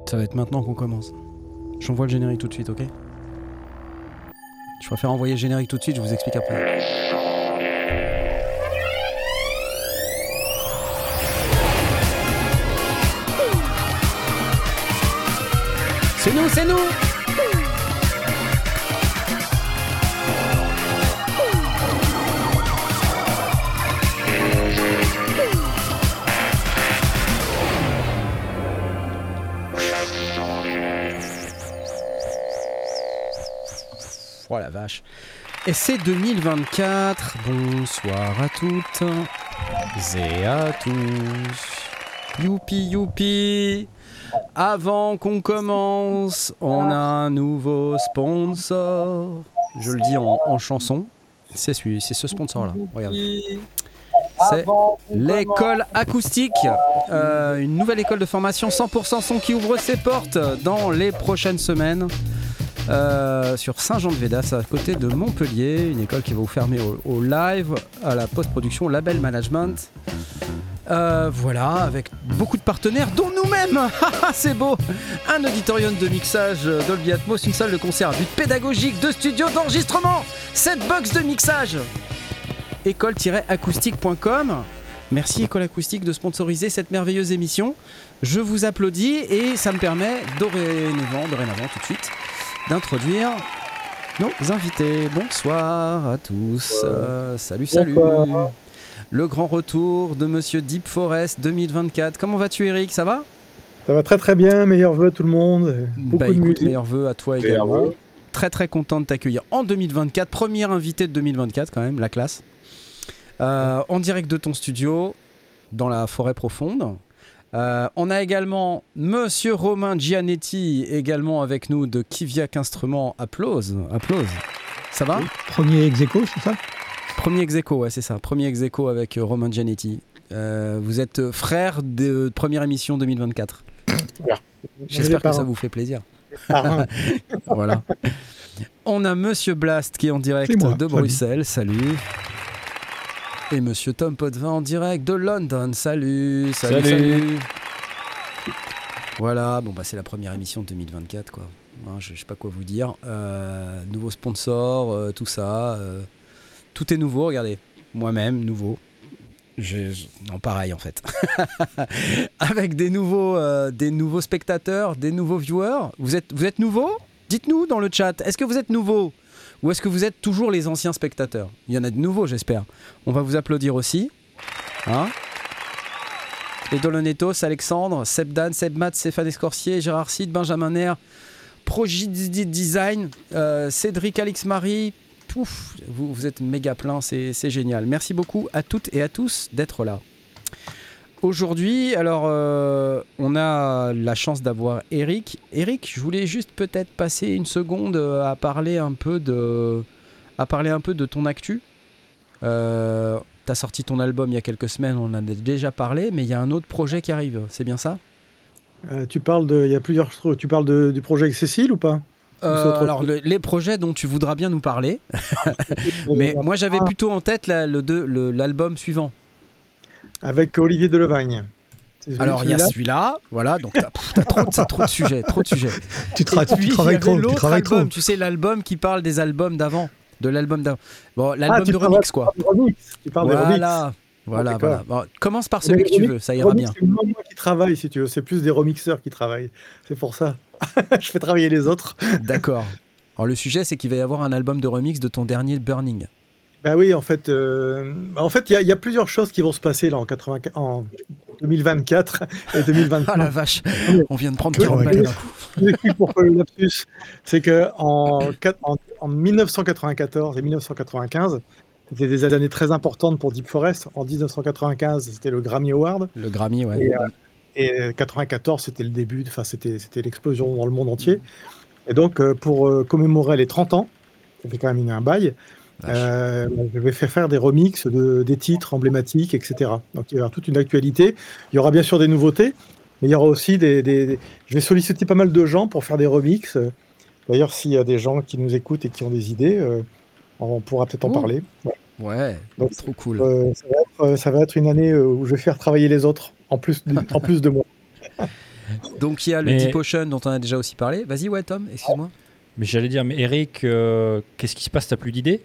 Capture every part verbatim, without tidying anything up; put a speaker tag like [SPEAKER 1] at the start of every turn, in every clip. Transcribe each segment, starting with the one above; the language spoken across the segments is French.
[SPEAKER 1] Ça va être maintenant qu'on commence. J'envoie le générique tout de suite, ok ? Je préfère envoyer le générique tout de suite, je vous explique après. C'est nous, c'est nous! Oh la vache. Et c'est deux mille vingt-quatre. Bonsoir à toutes et à tous. Youpi youpi. Avant qu'on commence, on a un nouveau sponsor. Je le dis en, en chanson. C'est celui, c'est ce sponsor-là. Regarde. C'est l'école acoustique, euh, une nouvelle école de formation cent pour cent son qui ouvre ses portes dans les prochaines semaines. Euh, sur Saint-Jean-de-Védas, à côté de Montpellier, une école qui va vous fermer au, au live, à la post-production, label management. Euh, voilà, avec beaucoup de partenaires, dont nous-mêmes. C'est beau. Un auditorium de mixage Dolby Atmos, une salle de concert, but pédagogique, deux studios d'enregistrement, sept box de mixage. école tiret acoustique point com. Merci École Acoustique de sponsoriser cette merveilleuse émission. Je vous applaudis et ça me permet dorénavant, dorénavant tout de suite, d'introduire nos invités. Bonsoir à tous. Euh, salut, salut. Bonsoir. Le grand retour de Monsieur Deep Forest deux mille vingt-quatre. Comment vas-tu, Eric? Ça va?
[SPEAKER 2] Ça va très très bien. Meilleurs vœux à tout le monde.
[SPEAKER 1] Beaucoup bah, de écoute, musique. Meilleurs vœux à toi meilleurs également. Vœux. Très très content de t'accueillir en deux mille vingt-quatre. Premier invité de deux mille vingt-quatre quand même, la classe. Euh, en direct de ton studio, dans la forêt profonde. Euh, on a également Monsieur Romain Gianetti, également avec nous de Kiviak Instruments. Applause, applause. Ça va?
[SPEAKER 3] Oui. Premier ex-aequo, c'est ça?
[SPEAKER 1] Premier ex-aequo, ouais, c'est ça. Premier ex-aequo avec euh, Romain Gianetti. Euh, vous êtes frère de, de première émission deux mille vingt-quatre. Ouais. J'espère que ça vous fait plaisir. Voilà. On a Monsieur Blast qui est en direct moi, de Bruxelles. Salut. Salut. Et Monsieur Tom Potvin en direct de London. Salut, salut, salut. salut. Voilà, bon bah c'est la première émission de deux mille vingt-quatre quoi. Hein, je, je sais pas quoi vous dire. Euh, nouveau sponsor, euh, tout ça. Euh, tout est nouveau, regardez. Moi-même, nouveau. Je, je, non, pareil en fait. Avec des nouveaux, euh, des nouveaux spectateurs, des nouveaux viewers. Vous êtes, vous êtes nouveaux? Dites-nous dans le chat. Est-ce que vous êtes nouveaux? Ou est-ce que vous êtes toujours les anciens spectateurs? Il y en a de nouveaux, j'espère. On va vous applaudir aussi. Hein? Les Dolonetos, Alexandre, Sebdan, Sebmat, Stéphane Escorcier, Gérard Cid, Benjamin Nair, Progidi Design, euh, Cédric Alix-Marie. Pouf, vous, vous êtes méga plein, c'est, c'est génial. Merci beaucoup à toutes et à tous d'être là. Aujourd'hui, alors, euh, on a la chance d'avoir Eric. Eric, je voulais juste peut-être passer une seconde à parler un peu de, à parler un peu de ton actu. Euh, tu as sorti ton album il y a quelques semaines, on en a déjà parlé, mais il y a un autre projet qui arrive, c'est bien ça?
[SPEAKER 2] euh, Tu parles de, il y a plusieurs, tu parles de, du projet avec Cécile ou pas?
[SPEAKER 1] Euh, alors le, les projets dont tu voudras bien nous parler, mais moi j'avais plutôt en tête la, le, le, l'album suivant.
[SPEAKER 2] Avec Olivier Delevagne.
[SPEAKER 1] Alors il y a celui-là, voilà, donc t'as, t'as trop, t'as trop de sujets, trop de sujets.
[SPEAKER 3] Tu, tra- puis, tu travailles trop, tu travailles
[SPEAKER 1] album,
[SPEAKER 3] trop.
[SPEAKER 1] Tu sais l'album qui parle des albums d'avant, de l'album d'avant. Bon, l'album ah, de remix quoi.
[SPEAKER 2] De remix. Tu parles
[SPEAKER 1] voilà,
[SPEAKER 2] de remix.
[SPEAKER 1] Voilà, voilà. Bon, commence par celui que tu veux, ça ira
[SPEAKER 2] remix,
[SPEAKER 1] bien.
[SPEAKER 2] C'est moi qui travaille si tu veux, c'est plus des remixeurs qui travaillent, c'est pour ça. Je fais travailler les autres.
[SPEAKER 1] D'accord. Alors le sujet c'est qu'il va y avoir un album de remix de ton dernier Burning.
[SPEAKER 2] Bah oui, en fait, euh, en fait, il y, y a plusieurs choses qui vont se passer là en, quatre-vingt, en deux mille vingt-quatre et deux mille vingt-cinq.
[SPEAKER 1] Ah la vache, on vient de prendre quarante balles d'un coup.
[SPEAKER 2] Pourquoi le lapsus, c'est que en, en, en dix-neuf cent quatre-vingt-quatorze et dix-neuf cent quatre-vingt-quinze, c'était des années très importantes pour Deep Forest. En dix-neuf cent quatre-vingt-quinze, c'était le Grammy Award.
[SPEAKER 1] Le Grammy, ouais.
[SPEAKER 2] Et, euh, et quatre-vingt-quatorze, c'était le début, enfin c'était, c'était l'explosion dans le monde entier. Et donc, euh, pour euh, commémorer les trente ans, ça fait quand même un bail. Euh, je vais faire faire des remixes de, des titres emblématiques, et cetera. Donc il y aura toute une actualité. Il y aura bien sûr des nouveautés, mais il y aura aussi des, des, des... Je vais solliciter pas mal de gens pour faire des remixes. D'ailleurs, s'il y a des gens qui nous écoutent et qui ont des idées, euh, on pourra peut-être en Ouh. parler. Ouais,
[SPEAKER 1] ouais donc, trop cool.
[SPEAKER 2] Euh, ça, va être, ça va être une année où je vais faire travailler les autres, en plus de, en plus de moi.
[SPEAKER 1] Donc il y a le
[SPEAKER 4] Mais-
[SPEAKER 1] Deep Ocean dont on a déjà aussi parlé. Vas-y, ouais, Tom, excuse-moi.
[SPEAKER 4] Mais j'allais dire, mais Eric, euh, qu'est-ce qui se passe? T'as plus d'idées?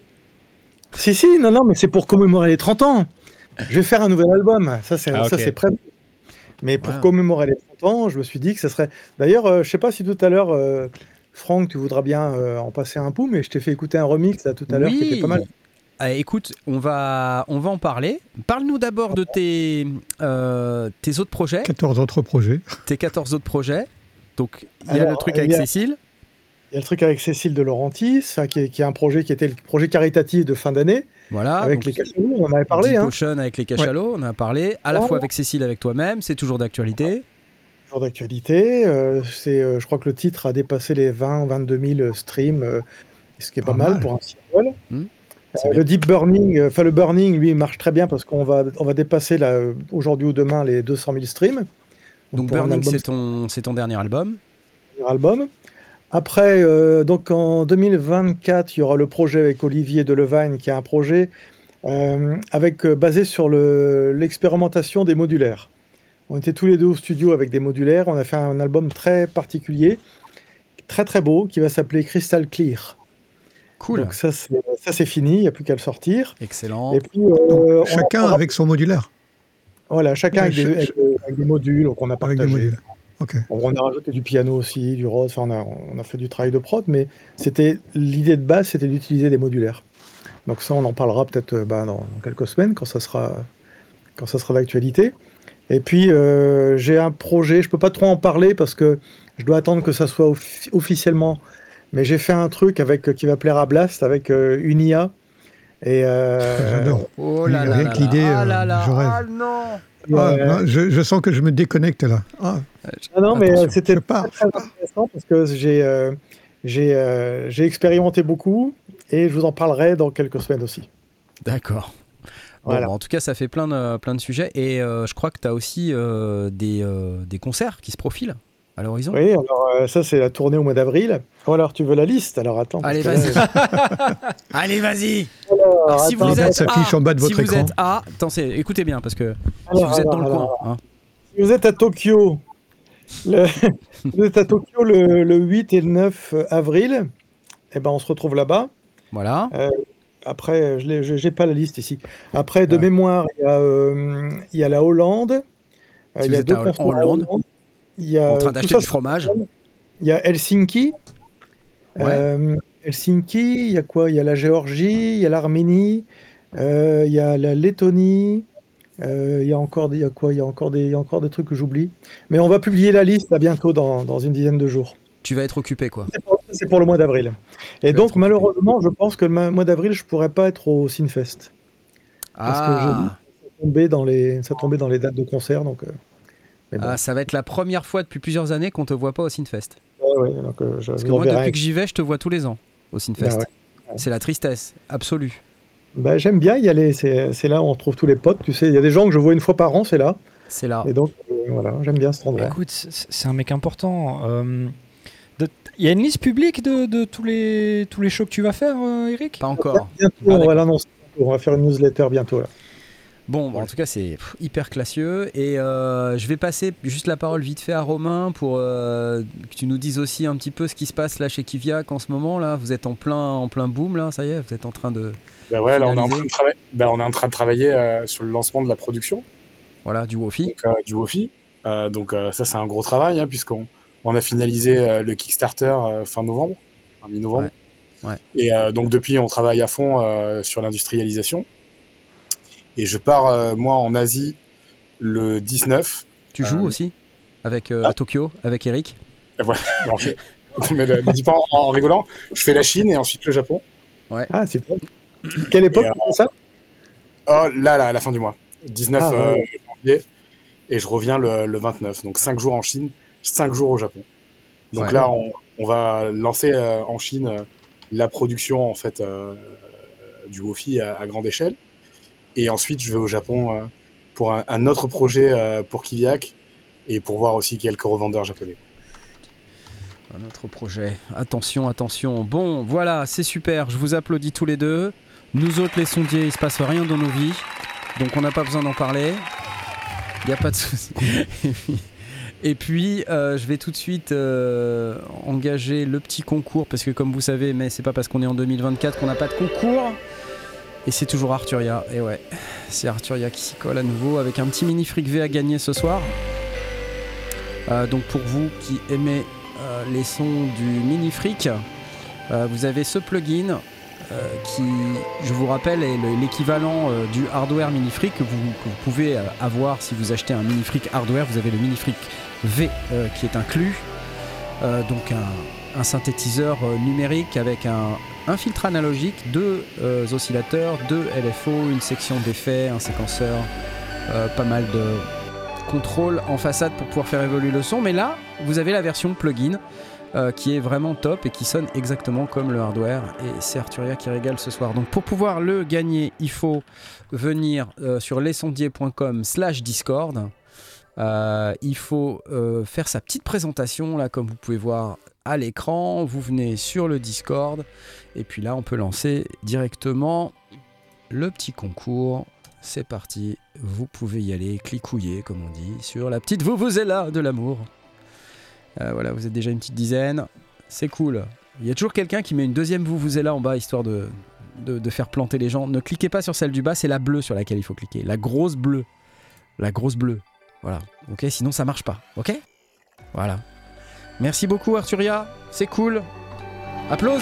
[SPEAKER 2] Si, si, non, non, mais c'est pour commémorer les trente ans. Je vais faire un nouvel album. Ça, c'est
[SPEAKER 4] Ah,
[SPEAKER 2] ça,
[SPEAKER 4] ok.
[SPEAKER 2] c'est prévu. Mais pour
[SPEAKER 1] Wow.
[SPEAKER 2] commémorer les trente ans, je me suis dit que ça serait. D'ailleurs, euh, je sais pas si tout à l'heure, euh, Franck, tu voudras bien euh, en passer un coup, mais je t'ai fait écouter un remix là tout à l'heure qui était pas mal.
[SPEAKER 1] Ah, écoute, on va, on va en parler. Parle-nous d'abord de tes, euh, tes autres projets,
[SPEAKER 3] quatorze autres projets. tes
[SPEAKER 1] quatorze autres projets. Donc, il y a
[SPEAKER 2] Alors,
[SPEAKER 1] le truc
[SPEAKER 2] il
[SPEAKER 1] avec
[SPEAKER 2] y a-
[SPEAKER 1] Cécile.
[SPEAKER 2] Il y a le truc avec Cécile de Laurentis, hein, qui, est, qui est un projet qui était le projet caritatif de fin d'année,
[SPEAKER 1] Voilà.
[SPEAKER 2] avec
[SPEAKER 1] donc,
[SPEAKER 2] les cachalots, on en avait parlé.
[SPEAKER 1] Deep
[SPEAKER 2] Hein,
[SPEAKER 1] Ocean avec les cachalots, on en a parlé. À la
[SPEAKER 2] Oh.
[SPEAKER 1] fois avec Cécile, avec toi-même, c'est toujours d'actualité.
[SPEAKER 2] toujours d'actualité. Euh, c'est, euh, je crois que le titre a dépassé les vingt vingt-deux mille streams, euh, ce qui est pas,
[SPEAKER 3] Pas
[SPEAKER 2] mal,
[SPEAKER 3] mal.
[SPEAKER 2] pour un single.
[SPEAKER 1] Hmm,
[SPEAKER 2] Euh,
[SPEAKER 1] c'est bien.
[SPEAKER 2] le deep burning, enfin le burning, lui, il marche très bien parce qu'on va, on va dépasser là, euh, aujourd'hui ou demain les deux cent mille streams.
[SPEAKER 1] Donc,
[SPEAKER 2] pour un
[SPEAKER 1] Burning,
[SPEAKER 2] album,
[SPEAKER 1] c'est ton, c'est ton dernier album.
[SPEAKER 2] premier album. Après, euh, donc en deux mille vingt-quatre, il y aura le projet avec Olivier Delevagne, qui est un projet euh, avec, euh, basé sur le- l'expérimentation des modulaires. On était tous les deux au studio avec des modulaires. On a fait un album très particulier, très très beau, qui va s'appeler Crystal Clear.
[SPEAKER 1] Cool.
[SPEAKER 2] Donc ça, c'est, ça, c'est fini, il n'y a plus qu'à le sortir.
[SPEAKER 1] Excellent.
[SPEAKER 2] Et puis, euh, on-
[SPEAKER 3] Chacun
[SPEAKER 2] on-
[SPEAKER 3] avec son modulaire,
[SPEAKER 2] Voilà, chacun
[SPEAKER 3] Ouais,
[SPEAKER 2] avec, des,
[SPEAKER 3] ch-
[SPEAKER 2] avec, euh, avec des modules qu'on a
[SPEAKER 3] avec des
[SPEAKER 2] partagés.
[SPEAKER 3] modules. Ok.
[SPEAKER 2] On a rajouté du piano aussi, du rose, enfin on a, on a fait du travail de prod, mais c'était l'idée de base, c'était d'utiliser des modulaires. Donc ça, on en parlera peut-être euh, bah, dans, dans quelques semaines, quand ça sera, quand ça sera d'actualité. Et puis, euh, j'ai un projet, je peux pas trop en parler parce que je dois attendre que ça soit offi- officiellement, mais j'ai fait un truc avec, qui va plaire à Blast, avec euh, une I A. Et, euh,
[SPEAKER 3] J'adore.
[SPEAKER 1] Oh là là
[SPEAKER 3] Rien
[SPEAKER 1] là
[SPEAKER 3] que
[SPEAKER 1] là.
[SPEAKER 3] l'idée,
[SPEAKER 1] Ah
[SPEAKER 3] euh,
[SPEAKER 1] là là.
[SPEAKER 3] je rêve.
[SPEAKER 1] Ah non.
[SPEAKER 3] Ah,
[SPEAKER 2] euh,
[SPEAKER 3] non, je, je sens que je me déconnecte là. Ah,
[SPEAKER 2] Ah non, mais
[SPEAKER 1] Attention,
[SPEAKER 2] euh, c'était
[SPEAKER 3] je pars.
[SPEAKER 2] très, très intéressant parce que j'ai euh, j'ai euh, j'ai expérimenté beaucoup et je vous en parlerai dans quelques semaines aussi.
[SPEAKER 1] D'accord. Bon,
[SPEAKER 2] Voilà.
[SPEAKER 1] bah, en tout cas, ça fait plein de, plein de sujets. Et euh, je crois que tu as aussi euh, des, euh, des concerts qui se profilent à l'horizon.
[SPEAKER 2] Oui, alors euh, ça c'est la tournée au mois d'avril. Oh, alors tu veux la liste? Alors attends. parce
[SPEAKER 1] Allez,
[SPEAKER 2] que
[SPEAKER 1] vas-y.
[SPEAKER 2] là,
[SPEAKER 1] Allez, vas-y.
[SPEAKER 2] alors,
[SPEAKER 1] Alors, si
[SPEAKER 2] attends,
[SPEAKER 1] vous
[SPEAKER 3] Les dates
[SPEAKER 1] êtes
[SPEAKER 3] s'affichent
[SPEAKER 1] A,
[SPEAKER 3] en bas de
[SPEAKER 1] si
[SPEAKER 3] votre
[SPEAKER 1] vous
[SPEAKER 3] écran.
[SPEAKER 1] êtes A, attends, c'est- écoutez bien parce que si
[SPEAKER 2] alors,
[SPEAKER 1] vous êtes dans
[SPEAKER 2] alors,
[SPEAKER 1] le coin,
[SPEAKER 2] alors,
[SPEAKER 1] hein.
[SPEAKER 2] si vous êtes à Tokyo, le, vous êtes à Tokyo le, le huit et le neuf avril, eh ben on se retrouve là-bas.
[SPEAKER 1] Voilà.
[SPEAKER 2] Euh, Après, je n'ai j'ai pas la liste ici. Après, de
[SPEAKER 1] Ouais.
[SPEAKER 2] mémoire, il y, a, euh, il y a la Hollande. Euh,
[SPEAKER 1] Si
[SPEAKER 2] il
[SPEAKER 1] vous
[SPEAKER 2] y a
[SPEAKER 1] êtes
[SPEAKER 2] deux
[SPEAKER 1] en
[SPEAKER 2] concerts
[SPEAKER 1] Hollande,
[SPEAKER 2] Il y a,
[SPEAKER 1] en train
[SPEAKER 2] tout
[SPEAKER 1] d'acheter
[SPEAKER 2] ça,
[SPEAKER 1] du fromage.
[SPEAKER 2] il y a Helsinki.
[SPEAKER 1] Ouais.
[SPEAKER 2] Euh, Helsinki, il y a quoi? Il y a la Géorgie, il y a l'Arménie, euh, il y a la Lettonie. euh, il y a encore des, il y a quoi? Il y a encore des, il y a encore des trucs que j'oublie. Mais on va publier la liste là, bientôt dans, dans une dizaine de jours.
[SPEAKER 1] Tu vas être occupé, quoi.
[SPEAKER 2] C'est pour, c'est pour le mois d'avril. Et
[SPEAKER 1] vas
[SPEAKER 2] donc,
[SPEAKER 1] être occupé.
[SPEAKER 2] malheureusement, je pense que le ma- mois d'avril, je pourrais pas être au Sinfest. Parce que je-
[SPEAKER 1] Ah.
[SPEAKER 2] Ça tombait dans les, ça tombait dans les dates de concert. Donc, euh, mais bon.
[SPEAKER 1] Ah, ça va être la première fois depuis plusieurs années qu'on te voit pas au Sinfest.
[SPEAKER 2] Ouais, ouais, donc, euh, je
[SPEAKER 1] Parce que
[SPEAKER 2] vous
[SPEAKER 1] moi,
[SPEAKER 2] enverrai
[SPEAKER 1] depuis
[SPEAKER 2] un-
[SPEAKER 1] que j'y vais, je te vois tous les ans au Sinfest.
[SPEAKER 2] Bah ouais.
[SPEAKER 1] C'est la tristesse absolue.
[SPEAKER 2] Bah, j'aime bien y aller. C'est c'est là où on retrouve tous les potes. Tu sais, il y a des gens que je vois une fois par an, c'est là.
[SPEAKER 1] C'est là.
[SPEAKER 2] Et donc, euh, voilà, j'aime bien cet endroit.
[SPEAKER 4] Écoute, c'est c'est un mec important. Euh, de- Il y a une liste publique de, de tous, les, tous les shows que tu vas faire, euh, Eric?
[SPEAKER 1] Pas encore.
[SPEAKER 2] Bientôt,
[SPEAKER 1] Ah,
[SPEAKER 2] on
[SPEAKER 1] d'accord.
[SPEAKER 2] va l'annoncer. On va faire une newsletter bientôt. Là.
[SPEAKER 1] Bon, bah, en tout cas, c'est pff, hyper classieux. Et euh, je vais passer juste la parole vite fait à Romain pour euh, que tu nous dises aussi un petit peu ce qui se passe là chez Kiviak en ce moment. Là, vous êtes en plein, en plein boom là. Ça y est, vous êtes en train de,
[SPEAKER 5] Ben ouais, là, on est, en
[SPEAKER 1] finaliser.
[SPEAKER 5] train de travailler, ben, on est en train de travailler euh, sur le lancement de la production
[SPEAKER 1] voilà, du Wofi.
[SPEAKER 5] donc, euh, du Wofi. Euh, donc euh, ça, c'est un gros travail, hein, puisqu'on on a finalisé euh, le Kickstarter euh, fin novembre, fin mi-novembre.
[SPEAKER 1] Ouais. Ouais.
[SPEAKER 5] Et euh, donc depuis, on travaille à fond euh, sur l'industrialisation. Et je pars, euh, moi, en Asie le dix-neuf.
[SPEAKER 1] Tu joues
[SPEAKER 5] Euh,
[SPEAKER 1] aussi avec euh,
[SPEAKER 5] ah.
[SPEAKER 1] à Tokyo avec Eric.
[SPEAKER 5] Et voilà. Non, je- mais le, ne dis pas en, en rigolant. Je fais la Chine et ensuite le Japon.
[SPEAKER 2] Ah, c'est bon. Quelle époque
[SPEAKER 5] Et, euh,
[SPEAKER 2] c'est ça?
[SPEAKER 5] Oh, là, là, à la fin du mois. dix-neuf
[SPEAKER 2] Ah, ouais.
[SPEAKER 5] euh, janvier. Et je reviens le, le vingt-neuf. Donc cinq jours en Chine, cinq jours au Japon. Donc
[SPEAKER 1] Ouais.
[SPEAKER 5] là, on, on va lancer euh, en Chine euh, la production en fait euh, du Wofi à, à grande échelle. Et ensuite, je vais au Japon euh, pour un, un autre projet euh, pour Kiviak et pour voir aussi quelques revendeurs japonais.
[SPEAKER 1] Un autre projet. Attention, attention. Bon, voilà, c'est super. Je vous applaudis tous les deux. Nous autres, les sondiers, il se passe rien dans nos vies. Donc on n'a pas besoin d'en parler. Il n'y a pas de souci. Et puis, Et puis, euh, je vais tout de suite euh, engager le petit concours, parce que comme vous savez, mais c'est pas parce qu'on est en deux mille vingt-quatre qu'on n'a pas de concours. Et c'est toujours Arturia. Et ouais, c'est Arturia qui s'y colle à nouveau avec un petit mini fric V à gagner ce soir. Euh, donc pour vous qui aimez euh, les sons du mini fric, euh, vous avez ce plugin euh, qui, je vous rappelle, est le, l'équivalent euh, du hardware mini fric que vous, que vous pouvez euh, avoir si vous achetez un mini fric hardware. Vous avez le mini fric V euh, qui est inclus, euh, donc un, un synthétiseur euh, numérique avec un, un filtre analogique, deux euh, oscillateurs, deux L F O, une section d'effets, un séquenceur, euh, pas mal de contrôle en façade pour pouvoir faire évoluer le son. Mais là, vous avez la version plugin euh, qui est vraiment top et qui sonne exactement comme le hardware. Et c'est Arturia qui régale ce soir. Donc pour pouvoir le gagner, il faut venir euh, sur lesondiers point com slash discord. Euh, il faut euh, faire sa petite présentation là, comme vous pouvez voir à l'écran. Vous venez sur le Discord et puis là on peut lancer directement le petit concours. C'est parti, vous pouvez y aller, clicouiller comme on dit sur la petite Vuvuzela de l'amour. Euh, voilà, vous êtes déjà une petite dizaine, c'est cool. Il y a toujours quelqu'un qui met une deuxième Vuvuzela en bas histoire de, de, de faire planter les gens. Ne cliquez pas sur celle du bas, c'est la bleue sur laquelle il faut cliquer, la grosse bleue, la grosse bleue. Voilà, ok, sinon ça marche pas, ok? Voilà. Merci beaucoup Arturia, c'est cool. Applause.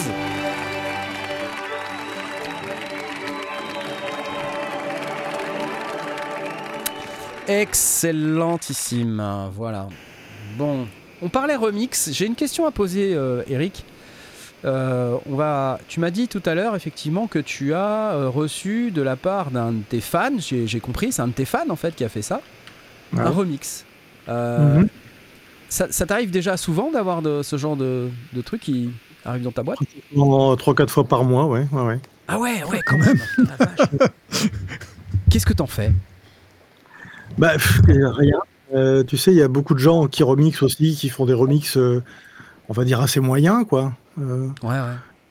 [SPEAKER 1] Excellentissime, voilà. Bon, on parlait remix, j'ai une question à poser euh, Eric. Euh, on va... Tu m'as dit tout à l'heure effectivement que tu as euh, reçu de la part d'un de tes fans, j'ai, j'ai compris, c'est un de tes fans en fait qui a fait ça. Ouais. Un remix. Euh, mm-hmm. ça, ça t'arrive déjà souvent d'avoir de, ce genre de, de truc qui arrive dans ta boîte?
[SPEAKER 2] trois quatre fois par mois, ouais. ouais, ouais.
[SPEAKER 1] Ah ouais, ouais, quand même. La vache. Qu'est-ce que t'en fais?
[SPEAKER 2] Bah, pff, rien. Euh, tu sais, il y a beaucoup de gens qui remixent aussi, qui font des remixes, euh, on va dire, assez moyens, quoi. Euh,
[SPEAKER 1] ouais, ouais.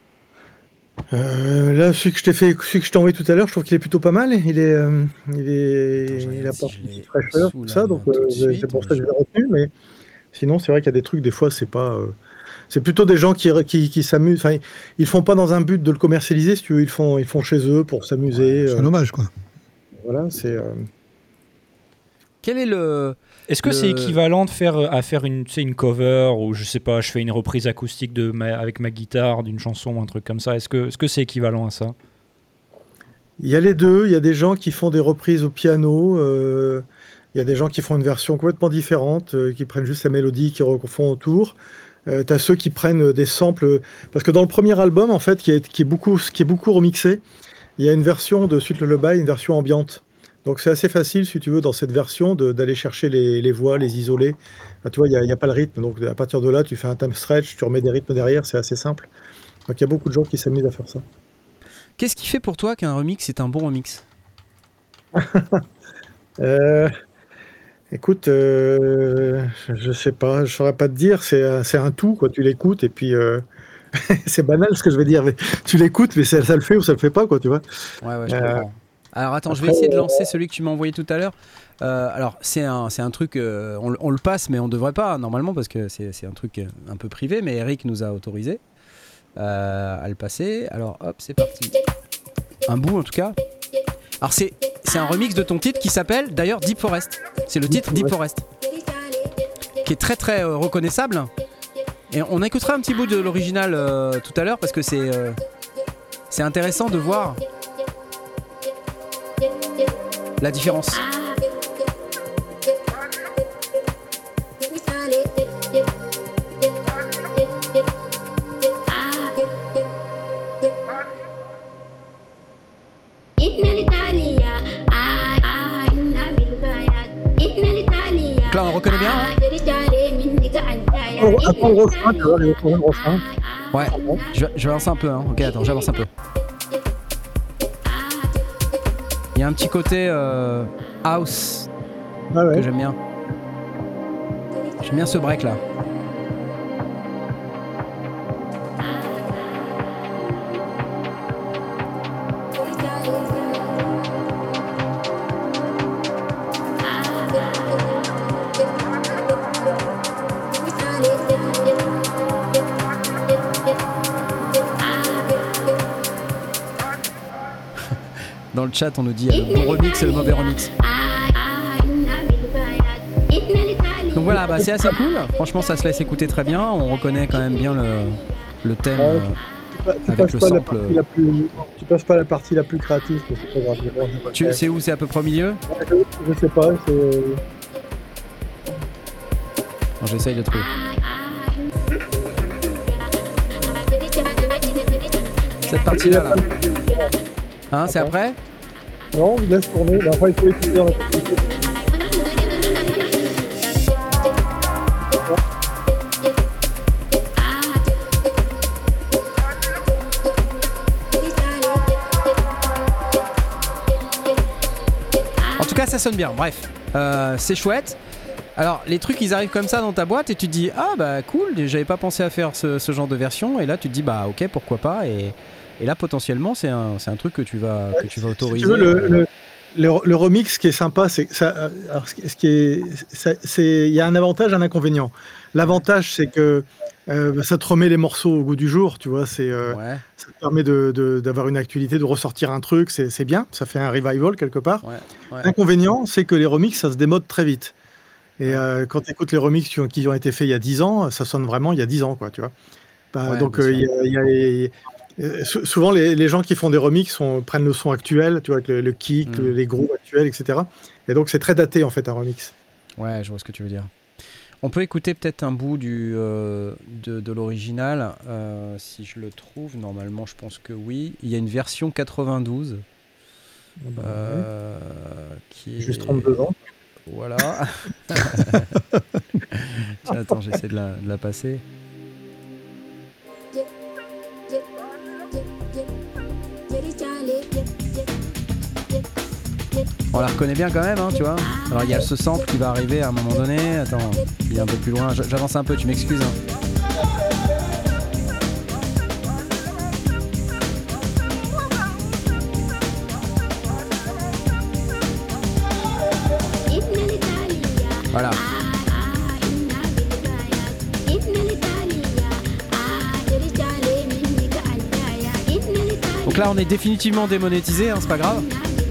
[SPEAKER 2] Euh, là, celui que je t'ai fait, celui que je t'ai envoyé tout à l'heure, je trouve qu'il est plutôt pas mal. Il est, euh, il est, Attends, il apporte si une fraîcheur, tout ça. Donc, euh, suite, c'est pour ça que je l'ai retenu. Mais sinon, c'est vrai qu'il y a des trucs, des fois, c'est pas. Euh, c'est plutôt des gens qui, qui, qui s'amusent. Enfin, ils font pas dans un but de le commercialiser, si tu veux. Ils font, ils font chez eux pour s'amuser.
[SPEAKER 3] Ouais, c'est
[SPEAKER 2] euh,
[SPEAKER 3] dommage, quoi.
[SPEAKER 2] Voilà, c'est. Euh...
[SPEAKER 1] Quel est le.
[SPEAKER 4] Est-ce que
[SPEAKER 1] le...
[SPEAKER 4] c'est équivalent de faire, à faire une, tu sais, une cover ou je sais pas, je fais une reprise acoustique de ma, avec ma guitare d'une chanson ou un truc comme ça? Est-ce que, est-ce que c'est équivalent à ça?
[SPEAKER 2] Il y a les deux. Il y a des gens qui font des reprises au piano. Euh, il y a des gens qui font une version complètement différente, euh, qui prennent juste la mélodie, qui refont autour. Euh, tu as ceux qui prennent des samples. Parce que dans le premier album, en fait, qui est, qui est, beaucoup, qui est beaucoup remixé, il y a une version de Sweet Lullaby, une version ambiante. Donc c'est assez facile, si tu veux, dans cette version, de, d'aller chercher les, les voix, les isoler. Enfin, tu vois, il n'y a, a pas le rythme. Donc à partir de là, tu fais un time stretch, tu remets des rythmes derrière, c'est assez simple. Donc il y a beaucoup de gens qui s'amusent à faire ça.
[SPEAKER 1] Qu'est-ce qui fait pour toi qu'un remix est un bon remix?
[SPEAKER 2] euh, Écoute, euh, je ne sais pas, je ne saurais pas te dire. C'est, c'est un tout, quoi. Tu l'écoutes et puis... Euh... c'est banal ce que je vais dire, mais tu l'écoutes, mais ça, ça le fait ou ça le fait pas, quoi, tu vois.
[SPEAKER 1] Ouais, ouais, je euh... comprends. Alors attends, Après, je vais essayer de lancer celui que tu m'as envoyé tout à l'heure. Euh, alors c'est un, c'est un truc, euh, on, on le passe mais on devrait pas normalement parce que c'est, c'est un truc un peu privé, mais Eric nous a autorisé euh, à le passer. Alors hop, c'est parti. Un bout en tout cas. Alors c'est, c'est un remix de ton titre qui s'appelle d'ailleurs Deep Forest. C'est le titre Deep Forest. Qui est très très euh, reconnaissable. Et on écoutera un petit bout de l'original euh, tout à l'heure parce que c'est, euh, c'est intéressant de voir la différence. Là, on reconnaît bien. Hein
[SPEAKER 2] Attends le refrain, tu vas voir les refrains.
[SPEAKER 1] Ouais, je, je vais avancer un peu. Hein. Ok, attends, j'avance un peu. Il y a un petit côté euh, house ah ouais. que j'aime bien. J'aime bien ce break là. dans le chat, on nous dit le bon remix et le mauvais remix. Donc voilà, bah, c'est assez cool. Franchement, ça se laisse écouter très bien. On reconnaît quand même bien le, le thème
[SPEAKER 2] Ouais,
[SPEAKER 1] euh,
[SPEAKER 2] tu, pas- tu
[SPEAKER 1] avec
[SPEAKER 2] passes
[SPEAKER 1] le
[SPEAKER 2] pas la
[SPEAKER 1] sample.
[SPEAKER 2] partie la plus, tu passes pas la partie la plus créative, mais c'est pas grave. mais bon, je-
[SPEAKER 1] Tu sais où c'est à peu près au milieu?
[SPEAKER 2] je, je sais pas, c'est.
[SPEAKER 1] Non, j'essaye de trouver. Cette partie-là, là. Hein, c'est après?
[SPEAKER 2] Non, je laisse tourner. Mais enfin, il faut étudier dans la partie.
[SPEAKER 1] En tout cas, ça sonne bien. Bref, euh, c'est chouette. Alors, les trucs, ils arrivent comme ça dans ta boîte et tu te dis ah bah cool, j'avais pas pensé à faire ce, ce genre de version. Et là, tu te dis bah ok, pourquoi pas. Et, et là, potentiellement, c'est un, c'est un truc que tu vas, que tu vas autoriser.
[SPEAKER 2] Si tu veux, le, le, le, le remix, ce qui est sympa, c'est que ça. Alors, ce qui ce qui est, ça- c'est, il y a un avantage, un inconvénient. L'avantage, c'est que euh, ça te remet les morceaux au goût du jour, tu vois. C'est, euh,
[SPEAKER 1] Ouais,
[SPEAKER 2] ça te permet de, de- d'avoir une actualité, de ressortir un truc, c'est, c'est bien. Ça fait un revival quelque part.
[SPEAKER 1] ouais, ouais.
[SPEAKER 2] L'inconvénient, c'est que les remixes, ça se démode très vite. Et euh, quand tu écoutes les remixes qui ont, qui ont été faits il y a dix ans, ça sonne vraiment il y a dix ans, quoi, tu vois. Bah,
[SPEAKER 1] Ouais,
[SPEAKER 2] donc,
[SPEAKER 1] bien
[SPEAKER 2] euh,
[SPEAKER 1] sûr.
[SPEAKER 2] il y a- il y a les- euh, sou- souvent, les, les gens qui font des remixes sont- prennent le son actuel, tu vois, avec le, le kick,
[SPEAKER 1] Mm.
[SPEAKER 2] le- les grooves actuels, et cetera. Et donc, c'est très daté, en fait, un remix.
[SPEAKER 1] Ouais, je vois ce que tu veux dire. On peut écouter peut-être un bout du, euh, de, de l'original, euh, si je le trouve. Normalement, je pense que oui. Il y a une version quatre-vingt-douze euh, qui est...
[SPEAKER 2] Juste trente-deux ans.
[SPEAKER 1] Voilà. Tiens, attends, j'essaie de la, de la passer. On la reconnaît bien quand même, hein, tu vois. Alors il y a ce sample qui va arriver à un moment donné. Attends, il est un peu plus loin. J- J'avance un peu, tu m'excuses. Hein. Voilà. Donc là, on est définitivement démonétisé, hein, c'est pas grave.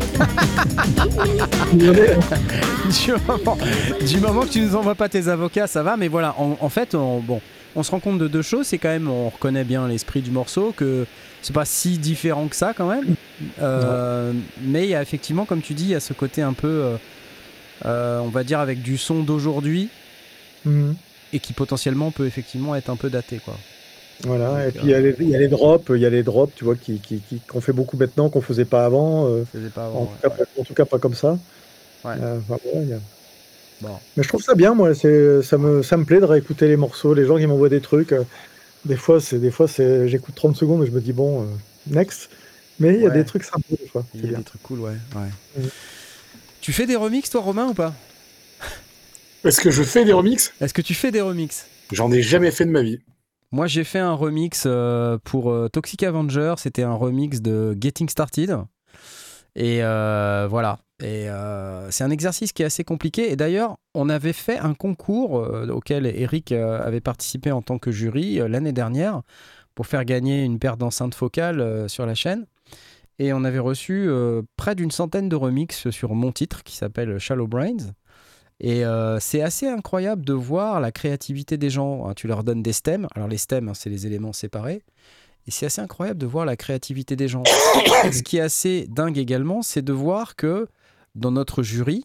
[SPEAKER 1] du, moment, du moment que tu nous envoies pas tes avocats, ça va. Mais voilà, en, en fait, on, bon, on se rend compte de deux choses. C'est quand même, on reconnaît bien l'esprit du morceau, que c'est pas si différent que ça quand même. Euh, mais il y a effectivement, comme tu dis, il y a ce côté un peu, euh, euh, on va dire, avec du son d'aujourd'hui
[SPEAKER 2] Mhm.
[SPEAKER 1] et qui potentiellement peut effectivement être un peu daté, quoi.
[SPEAKER 2] Voilà.
[SPEAKER 1] Donc,
[SPEAKER 2] Et puis, il y, a les- il y a les drops, il y a les drops, tu vois, qui, qui, qui- qu'on fait beaucoup maintenant, qu'on faisait pas avant. euh,
[SPEAKER 1] Je faisais pas
[SPEAKER 2] en,
[SPEAKER 1] avant.
[SPEAKER 2] tout
[SPEAKER 1] Ouais,
[SPEAKER 2] cas,
[SPEAKER 1] ouais.
[SPEAKER 2] pas- en tout cas, pas comme ça.
[SPEAKER 1] Ouais.
[SPEAKER 2] Euh, enfin, voilà, il y a-
[SPEAKER 1] Bon.
[SPEAKER 2] Mais je trouve ça bien, moi. C'est, ça me, ça me plaît de réécouter les morceaux, les gens qui m'envoient des trucs. euh, Des fois, c'est, des fois, c'est, j'écoute trente secondes et je me dis bon, euh, next. Mais il y a
[SPEAKER 1] Ouais.
[SPEAKER 2] des trucs sympas des fois.
[SPEAKER 1] Il
[SPEAKER 2] C'est
[SPEAKER 1] y a
[SPEAKER 2] bien.
[SPEAKER 1] des trucs cool, ouais. ouais.
[SPEAKER 2] Mhm.
[SPEAKER 1] Tu fais des remixes, toi, Romain, ou pas?
[SPEAKER 5] Est-ce que je fais des remixes?
[SPEAKER 1] Est-ce que tu fais des remixes?
[SPEAKER 5] J'en ai jamais fait de ma vie.
[SPEAKER 1] Moi, j'ai fait un remix euh, pour euh, Toxic Avenger. C'était un remix de Getting Started. Et euh, voilà. Et euh, c'est un exercice qui est assez compliqué. Et d'ailleurs, on avait fait un concours euh, auquel Eric euh, avait participé en tant que jury euh, l'année dernière pour faire gagner une paire d'enceintes focales euh, sur la chaîne. Et on avait reçu euh, près d'une centaine de remixes sur mon titre qui s'appelle Shallow Brains. Et euh, c'est assez incroyable de voir la créativité des gens. Hein, tu leur donnes des stems. Alors les stems, hein, c'est les éléments séparés. Et c'est assez incroyable de voir la créativité des gens. Ce qui est assez dingue également, c'est de voir que dans notre jury,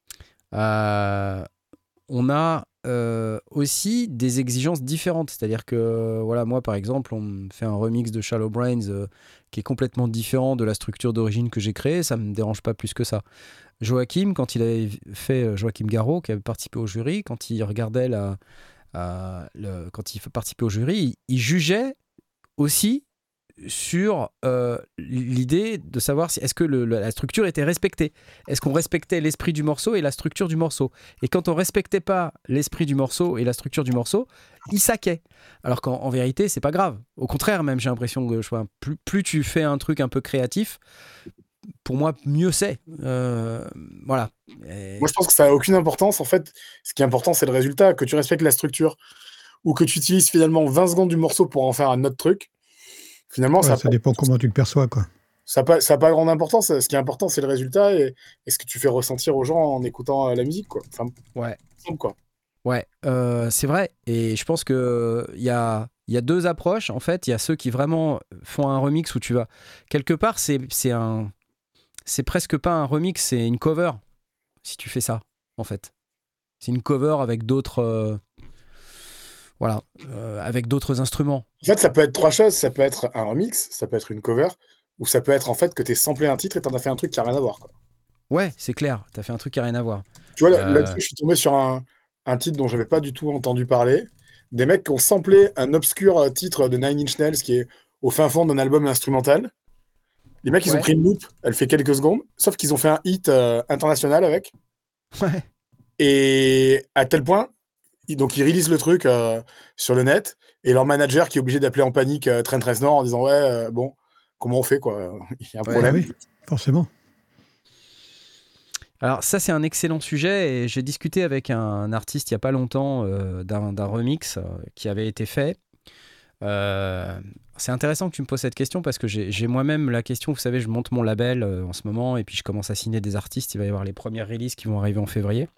[SPEAKER 1] euh, on a euh, aussi des exigences différentes. C'est-à-dire que, voilà, moi, par exemple, on me fait un remix de Shallow Brains euh, qui est complètement différent de la structure d'origine que j'ai créée. Ça ne me dérange pas plus que ça. Joachim, quand il avait fait, Joachim Garraud, qui avait participé au jury, quand il regardait la, euh, le, quand il participait au jury, il, il jugeait aussi sur euh, l'idée de savoir si est-ce que le, la structure était respectée. Est-ce qu'on respectait l'esprit du morceau et la structure du morceau? Et quand on respectait pas l'esprit du morceau et la structure du morceau, il saquait. Alors qu'en en vérité, c'est pas grave. Au contraire, même, j'ai l'impression que je vois, plus, plus tu fais un truc un peu créatif, pour moi, mieux c'est. Euh, voilà. Et...
[SPEAKER 5] Moi, je pense que ça n'a aucune importance. En fait, ce qui est important, c'est le résultat, que tu respectes la structure ou que tu utilises finalement vingt secondes du morceau pour en faire un autre truc. Finalement,
[SPEAKER 3] ouais,
[SPEAKER 5] ça,
[SPEAKER 3] ça dépend comment tu le perçois, quoi.
[SPEAKER 5] Ça n'a pas, ça a pas grande importance. Ce qui est important, c'est le résultat et, et ce que tu fais ressentir aux gens en écoutant euh, la musique, quoi. Enfin,
[SPEAKER 1] ouais.
[SPEAKER 5] Simple, quoi.
[SPEAKER 1] Ouais, euh, c'est vrai. Et je pense qu'il y a, y a deux approches. En fait, il y a ceux qui vraiment font un remix où tu vas... Quelque part, c'est, c'est un... C'est presque pas un remix, c'est une cover, si tu fais ça, en fait. C'est une cover avec d'autres... Euh... Voilà, euh, avec d'autres instruments.
[SPEAKER 5] En fait, ça peut être trois choses. Ça peut être un remix, ça peut être une cover, ou ça peut être en fait que tu as samplé un titre et tu en as fait un truc qui n'a rien à voir, quoi.
[SPEAKER 1] Ouais, c'est clair. Tu as fait un truc qui n'a rien à voir.
[SPEAKER 5] Tu vois,
[SPEAKER 1] Euh...
[SPEAKER 5] là-dessus, je suis tombé sur un, un titre dont je n'avais pas du tout entendu parler. Des mecs qui ont samplé un obscur titre de Nine Inch Nails qui est au fin fond d'un album instrumental. Les mecs, ils
[SPEAKER 1] ouais.
[SPEAKER 5] ont pris une loupe, elle fait quelques secondes, sauf qu'ils ont fait un hit euh, international avec.
[SPEAKER 1] Ouais.
[SPEAKER 5] Et à tel point, ils, donc ils releasent le truc euh, sur le net, et leur manager qui est obligé d'appeler en panique euh, Trent Reznor en disant « Ouais, euh, bon, comment on fait, quoi ? Il y a un problème.
[SPEAKER 3] Ouais, » oui, forcément.
[SPEAKER 1] Alors ça, c'est un excellent sujet, et j'ai discuté avec un artiste il n'y a pas longtemps euh, d'un, d'un remix euh, qui avait été fait. Euh, c'est intéressant que tu me poses cette question parce que j'ai, j'ai moi-même la question, vous savez, je monte mon label euh, en ce moment et puis je commence à signer des artistes, il va y avoir les premières releases qui vont arriver en février.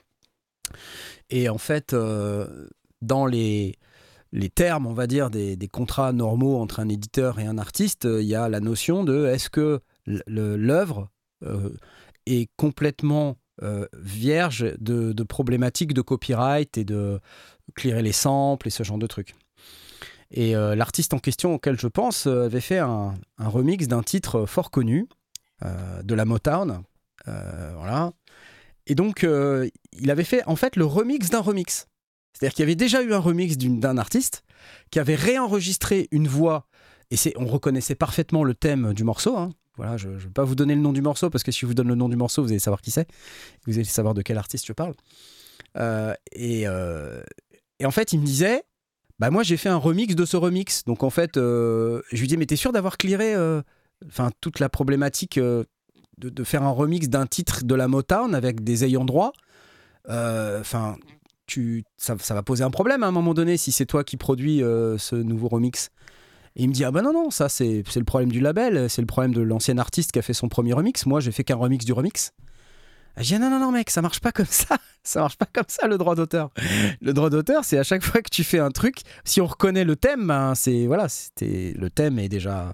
[SPEAKER 1] Et en fait, euh, dans les, les termes, on va dire, des, des contrats normaux entre un éditeur et un artiste, il euh, y a la notion de est-ce que le, l'œuvre euh, est complètement euh, vierge de, de problématiques de copyright et de clearer les samples et ce genre de trucs. Et euh, l'artiste en question auquel je pense euh, avait fait un, un remix d'un titre fort connu euh, de la Motown. Euh, voilà. Et donc, euh, il avait fait en fait le remix d'un remix. C'est-à-dire qu'il y avait déjà eu un remix d'une, d'un artiste qui avait réenregistré une voix. Et c'est, on reconnaissait parfaitement le thème du morceau. Hein. Voilà, je ne vais pas vous donner le nom du morceau parce que si je vous donne le nom du morceau, vous allez savoir qui c'est. Vous allez savoir de quel artiste je parle. Euh, et, euh, et en fait, il me disait... Bah moi j'ai fait un remix de ce remix, donc en fait euh, je lui dis mais t'es sûr d'avoir clearé euh, toute la problématique euh, de, de faire un remix d'un titre de la Motown avec des ayants droit, enfin euh, tu ça, ça va poser un problème à un moment donné si c'est toi qui produis euh, ce nouveau remix. Et il me dit ah bah non non ça c'est, c'est le problème du label, c'est le problème de l'ancien artiste qui a fait son premier remix, moi j'ai fait qu'un remix du remix. Je dis non, non, non, mec, ça marche pas comme ça. Ça marche pas comme ça, le droit d'auteur. Le droit d'auteur, c'est à chaque fois que tu fais un truc, si on reconnaît le thème, ben c'est, voilà, c'était, le thème est déjà,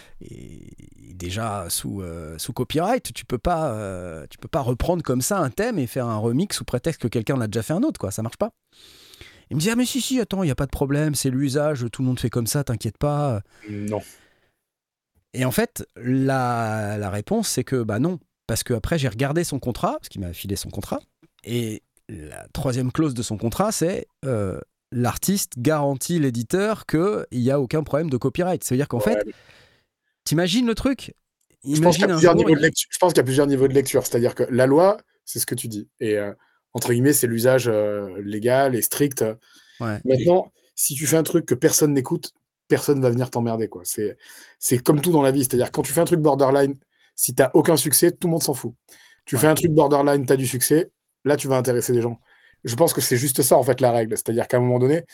[SPEAKER 1] est déjà sous, euh, sous copyright. Tu peux pas, euh, tu peux pas reprendre comme ça un thème et faire un remix sous prétexte que quelqu'un en a déjà fait un autre, quoi. Ça marche pas. Il me dit ah, mais si, si, attends, il n'y a pas de problème, c'est l'usage, tout le monde fait comme ça, t'inquiète pas.
[SPEAKER 5] Non.
[SPEAKER 1] Et en fait, la, la réponse, c'est que, bah non. Parce qu'après, j'ai regardé son contrat, parce qu'il m'a filé son contrat, et la troisième clause de son contrat, c'est euh, l'artiste garantit l'éditeur qu'il n'y a aucun problème de copyright. Ça veut dire qu'en ouais. fait, t'imagines le truc ?
[SPEAKER 5] Je pense, qu'il y a plusieurs niveaux de lecture. Je pense qu'il y a plusieurs niveaux de lecture. C'est-à-dire que la loi, c'est ce que tu dis. Et euh, entre guillemets, c'est l'usage euh, légal et strict.
[SPEAKER 1] Ouais.
[SPEAKER 5] Maintenant, si tu fais un truc que personne n'écoute, personne ne va venir t'emmerder, quoi. C'est, c'est comme tout dans la vie. C'est-à-dire quand tu fais un truc borderline, si tu n'as aucun succès, tout le monde s'en fout. Tu ouais. fais un truc borderline, tu as du succès, là, tu vas intéresser des gens. Je pense que c'est juste ça, en fait, la règle. C'est-à-dire qu'à un moment donné,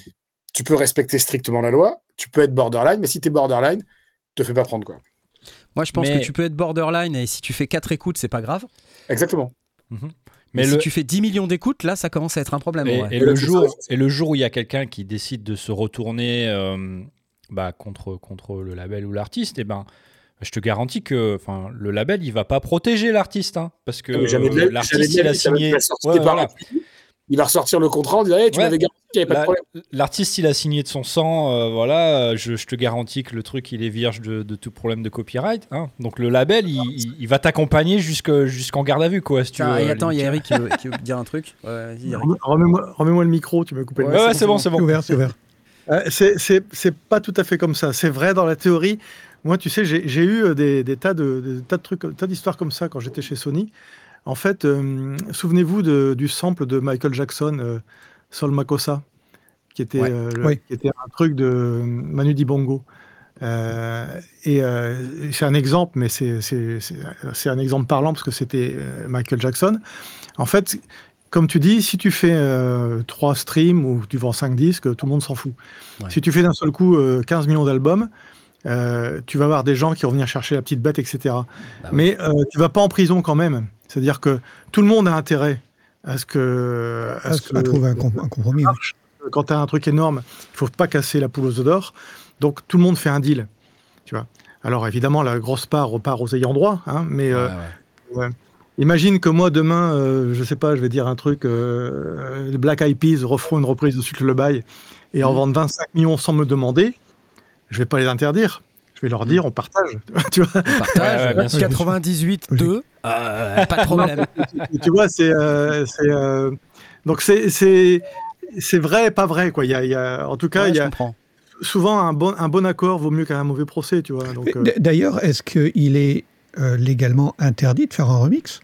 [SPEAKER 5] tu peux respecter strictement la loi, tu peux être borderline, mais si tu es borderline, te fais pas prendre, quoi.
[SPEAKER 1] Moi, je pense
[SPEAKER 4] mais...
[SPEAKER 1] que tu peux être borderline et si tu fais quatre écoutes, c'est pas grave.
[SPEAKER 5] Exactement.
[SPEAKER 1] Mm-hmm. Mais, mais le... si tu fais dix millions d'écoutes, là, ça commence à être un problème.
[SPEAKER 4] Et,
[SPEAKER 1] ouais.
[SPEAKER 4] et, le, jour, et le jour où il y a quelqu'un qui décide de se retourner euh, bah, contre, contre le label ou l'artiste, eh ben... je te garantis que le label, il va pas protéger l'artiste, hein, parce que euh, l'artiste, il a signé...
[SPEAKER 5] Ouais, voilà. Il va ressortir le contrat en disant hey, tu ouais. m'avais garanti qu'il n'y avait pas
[SPEAKER 4] La,
[SPEAKER 5] de problème.
[SPEAKER 4] L'artiste, il a signé de son sang, euh, voilà, je, je te garantis que le truc, il est vierge de, de tout problème de copyright. Hein. Donc le label, il, il, il va t'accompagner jusque, jusqu'en garde à vue, quoi. Si tu
[SPEAKER 1] ah,
[SPEAKER 4] veux,
[SPEAKER 1] et attends, il y a Eric qui veut, qui veut dire un truc. Ouais,
[SPEAKER 2] remets-moi, remets-moi le micro, tu m'as coupé
[SPEAKER 4] ouais,
[SPEAKER 2] le micro.
[SPEAKER 4] Ouais, c'est bon, c'est bon.
[SPEAKER 3] C'est ouvert, c'est ouvert.
[SPEAKER 2] Euh, c'est, c'est, c'est pas tout à fait comme ça. C'est vrai dans la théorie. Moi, tu sais, j'ai, j'ai eu des, des, tas de, des tas de trucs, des tas d'histoires comme ça quand j'étais chez Sony. En fait, euh, souvenez-vous de, du sample de Michael Jackson, euh, Sol Makossa, qui était,
[SPEAKER 1] ouais.
[SPEAKER 2] euh, le,
[SPEAKER 3] oui.
[SPEAKER 2] qui était un truc de Manu Dibango. Euh, et euh, c'est un exemple, mais c'est, c'est, c'est, c'est un exemple parlant parce que c'était Michael Jackson. En fait, comme tu dis, si tu fais euh, trois streams ou tu vends cinq disques, tout le monde s'en fout. Ouais. Si tu fais d'un seul coup euh, quinze millions d'albums, euh, tu vas avoir des gens qui vont venir chercher la petite bête, et cetera.
[SPEAKER 1] Bah oui.
[SPEAKER 2] Mais euh, tu vas pas en prison quand même. C'est-à-dire que tout le monde a intérêt à ce que...
[SPEAKER 3] À,
[SPEAKER 2] À ce que
[SPEAKER 3] à trouver un, com- un compromis. oui.
[SPEAKER 2] quand tu as un truc énorme, il faut pas casser la poule aux œufs d'or. Donc tout le monde fait un deal. Tu vois. Alors évidemment, la grosse part repart aux ayants droit, hein, mais euh,
[SPEAKER 1] Ouais, ouais.
[SPEAKER 2] ouais. Imagine que moi demain, euh, je sais pas, je vais dire un truc, euh, les Black Eyed Peas referont une reprise de Sucre le Bail et en
[SPEAKER 1] Mhm.
[SPEAKER 2] vendent vingt-cinq millions sans me demander, je vais pas les interdire. Je vais leur dire, on partage. tu vois,
[SPEAKER 1] On partage.
[SPEAKER 4] Ouais, ouais, bien sûr.
[SPEAKER 1] quatre-vingt-dix-huit deux. Euh, pas de problème.
[SPEAKER 2] tu vois, c'est, euh, c'est, euh, donc c'est, c'est, c'est vrai, et pas vrai, quoi. Il y a, il y a, en tout cas,
[SPEAKER 1] Ouais,
[SPEAKER 2] il y
[SPEAKER 1] je
[SPEAKER 2] a
[SPEAKER 1] comprends.
[SPEAKER 2] souvent un bon, un bon accord vaut mieux qu'un mauvais procès, tu vois. Donc, euh,
[SPEAKER 3] D- D'ailleurs, est-ce qu'il est euh, légalement interdit de faire un remix?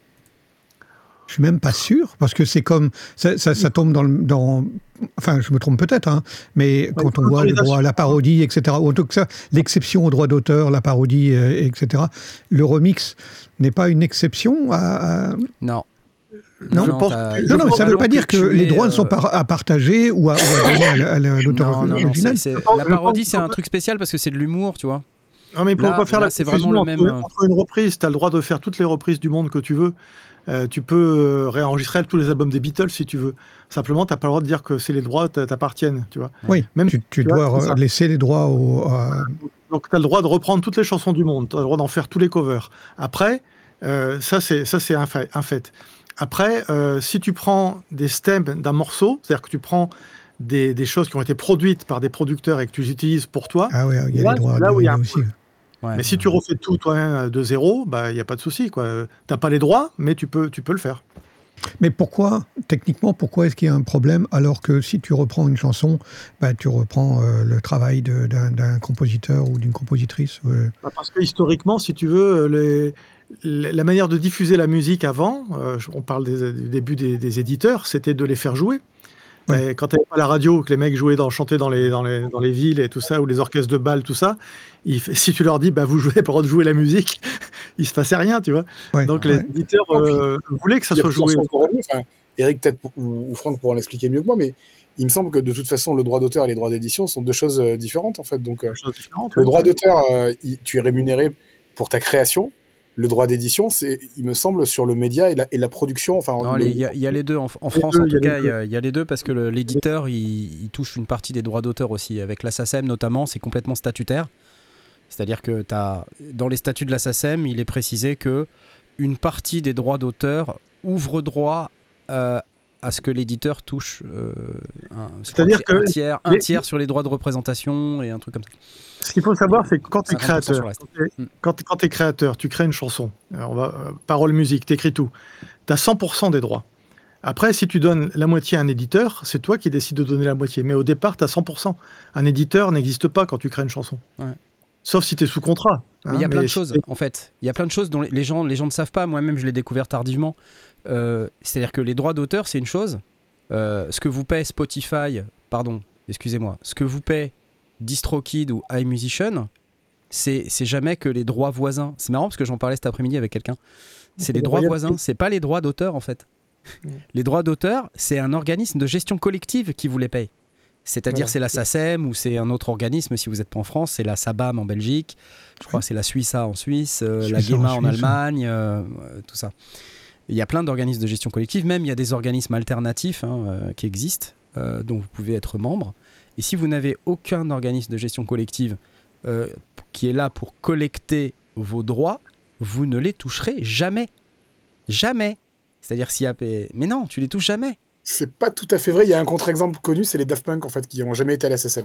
[SPEAKER 3] Je suis même pas sûr, parce que c'est comme... Ça, ça, ça tombe dans, le- dans... Enfin, je me trompe peut-être, hein, mais quand on voit le droit à la parodie, et cetera, ou en tout cas, l'exception au droit d'auteur, la parodie, euh, et cetera, le remix n'est pas une exception à... à-
[SPEAKER 1] Non.
[SPEAKER 3] Non,
[SPEAKER 2] je pense
[SPEAKER 1] t'as-
[SPEAKER 2] que-
[SPEAKER 3] Non, non, mais ça ne veut
[SPEAKER 1] Pendant
[SPEAKER 3] pas dire que
[SPEAKER 1] tu
[SPEAKER 3] les
[SPEAKER 1] es,
[SPEAKER 3] droits ne
[SPEAKER 1] euh,
[SPEAKER 3] sont pas à partager ou à, ou à donner à la- à la- l'auteur
[SPEAKER 1] Non, non, non,
[SPEAKER 3] original.
[SPEAKER 1] c'est- c'est-
[SPEAKER 2] Je pense-
[SPEAKER 1] la
[SPEAKER 2] je
[SPEAKER 1] parodie,
[SPEAKER 2] pense
[SPEAKER 1] c'est un
[SPEAKER 2] que-
[SPEAKER 1] truc spécial parce que c'est de l'humour, tu vois.
[SPEAKER 2] Non, mais pour
[SPEAKER 1] Là-
[SPEAKER 2] pas faire
[SPEAKER 1] là,
[SPEAKER 2] la
[SPEAKER 1] c'est
[SPEAKER 2] confusion
[SPEAKER 1] vraiment le
[SPEAKER 2] entre,
[SPEAKER 1] même, euh,
[SPEAKER 2] entre une reprise, tu as le droit de faire toutes les reprises du monde que tu veux. Euh, tu peux euh, réenregistrer tous les albums des Beatles si tu veux. Simplement, tu n'as pas le droit de dire que c'est les droits t'a- t'appartiennent, tu vois.
[SPEAKER 3] Oui,
[SPEAKER 2] Même-
[SPEAKER 3] tu, tu
[SPEAKER 2] tu vois,
[SPEAKER 3] dois
[SPEAKER 2] c'est ça.
[SPEAKER 3] laisser les droits au... à-
[SPEAKER 2] Donc, tu as le droit de reprendre toutes les chansons du monde. Tu as le droit d'en faire tous les covers. Après, euh, ça, c'est ça, c'est un fait. Un fait. Après, euh, si tu prends des stems d'un morceau, c'est-à-dire que tu prends des, des choses qui ont été produites par des producteurs et que tu les utilises pour toi,
[SPEAKER 3] Ah oui, il y a
[SPEAKER 2] Là,
[SPEAKER 3] les droits
[SPEAKER 2] c'est là où il y a un
[SPEAKER 3] aussi.
[SPEAKER 1] Ouais.
[SPEAKER 2] mais si tu refais tout toi-même de zéro, bah, il n'y a pas de souci, quoi. Tu n'as pas les droits, mais tu peux, tu peux le faire.
[SPEAKER 3] Mais pourquoi, techniquement, pourquoi est-ce qu'il y a un problème alors que si tu reprends une chanson, bah, tu reprends euh, le travail de- d'un d'un compositeur ou d'une compositrice ouais.
[SPEAKER 2] Bah, Parce que historiquement, si tu veux, les, les- la manière de diffuser la musique avant, euh, on parle des- du début des, des éditeurs, c'était de les faire jouer.
[SPEAKER 3] Oui.
[SPEAKER 2] Et quand tu n'avais pas la radio, que les mecs jouaient dans, chantaient dans les, dans, les, dans les villes et tout ça, ou les orchestres de bal, tout ça, il fait- si tu leur dis, bah, vous jouez pas le droit de jouer la musique, il se passait rien, tu vois.
[SPEAKER 3] Ouais,
[SPEAKER 2] Donc
[SPEAKER 3] ouais.
[SPEAKER 2] les éditeurs euh, voulaient que ça
[SPEAKER 5] Il y a
[SPEAKER 2] soit joué.
[SPEAKER 5] plusieurs choses encore mieux. Enfin, Eric peut-être ou, ou Franck pourront l'expliquer mieux que moi, mais il me semble que de toute façon, le droit d'auteur et les droits d'édition sont deux choses euh, différentes en fait. Donc, euh,
[SPEAKER 2] Chose différente,
[SPEAKER 5] le
[SPEAKER 2] ouais.
[SPEAKER 5] droit d'auteur, euh, il- tu es rémunéré pour ta création. Le droit d'édition, c'est, il me semble, sur le média et la, et la production. Enfin,
[SPEAKER 1] Non,
[SPEAKER 5] le-
[SPEAKER 1] les- il y, a- il y a les deux. En, en
[SPEAKER 2] Les
[SPEAKER 1] France,
[SPEAKER 2] deux,
[SPEAKER 1] en
[SPEAKER 2] il y a
[SPEAKER 1] tout
[SPEAKER 2] les
[SPEAKER 1] cas, il
[SPEAKER 2] deux.
[SPEAKER 1] y, a- il y a les deux parce que le- l'éditeur, il, il touche une partie des droits d'auteur aussi. Avec la SACEM notamment, c'est complètement statutaire. C'est-à-dire que t'as, dans les statuts de la SACEM, il est précisé que une partie des droits d'auteur ouvre droit euh, à ce que l'éditeur touche euh, un, je crois
[SPEAKER 2] C'est-à-dire
[SPEAKER 1] c'est un
[SPEAKER 2] que
[SPEAKER 1] tiers, un
[SPEAKER 2] les-
[SPEAKER 1] tiers sur les droits de représentation et un truc comme ça.
[SPEAKER 2] Ce qu'il faut savoir, c'est que quand tu es
[SPEAKER 1] cinquante pour cent sur
[SPEAKER 2] créateur,
[SPEAKER 1] le reste.
[SPEAKER 2] quand
[SPEAKER 1] Mm.
[SPEAKER 2] t'es- quand, quand tu es créateur, tu crées une chanson, Alors, on va, euh, parole, musique, tu écris tout, tu as cent pour cent des droits. Après, si tu donnes la moitié à un éditeur, c'est toi qui décides de donner la moitié. Mais au départ, tu as cent pour cent. Un éditeur n'existe pas quand tu crées une chanson.
[SPEAKER 1] Ouais.
[SPEAKER 2] Sauf si tu es sous contrat.
[SPEAKER 1] Mais il y a
[SPEAKER 2] hein,
[SPEAKER 1] plein de
[SPEAKER 2] mais
[SPEAKER 1] choses,
[SPEAKER 2] c'est-
[SPEAKER 1] en fait. Il y a plein de choses dont les gens, les gens ne savent pas. Moi-même, je l'ai découvert tardivement. Euh, c'est-à-dire que les droits d'auteur, c'est une chose. Euh, ce que vous paie Spotify, pardon, excusez-moi, ce que vous paie DistroKid ou iMusician, c'est, c'est jamais que les droits voisins. C'est marrant parce que j'en parlais cet après-midi avec quelqu'un. C'est
[SPEAKER 2] C'est
[SPEAKER 1] les
[SPEAKER 2] les
[SPEAKER 1] droits
[SPEAKER 2] royalties.
[SPEAKER 1] voisins, c'est pas les droits d'auteur, en fait.
[SPEAKER 2] Mm.
[SPEAKER 1] Les droits d'auteur, c'est un organisme de gestion collective qui vous les paye. C'est-à-dire
[SPEAKER 2] Voilà.
[SPEAKER 1] c'est la SACEM ou c'est un autre organisme, si vous n'êtes pas en France, c'est la SABAM en Belgique, je crois que c'est la Suissa en Suisse, euh, la
[SPEAKER 3] Suisse en
[SPEAKER 1] GEMA en,
[SPEAKER 3] Suisse,
[SPEAKER 1] Allemagne, euh, euh, tout ça. Il y a plein d'organismes de gestion collective, même il y a des organismes alternatifs hein, euh, qui existent, euh, dont vous pouvez être membre. Et si vous n'avez aucun organisme de gestion collective euh, qui est là pour collecter vos droits, vous ne les toucherez jamais. Jamais. C'est-à-dire s'il y a... Mais non, tu les touches jamais.
[SPEAKER 5] c'est pas tout à fait vrai. Il y a un contre-exemple connu, c'est les Daft Punk en fait, qui n'ont jamais été à la S S M.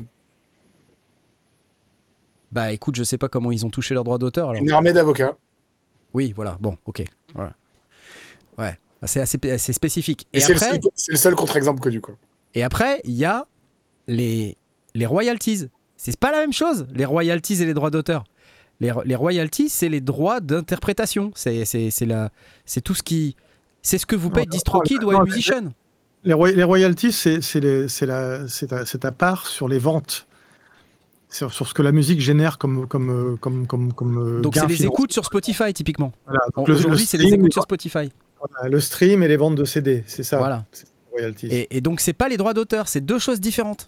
[SPEAKER 1] Bah écoute, je sais pas comment ils ont touché leurs droits d'auteur. Alors...
[SPEAKER 5] Une armée d'avocats.
[SPEAKER 1] Oui, voilà, bon, ok. Voilà. Ouais, c'est assez, assez spécifique.
[SPEAKER 5] Et,
[SPEAKER 1] Et
[SPEAKER 5] c'est,
[SPEAKER 1] après,
[SPEAKER 5] le seul, c'est le seul contre-exemple connu, quoi.
[SPEAKER 1] et après, il y a les, les royalties. C'est pas la même chose, les royalties et les droits d'auteur. Les, les royalties, c'est les droits d'interprétation. C'est, c'est, c'est, la, c'est tout ce qui... C'est ce que vous paye
[SPEAKER 2] Non,
[SPEAKER 1] DistroKid
[SPEAKER 2] non,
[SPEAKER 1] ou
[SPEAKER 2] non,
[SPEAKER 1] iMusician.
[SPEAKER 2] Les, roy- les royalties, c'est c'est les- c'est la- c'est ta, c'est ta part sur les ventes. Sur, sur ce que la musique génère comme, comme, euh, comme, comme, comme euh,
[SPEAKER 1] Donc
[SPEAKER 2] gain
[SPEAKER 1] c'est les
[SPEAKER 2] financier.
[SPEAKER 1] écoutes sur Spotify, typiquement.
[SPEAKER 2] Voilà. Donc, le-
[SPEAKER 1] Aujourd'hui,
[SPEAKER 2] le
[SPEAKER 1] c'est les
[SPEAKER 2] stream,
[SPEAKER 1] écoutes sur Spotify.
[SPEAKER 2] voilà, le stream et les ventes de C D, c'est ça.
[SPEAKER 1] Voilà.
[SPEAKER 2] C'est les royalties.
[SPEAKER 1] Et, et donc, c'est pas les droits d'auteur, c'est deux choses différentes.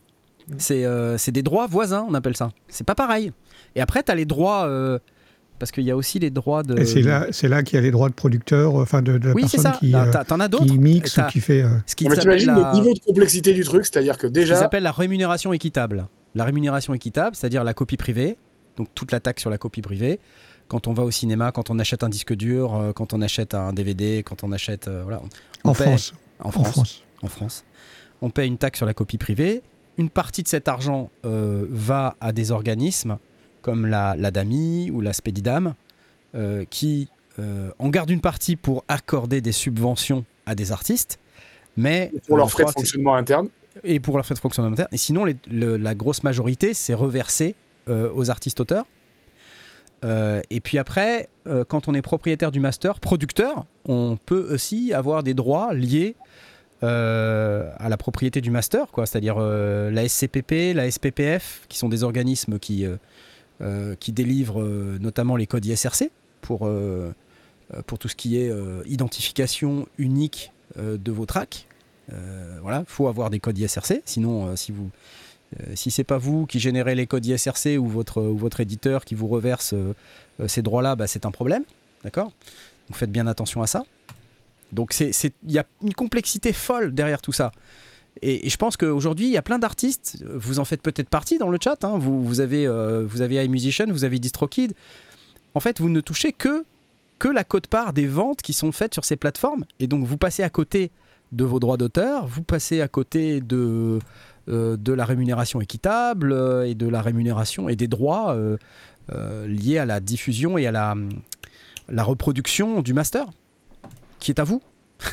[SPEAKER 1] C'est euh, c'est des droits voisins, on appelle ça. C'est pas pareil. Et après, tu as les droits... Euh, parce qu'il y a aussi les droits de...
[SPEAKER 3] Et c'est là, c'est là qu'il y a les droits de producteur, enfin de, de la
[SPEAKER 1] oui, c'est
[SPEAKER 3] personne
[SPEAKER 1] ça.
[SPEAKER 3] qui,
[SPEAKER 1] Là,
[SPEAKER 3] euh,
[SPEAKER 1] t'as- t'en as d'autres.
[SPEAKER 3] qui mixe ou
[SPEAKER 1] T'as-
[SPEAKER 3] qui fait... euh,
[SPEAKER 1] Ce qui
[SPEAKER 5] Non, mais
[SPEAKER 1] s'appelle
[SPEAKER 5] t'imagines
[SPEAKER 1] la...
[SPEAKER 5] le niveau de complexité du truc, c'est-à-dire que
[SPEAKER 1] ce qui
[SPEAKER 5] déjà,
[SPEAKER 1] s'appelle la rémunération équitable. La rémunération équitable, c'est-à-dire la copie privée, donc toute la taxe sur la copie privée. Quand on va au cinéma, quand on achète un disque dur, euh, quand on achète un D V D, quand on achète... euh, voilà, on
[SPEAKER 3] en,
[SPEAKER 1] paie-
[SPEAKER 3] France,
[SPEAKER 1] en
[SPEAKER 3] en
[SPEAKER 1] France.
[SPEAKER 3] France.
[SPEAKER 1] En France. On paie une taxe sur la copie privée. Une partie de cet argent euh, va à des organismes comme la, la D A M I ou la Spedidam euh, qui euh, en gardent une partie pour accorder des subventions à des artistes. Mais,
[SPEAKER 5] pour
[SPEAKER 1] euh,
[SPEAKER 5] leurs
[SPEAKER 1] je
[SPEAKER 5] frais de
[SPEAKER 1] crois que c'est-
[SPEAKER 5] fonctionnement interne,
[SPEAKER 1] et pour leurs frais de fonctionnement interne. Et sinon, les- le- la grosse majorité, c'est reversé euh, aux artistes-auteurs. Euh, et puis après, euh, quand on est propriétaire du master, producteur, on peut aussi avoir des droits liés euh, à la propriété du master, quoi. C'est-à-dire euh, la S C P P, la S P P F, qui sont des organismes qui, euh, euh, qui délivrent euh, notamment les codes I S R C pour, euh, euh, pour tout ce qui est euh, identification unique euh, de vos tracks. Euh, voilà, il faut avoir des codes I S R C, sinon euh, si vous euh, si c'est pas vous qui générez les codes I S R C ou votre, ou votre éditeur qui vous reverse euh, euh, ces droits-là, bah, c'est un problème, d'accord ? Donc faites bien attention à ça. Donc c'est, c'est, il y a une complexité folle derrière tout ça. Et, et je pense qu'aujourd'hui, il y a plein d'artistes, vous en faites peut-être partie dans le chat, hein, vous, vous avez, euh, vous avez iMusician, vous avez DistroKid. En fait, vous ne touchez que, que la quote-part des ventes qui sont faites sur ces plateformes. Et donc vous passez à côté de vos droits d'auteur, vous passez à côté de, euh, de la rémunération équitable euh, et de la rémunération et des droits euh, euh, liés à la diffusion et à la, la reproduction du master, qui est à vous.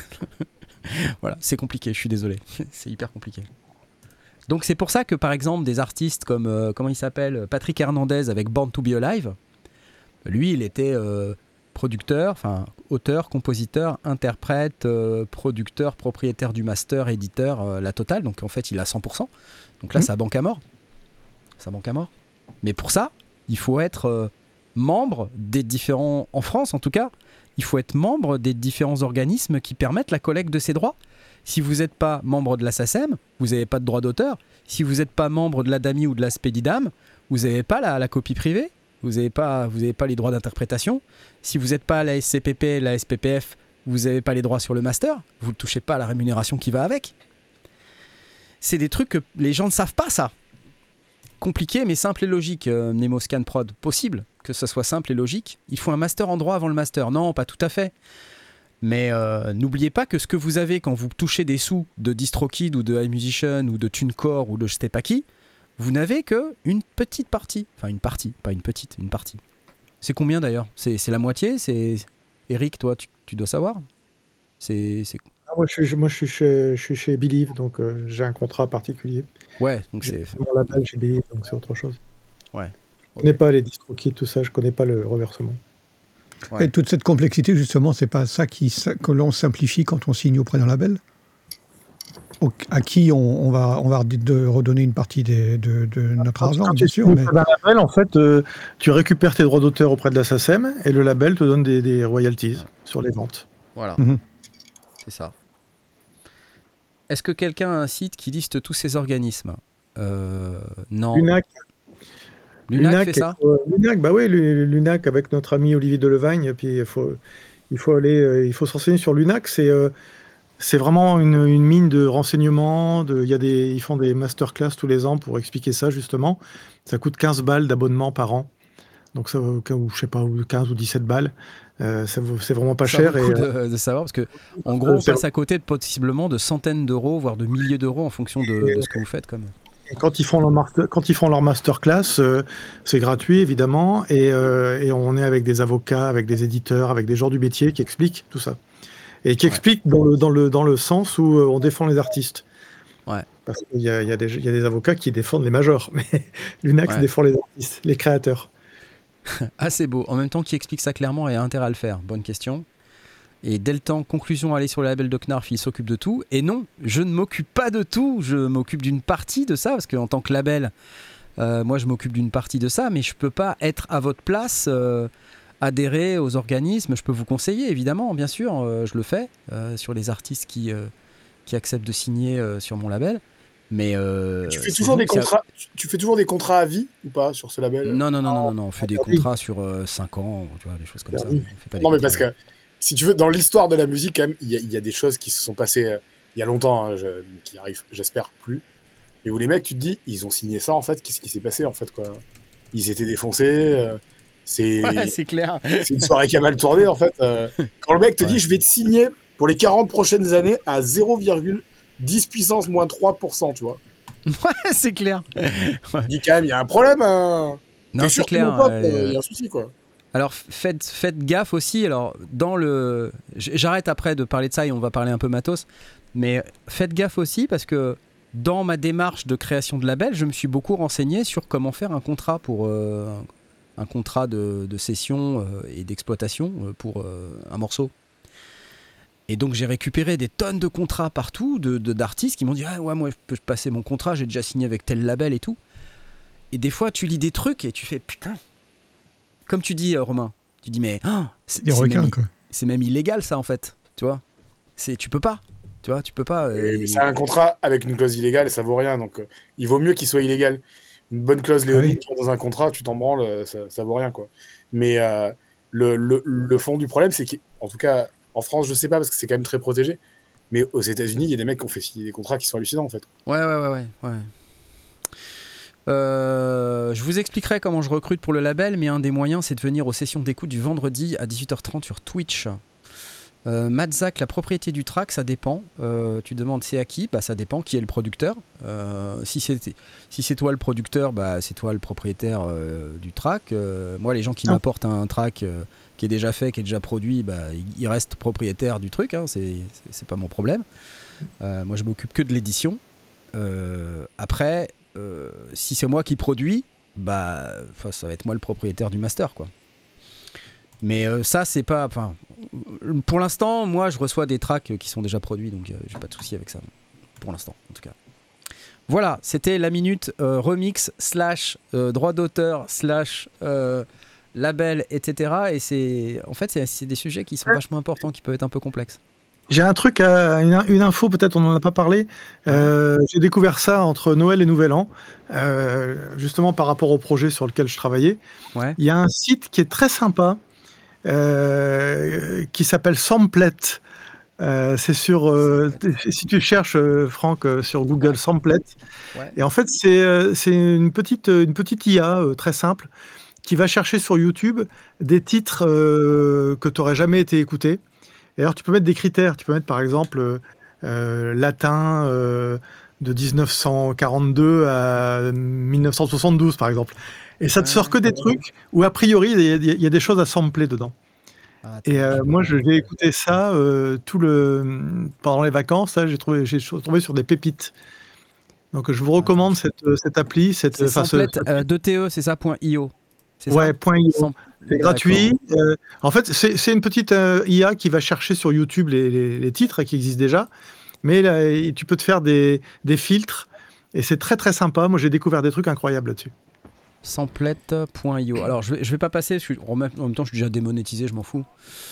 [SPEAKER 1] Voilà, c'est compliqué, je suis désolé, c'est hyper compliqué. Donc c'est pour ça que par exemple des artistes comme, euh, comment il s'appelle, Patrick Hernandez avec Born to Be Alive, lui il était... Euh, producteur, enfin auteur, compositeur, interprète, euh, producteur, propriétaire du master, éditeur, euh, la totale. Donc en fait, il a cent pour cent. Donc là,
[SPEAKER 3] Mmh.
[SPEAKER 1] ça banque à mort. Ça banque à mort. Mais pour ça, il faut être euh, membre des différents, en France en tout cas, il faut être membre des différents organismes qui permettent la collecte de ces droits. Si vous n'êtes pas membre de la SACEM, vous n'avez pas de droit d'auteur. Si vous n'êtes pas membre de la D A M I ou de la Spedidam, vous n'avez pas la, la copie privée. Vous n'avez pas, vous avez pas les droits d'interprétation. Si vous n'êtes pas à la S C P P, la S P P F, vous n'avez pas les droits sur le master. Vous ne touchez pas à la rémunération qui va avec. C'est des trucs que les gens ne savent pas, ça. Compliqué, mais simple et logique. Euh, Nemo Scan Prod, possible que ce soit simple et logique. Il faut un master en droit avant le master. Non, pas tout à fait. Mais euh, n'oubliez pas que ce que vous avez quand vous touchez des sous de DistroKid ou de iMusician ou de TuneCore ou de je sais pas qui, vous n'avez que une petite partie. Enfin, une partie, pas une petite, une partie. C'est combien d'ailleurs ? c'est, c'est la moitié ? C'est... Eric, toi, tu, tu dois savoir ? C'est, c'est...
[SPEAKER 2] Ah, moi, je suis, moi, je suis chez, je suis chez Believe, donc euh, j'ai un contrat particulier.
[SPEAKER 1] Ouais, donc
[SPEAKER 2] J'ai
[SPEAKER 1] c'est...
[SPEAKER 2] mon label chez Believe, donc c'est autre chose.
[SPEAKER 1] Ouais.
[SPEAKER 2] Je connais pas les DistroKid, tout ça, je connais pas le reversement.
[SPEAKER 1] Ouais.
[SPEAKER 3] Et toute cette complexité, justement, c'est pas ça qui, que l'on simplifie quand on signe auprès d'un label ? Au- à qui on, on va, on va de redonner une partie des- de, de notre argent,
[SPEAKER 2] Quand
[SPEAKER 3] bien
[SPEAKER 2] tu
[SPEAKER 3] sûr,
[SPEAKER 2] signes
[SPEAKER 3] mais
[SPEAKER 2] auprès d'un label, en fait, euh, tu récupères tes droits d'auteur auprès de la SACEM et le label te donne des, des royalties sur les ventes.
[SPEAKER 1] Voilà,
[SPEAKER 3] Mhm.
[SPEAKER 1] c'est ça. Est-ce que quelqu'un a un site qui liste tous ces organismes ? euh, Non.
[SPEAKER 2] L'UNAC,
[SPEAKER 1] L'UNAC fait ça ?
[SPEAKER 2] euh, L'UNAC, bah oui, l'UNAC avec notre ami Olivier Delevagne, puis il faut, il faut aller, euh, il faut se renseigner sur l'UNAC. C'est, euh, c'est vraiment une, une mine de renseignements. De, il y a des, ils font des masterclass tous les ans pour expliquer ça justement. Ça coûte quinze balles d'abonnement par an, donc ça, vaut- ou je sais pas, ou quinze ou dix-sept balles. Euh, ça vaut- c'est vraiment pas
[SPEAKER 1] Ça
[SPEAKER 2] cher.
[SPEAKER 1] vaut le coup
[SPEAKER 2] Et, euh,
[SPEAKER 1] de, de savoir, parce que en gros, on
[SPEAKER 2] c'est-
[SPEAKER 1] passe à côté de possiblement de centaines d'euros, voire de milliers d'euros en fonction de, de ce que vous faites. Comme...
[SPEAKER 2] Et quand ils font leur, master- quand ils font leur masterclass, euh, c'est gratuit évidemment, et, euh, et on est avec des avocats, avec des éditeurs, avec des gens du métier qui expliquent tout ça. Et qui
[SPEAKER 1] Ouais.
[SPEAKER 2] expliquent dans le, dans, le, dans le sens où euh, on défend les artistes.
[SPEAKER 1] Ouais.
[SPEAKER 2] Parce qu'il y a, il y, a des- il y a des avocats qui défendent les majors, mais l'UNAC
[SPEAKER 1] Ouais.
[SPEAKER 2] défend les artistes, les créateurs.
[SPEAKER 1] Ah, c'est beau. En même temps, qui explique ça clairement et a intérêt à le faire. Bonne question. Et dès le temps, conclusion, aller sur le label de Knarf, il s'occupe de tout. Et non, je ne m'occupe pas de tout. Je m'occupe d'une partie de ça, parce qu'en tant que label, euh, moi, je m'occupe d'une partie de ça, mais je ne peux pas être à votre place, euh, adhérer aux organismes. Je peux vous conseiller, évidemment, bien sûr, euh, je le fais, euh, sur les artistes qui, euh, qui acceptent de signer euh, sur mon label. Mais euh,
[SPEAKER 5] Tu fais toujours des
[SPEAKER 1] ça...
[SPEAKER 5] contrats. Tu fais toujours des contrats à vie ou pas sur ce label?
[SPEAKER 1] Non, non, non, non, non, non, on fait des contrats sur euh, cinq ans, tu vois, des choses comme ça.
[SPEAKER 2] Oui.
[SPEAKER 1] On fait pas des
[SPEAKER 5] non, mais
[SPEAKER 1] contrats.
[SPEAKER 5] parce que si tu veux, dans l'histoire de la musique, quand même, il y, y a des choses qui se sont passées euh, il y a longtemps, hein, je, qui arrivent, j'espère plus. Et où les mecs, tu te dis, ils ont signé ça en fait. Qu'est-ce qui s'est passé en fait, quoi? Ils étaient défoncés. Euh, c'est
[SPEAKER 1] Ouais, c'est clair.
[SPEAKER 5] c'est une soirée qui a mal tourné en fait. Euh, quand le mec te
[SPEAKER 1] Ouais.
[SPEAKER 5] dit, je vais te signer pour les quarante prochaines années à zéro virgule dix puissance moins trois pour cent, tu vois.
[SPEAKER 1] Ouais, c'est clair.
[SPEAKER 5] Il dit quand même, il y a un problème. Hein.
[SPEAKER 1] Non,
[SPEAKER 5] T'es
[SPEAKER 1] c'est
[SPEAKER 5] sûr que
[SPEAKER 1] clair.
[SPEAKER 5] mon pote,
[SPEAKER 1] euh,
[SPEAKER 5] euh, il y a un souci, quoi.
[SPEAKER 1] Alors faites, faites gaffe aussi. Alors dans le, j'arrête après de parler de ça et on va parler un peu matos. Mais faites gaffe aussi parce que dans ma démarche de création de label, je me suis beaucoup renseigné sur comment faire un contrat pour euh, un contrat de, de cession euh, et d'exploitation euh, pour euh, un morceau. Et donc j'ai récupéré des tonnes de contrats partout de, de, d'artistes qui m'ont dit ah ouais moi je peux passer mon contrat, j'ai déjà signé avec tel label et tout. Et des fois tu lis des trucs et tu fais putain. Comme tu dis, euh, Romain, tu dis, mais oh, c'est,
[SPEAKER 3] Des
[SPEAKER 1] c'est
[SPEAKER 3] requins,
[SPEAKER 1] même,
[SPEAKER 3] quoi.
[SPEAKER 1] c'est même illégal, ça, en fait. Tu vois, c'est, tu peux pas. Tu vois, tu peux pas. Euh,
[SPEAKER 5] Et, mais c'est un contrat avec une clause illégale et ça vaut rien. Donc, euh, il vaut mieux qu'il soit illégal. Une bonne clause léonique
[SPEAKER 3] Ah oui.
[SPEAKER 5] dans un contrat, tu t'en branles, ça, ça vaut rien, quoi. Mais euh, le, le, le fond du problème, c'est qu'en tout cas, en France, je sais pas parce que c'est quand même très protégé. Mais aux États-Unis, il y a des mecs qui ont fait signer des contrats qui sont hallucinants, en fait.
[SPEAKER 1] Ouais, ouais, ouais, ouais. ouais. Euh, je vous expliquerai comment je recrute pour le label, mais un des moyens, c'est de venir aux sessions d'écoute du vendredi à dix-huit heures trente sur Twitch. Euh, Madzak, la propriété du track, ça dépend. Euh, tu demandes c'est à qui? Bah, ça dépend qui est le producteur. Euh, si, c'est, si c'est toi le producteur, bah, c'est toi le propriétaire euh, du track. Euh, moi, les gens qui
[SPEAKER 2] Ah.
[SPEAKER 1] m'apportent un track euh, qui est déjà fait, qui est déjà produit, bah, ils, ils restent propriétaires du truc. Hein, c'est, c'est, c'est pas mon problème. Euh, moi, je m'occupe que de l'édition. Euh, après, euh, si c'est moi qui produis, bah, ça va être moi le propriétaire du master, quoi. Mais euh, ça, c'est pas. Enfin, pour l'instant, moi, je reçois des tracks qui sont déjà produits, donc euh, j'ai pas de souci avec ça. Pour l'instant, en tout cas. Voilà, c'était la minute euh, remix slash euh, droit d'auteur slash euh, label, et cetera. Et c'est, en fait, c'est, c'est des sujets qui sont vachement importants, qui peuvent être un peu complexes.
[SPEAKER 2] J'ai un truc, à, une, une info, peut-être on n'en a pas parlé. Euh, j'ai découvert ça entre Noël et Nouvel An, euh, justement par rapport au projet sur lequel je travaillais.
[SPEAKER 1] Ouais.
[SPEAKER 2] Il y a un site qui est très sympa, euh, qui s'appelle Samplet. Euh, c'est sur, euh, si tu cherches, euh, Franck, euh, sur Google, Samplet.
[SPEAKER 1] Ouais.
[SPEAKER 2] Et en fait, c'est, euh, c'est une petite, une petite I A euh, très simple qui va chercher sur YouTube des titres euh, que tu n'aurais jamais été écoutés. Et alors, tu peux mettre des critères. Tu peux mettre, par exemple, euh, latin euh, de dix-neuf cent quarante-deux à dix-neuf cent soixante-douze, par exemple. Et ça te sort que des trucs où, a priori, il y, a- il y a des choses à sampler dedans.
[SPEAKER 1] Ah, attends,
[SPEAKER 2] Et euh,
[SPEAKER 1] je
[SPEAKER 2] moi,
[SPEAKER 1] vois.
[SPEAKER 2] je- j'ai écouté ça euh, tout le, pendant les vacances. Là, j'ai trouvé, j'ai tombé sur des pépites. Donc, je vous recommande
[SPEAKER 1] Attends,
[SPEAKER 2] cette, cette appli. Cette,
[SPEAKER 1] C'est
[SPEAKER 2] enfin, ce-
[SPEAKER 1] Samplet euh, deux T E, c'est ça, point .io. C'est
[SPEAKER 2] ouais,
[SPEAKER 1] ça
[SPEAKER 2] point io.
[SPEAKER 1] Sam-
[SPEAKER 2] C'est gratuit. Euh, en fait, c'est c'est une petite euh, I A qui va chercher sur YouTube les, les- les titres qui existent déjà. Mais là, et tu peux te faire des, des filtres. Et c'est très, très sympa. Moi, j'ai découvert des trucs incroyables là-dessus.
[SPEAKER 1] Samplet point io. Alors, je vais, je vais pas passer, parce que en même, en même temps, je suis déjà démonétisé, je m'en fous.